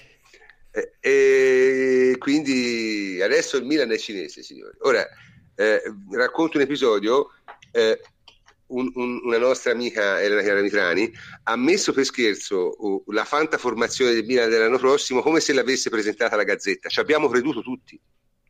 E quindi adesso il Milan è cinese, signori. Ora racconto un episodio. Una nostra amica Elena Chiara Mitrani ha messo per scherzo la fantaformazione del Milan dell'anno prossimo come se l'avesse presentata la Gazzetta. Ci abbiamo creduto tutti.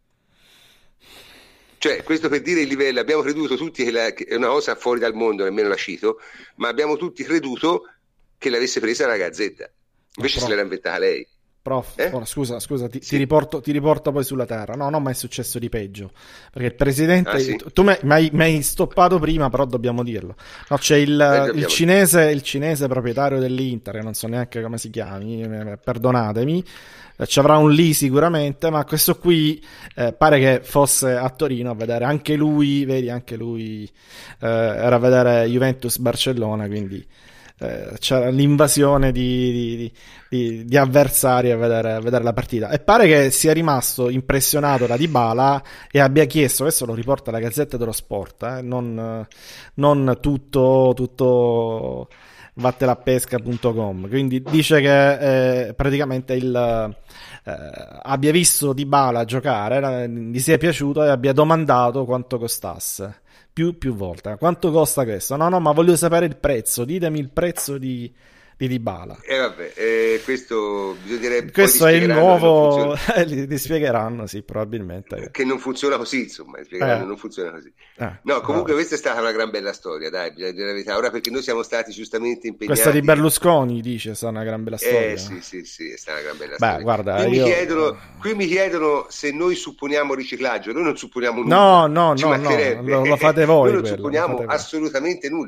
Cioè, questo per dire il livello, abbiamo creduto tutti che è una cosa fuori dal mondo, nemmeno la cito, ma abbiamo tutti creduto che l'avesse presa la Gazzetta. Invece se l'era inventata lei. Prof, scusa, ti riporto poi sulla terra. No, ma è successo di peggio. Perché il presidente, tu mi hai stoppato prima, però dobbiamo dirlo. No, c'è il cinese proprietario dell'Inter, che non so neanche come si chiami, perdonatemi. Ci avrà un lì sicuramente, ma questo qui pare che fosse a Torino a vedere anche lui, era a vedere Juventus-Barcellona, quindi c'era l'invasione di avversari a vedere la partita, e pare che sia rimasto impressionato da Dybala e abbia chiesto, questo lo riporta la Gazzetta dello Sport, non tutto vattelapesca.com, quindi dice che praticamente abbia visto Dybala giocare, gli sia piaciuto e abbia domandato quanto costasse più volte. Quanto costa questo? No, ma voglio sapere il prezzo, ditemi il prezzo di Dybala. Questo bisognerebbe. Questo è il nuovo. Li spiegheranno, sì, probabilmente. Che non funziona così, insomma. Non funziona così. No, comunque questa è stata una gran bella storia, dai, bisogna dire la verità. Ora, perché noi siamo stati giustamente impegnati. Questa di Berlusconi dice è stata una gran bella storia. Sì, è stata una gran bella storia. Guarda, qui mi chiedono se noi supponiamo riciclaggio. Noi non supponiamo No, nulla. lo fate voi. Noi non supponiamo assolutamente nulla.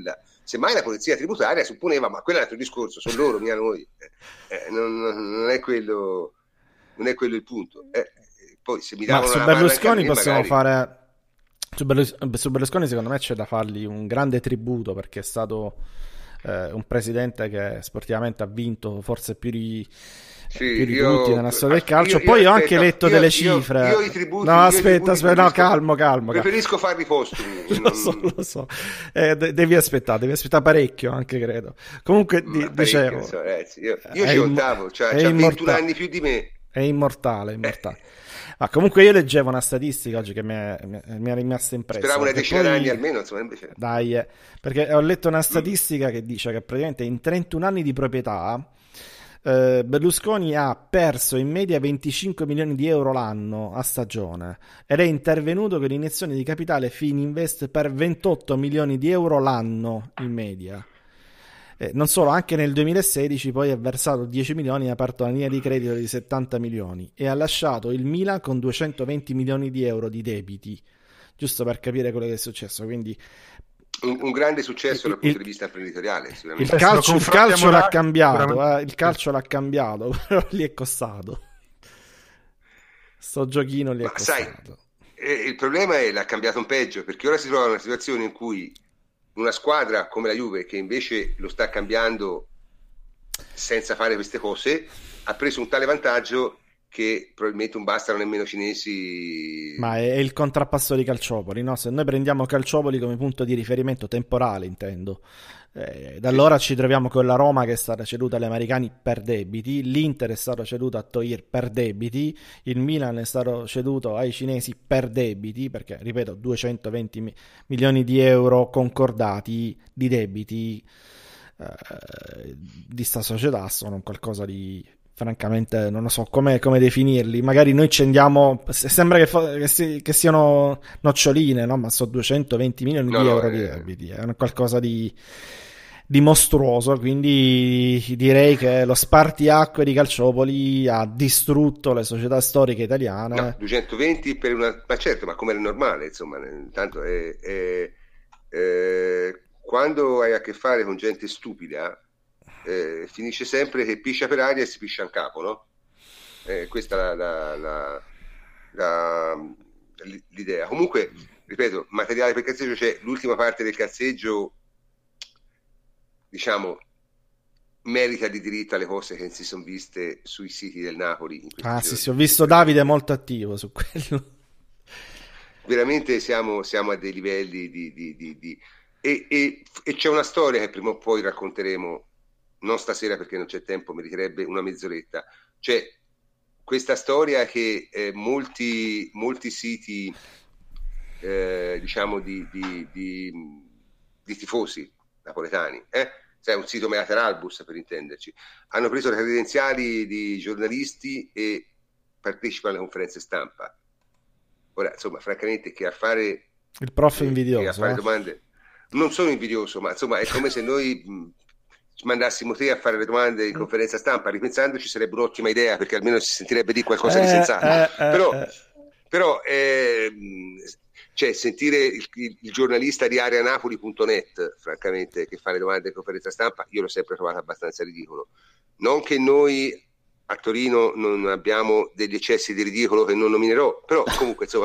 Semmai la polizia tributaria supponeva, ma quello è un altro discorso, sono loro, mica noi. Non è quello il punto. Poi se mi davano su una mano Berlusconi anche a me, possiamo magari... fare... Su Berlusconi secondo me c'è da fargli un grande tributo, perché è stato un presidente che sportivamente ha vinto forse più di tutti nella storia del calcio. Poi ho anche letto delle cifre. Io i tributi, no, aspetta, no, calmo. Preferisco farli postumi. Lo so. Devi aspettare parecchio, anche credo. Comunque, dicevo, io ci contavo, c'ha 21 anni più di me. È immortale. Ma comunque io leggevo una statistica oggi che mi è rimasta impressa. Speravo una decina d'anni almeno, insomma, invece. Dai, perché ho letto una statistica che dice che praticamente in 31 anni di proprietà Berlusconi ha perso in media 25 milioni di euro l'anno a stagione ed è intervenuto con iniezioni di capitale Fininvest per 28 milioni di euro l'anno in media. Non solo, anche nel 2016 poi ha versato 10 milioni e ha aperto una linea di credito di 70 milioni e ha lasciato il Milan con 220 milioni di euro di debiti, giusto per capire quello che è successo. Quindi un grande successo dal punto di vista imprenditoriale, sicuramente. Il calcio l'ha cambiato, il calcio l'ha cambiato, però gli è costato. Sto giochino gli è costato. Sai, il problema è l'ha cambiato un peggio, perché ora si trova in una situazione in cui una squadra come la Juve, che invece lo sta cambiando senza fare queste cose, ha preso un tale vantaggio che probabilmente non bastano nemmeno cinesi. Ma è il contrappasso di Calciopoli, no? Se noi prendiamo Calciopoli come punto di riferimento temporale, intendo, da allora ci troviamo con la Roma che è stata ceduta agli americani per debiti, l'Inter è stato ceduto a Toir per debiti, il Milan è stato ceduto ai cinesi per debiti, perché, ripeto, 220 milioni di euro concordati di debiti di sta società sono qualcosa di... francamente non lo so come definirli. Magari noi scendiamo, sembra che siano noccioline, no? Ma sono 220 milioni di euro di debiti, è qualcosa di mostruoso. Quindi direi che lo spartiacque di Calciopoli ha distrutto le società storiche italiane. No, 220 per una... ma certo, ma come è normale, insomma, intanto quando hai a che fare con gente stupida, finisce sempre che piscia per aria e si piscia in capo, no? Questa è l'idea. Comunque, ripeto, materiale per cazzeggio c'è. L'ultima parte del cazzeggio, diciamo, merita di diritto alle cose che si sono viste sui siti del Napoli in sì, ho visto Davide molto attivo su quello. Veramente siamo a dei livelli e c'è una storia che prima o poi racconteremo, non stasera perché non c'è tempo, meriterebbe una mezz'oretta. C'è questa storia che molti siti diciamo di tifosi napoletani, cioè un sito Melateralbus per intenderci, hanno preso le credenziali di giornalisti e partecipano alle conferenze stampa. Ora, insomma, francamente, che a fare il prof invidioso, a fare domande, non sono invidioso, ma insomma è come se noi mandassimo te a fare le domande in conferenza stampa. Ripensandoci sarebbe un'ottima idea, perché almeno si sentirebbe di qualcosa di sensato. Però cioè, sentire il giornalista di areanapoli.net, francamente, che fa le domande in conferenza stampa, io l'ho sempre trovato abbastanza ridicolo. Non che noi a Torino non abbiamo degli eccessi di ridicolo che non nominerò, però comunque insomma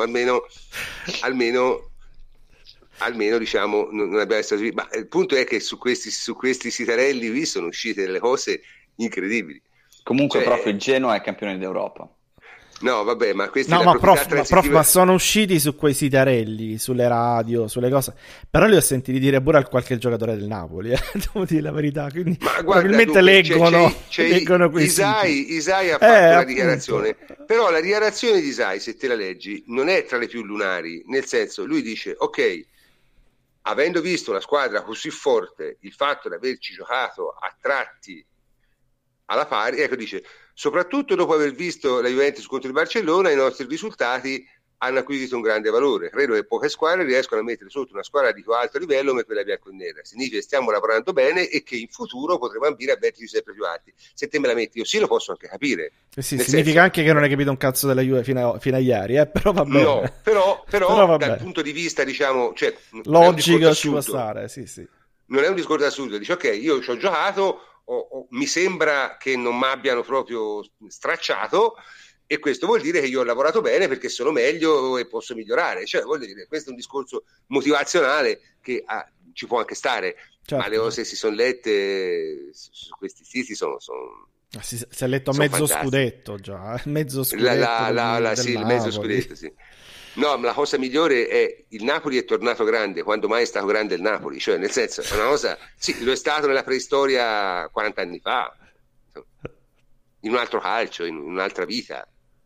almeno diciamo non abbiamo stato... Ma il punto è che su questi sitarelli qui sono uscite delle cose incredibili. Comunque, prof, il Genoa è campione d'Europa. No, vabbè, ma questi... No, ma sono usciti su quei sitarelli, sulle radio, sulle cose. Però li ho sentiti dire pure a qualche giocatore del Napoli, devo dire la verità. Quindi ma probabilmente leggono quei Isai ha fatto una dichiarazione. Però la dichiarazione di Isai, se te la leggi, non è tra le più lunari. Nel senso, lui dice, ok, avendo visto una squadra così forte, il fatto di averci giocato a tratti alla pari, ecco, dice, soprattutto dopo aver visto la Juventus contro il Barcellona, i nostri risultati hanno acquisito un grande valore. Credo che poche squadre riescono a mettere sotto una squadra di alto livello come quella bianconera. Significa che stiamo lavorando bene e che in futuro potremo ambire a vertici sempre più alti. Se te me la metti io sì, lo posso anche capire. Sì, significa anche che non hai capito un cazzo della Juve fino a ieri, però va bene. No, però dal punto di vista, diciamo, cioè, logico ci può stare, sì. non è un discorso assurdo, dici ok, io ci ho giocato, mi sembra che non mi abbiano proprio stracciato, e questo vuol dire che io ho lavorato bene perché sono meglio e posso migliorare, cioè voglio dire, questo è un discorso motivazionale che ci può anche stare, certo, ma le cose si sono lette su questi siti sono si è letto mezzo fantastiche. Scudetto già, mezzo scudetto sì, il mezzo scudetto, sì. No, la cosa migliore è il Napoli è tornato grande quando mai è stato grande il Napoli, cioè nel senso è una cosa, sì, lo è stato nella preistoria 40 anni fa, in un altro calcio, in un'altra vita.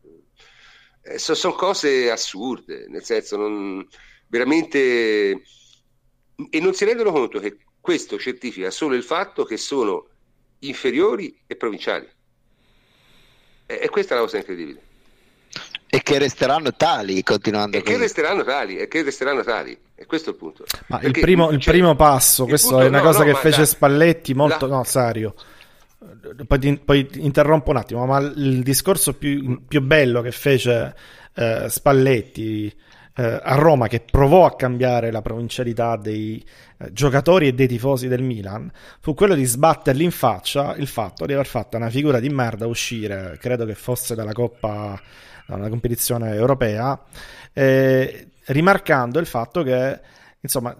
Sono cose assurde, nel senso veramente, e non si rendono conto che questo certifica solo il fatto che sono inferiori e provinciali, e questa è la cosa incredibile, e che resteranno tali continuando che resteranno tali, e questo è il punto. Ma il primo passo, questo è una cosa che fece Spalletti molto Sario. Poi interrompo un attimo, ma il discorso più bello che fece Spalletti a Roma, che provò a cambiare la provincialità dei giocatori e dei tifosi del Milan, fu quello di sbattergli in faccia il fatto di aver fatto una figura di merda uscire, credo che fosse da una competizione europea, rimarcando il fatto che insomma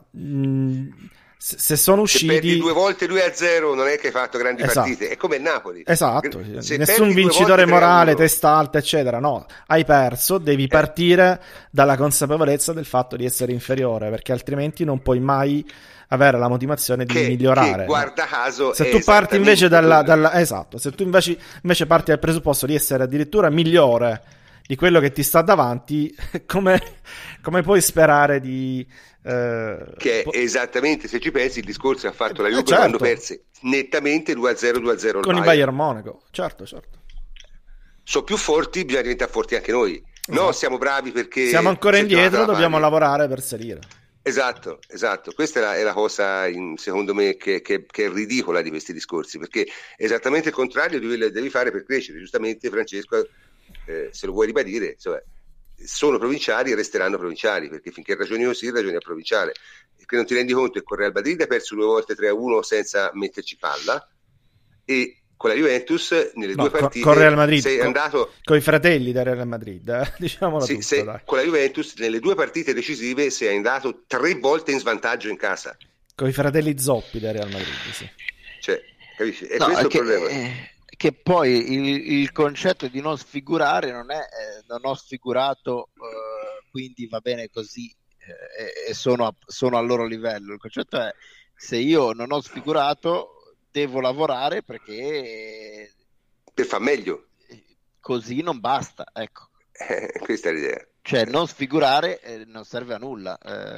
se sono usciti, se perdi 2 volte 2-0 non è che hai fatto grandi partite, è come il Napoli, esatto, nessun vincitore morale, testa alta eccetera, no, hai perso, devi partire dalla consapevolezza del fatto di essere inferiore, perché altrimenti non puoi mai avere la motivazione di migliorare, che, guarda caso, se tu parti invece esatto, se tu invece parti dal presupposto di essere addirittura migliore di quello che ti sta davanti, come puoi sperare di che è esattamente, se ci pensi, il discorso che ha fatto la Juve quando perse nettamente 2-0 con il Bayern Monaco, certo. Sono più forti, bisogna diventare forti anche noi, esatto. No, siamo bravi perché siamo ancora indietro, dobbiamo lavorare per salire. Esatto, questa è la cosa secondo me che è ridicola di questi discorsi, perché esattamente il contrario di quello che devi fare per crescere. Giustamente Francesco, se lo vuoi ribadire, cioè, sono provinciali e resteranno provinciali, perché finché ragioni così, ragioni a provinciale, e che non ti rendi conto che con Real Madrid ha perso 2 volte 3-1 senza metterci palla, e con la Juventus nelle 2 partite con Real Madrid, sei andato con i fratelli del Real Madrid, diciamolo sì, tutto, dai. Con la Juventus nelle 2 partite decisive sei andato 3 volte in svantaggio in casa con i fratelli Zoppi del Real Madrid, sì. Cioè, capisci? E questo è il problema. Che poi il concetto di non sfigurare non è non ho sfigurato, quindi va bene così, e sono al loro livello. Il concetto è: se io non ho sfigurato, devo lavorare per far meglio. Così non basta, ecco. Questa è l'idea. Cioè, non sfigurare non serve a nulla.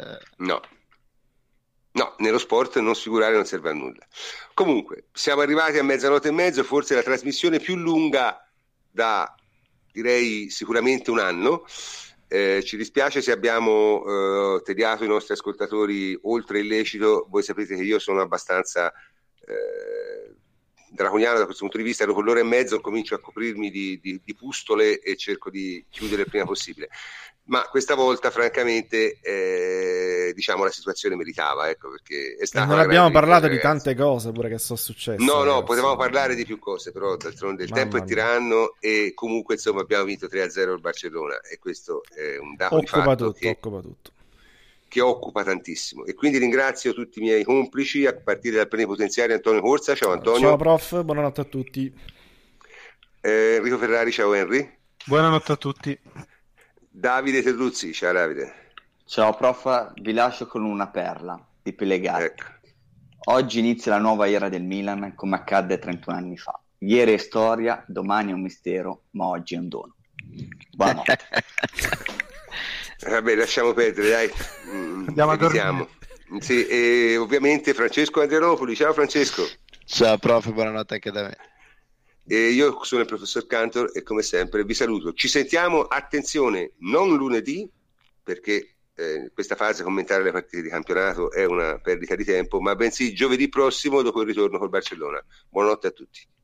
No, nello sport non sfigurare non serve a nulla. Comunque, siamo arrivati a 00:30, forse la trasmissione più lunga da, direi, sicuramente un anno. Ci dispiace se abbiamo tediato i nostri ascoltatori oltre il lecito. Voi sapete che io sono abbastanza draconiano da questo punto di vista. Dopo l'ora e mezzo comincio a coprirmi di pustole e cerco di chiudere il prima possibile. Ma questa volta francamente diciamo la situazione meritava, ecco, perché è stata non abbiamo parlato di tante cose pure che sono successe. No, potevamo parlare di più cose, però d'altronde il tempo è tiranno, e comunque insomma abbiamo vinto 3-0 il Barcellona, e questo è un dato di fatto che occupa tantissimo. E quindi ringrazio tutti i miei complici, a partire dal plenipotenziario Antonio Corsa. Ciao Antonio. Ciao prof, buonanotte a tutti. Enrico Ferrari, ciao Henry. Buonanotte a tutti. Davide Terruzzi, ciao Davide. Ciao prof, vi lascio con una perla di Pellegatti. Ecco. Oggi inizia la nuova era del Milan, come accadde 31 anni fa. Ieri è storia, domani è un mistero, ma oggi è un dono. Buonanotte. Vabbè, lasciamo perdere, dai. Andiamo a dormire. Sì, e ovviamente Francesco Andrianopoli. Ciao Francesco. Ciao prof, buonanotte anche da me. E io sono il professor Cantor e come sempre vi saluto. Ci sentiamo, attenzione, non lunedì, perché questa fase commentare le partite di campionato è una perdita di tempo, ma bensì giovedì prossimo dopo il ritorno col Barcellona. Buonanotte a tutti.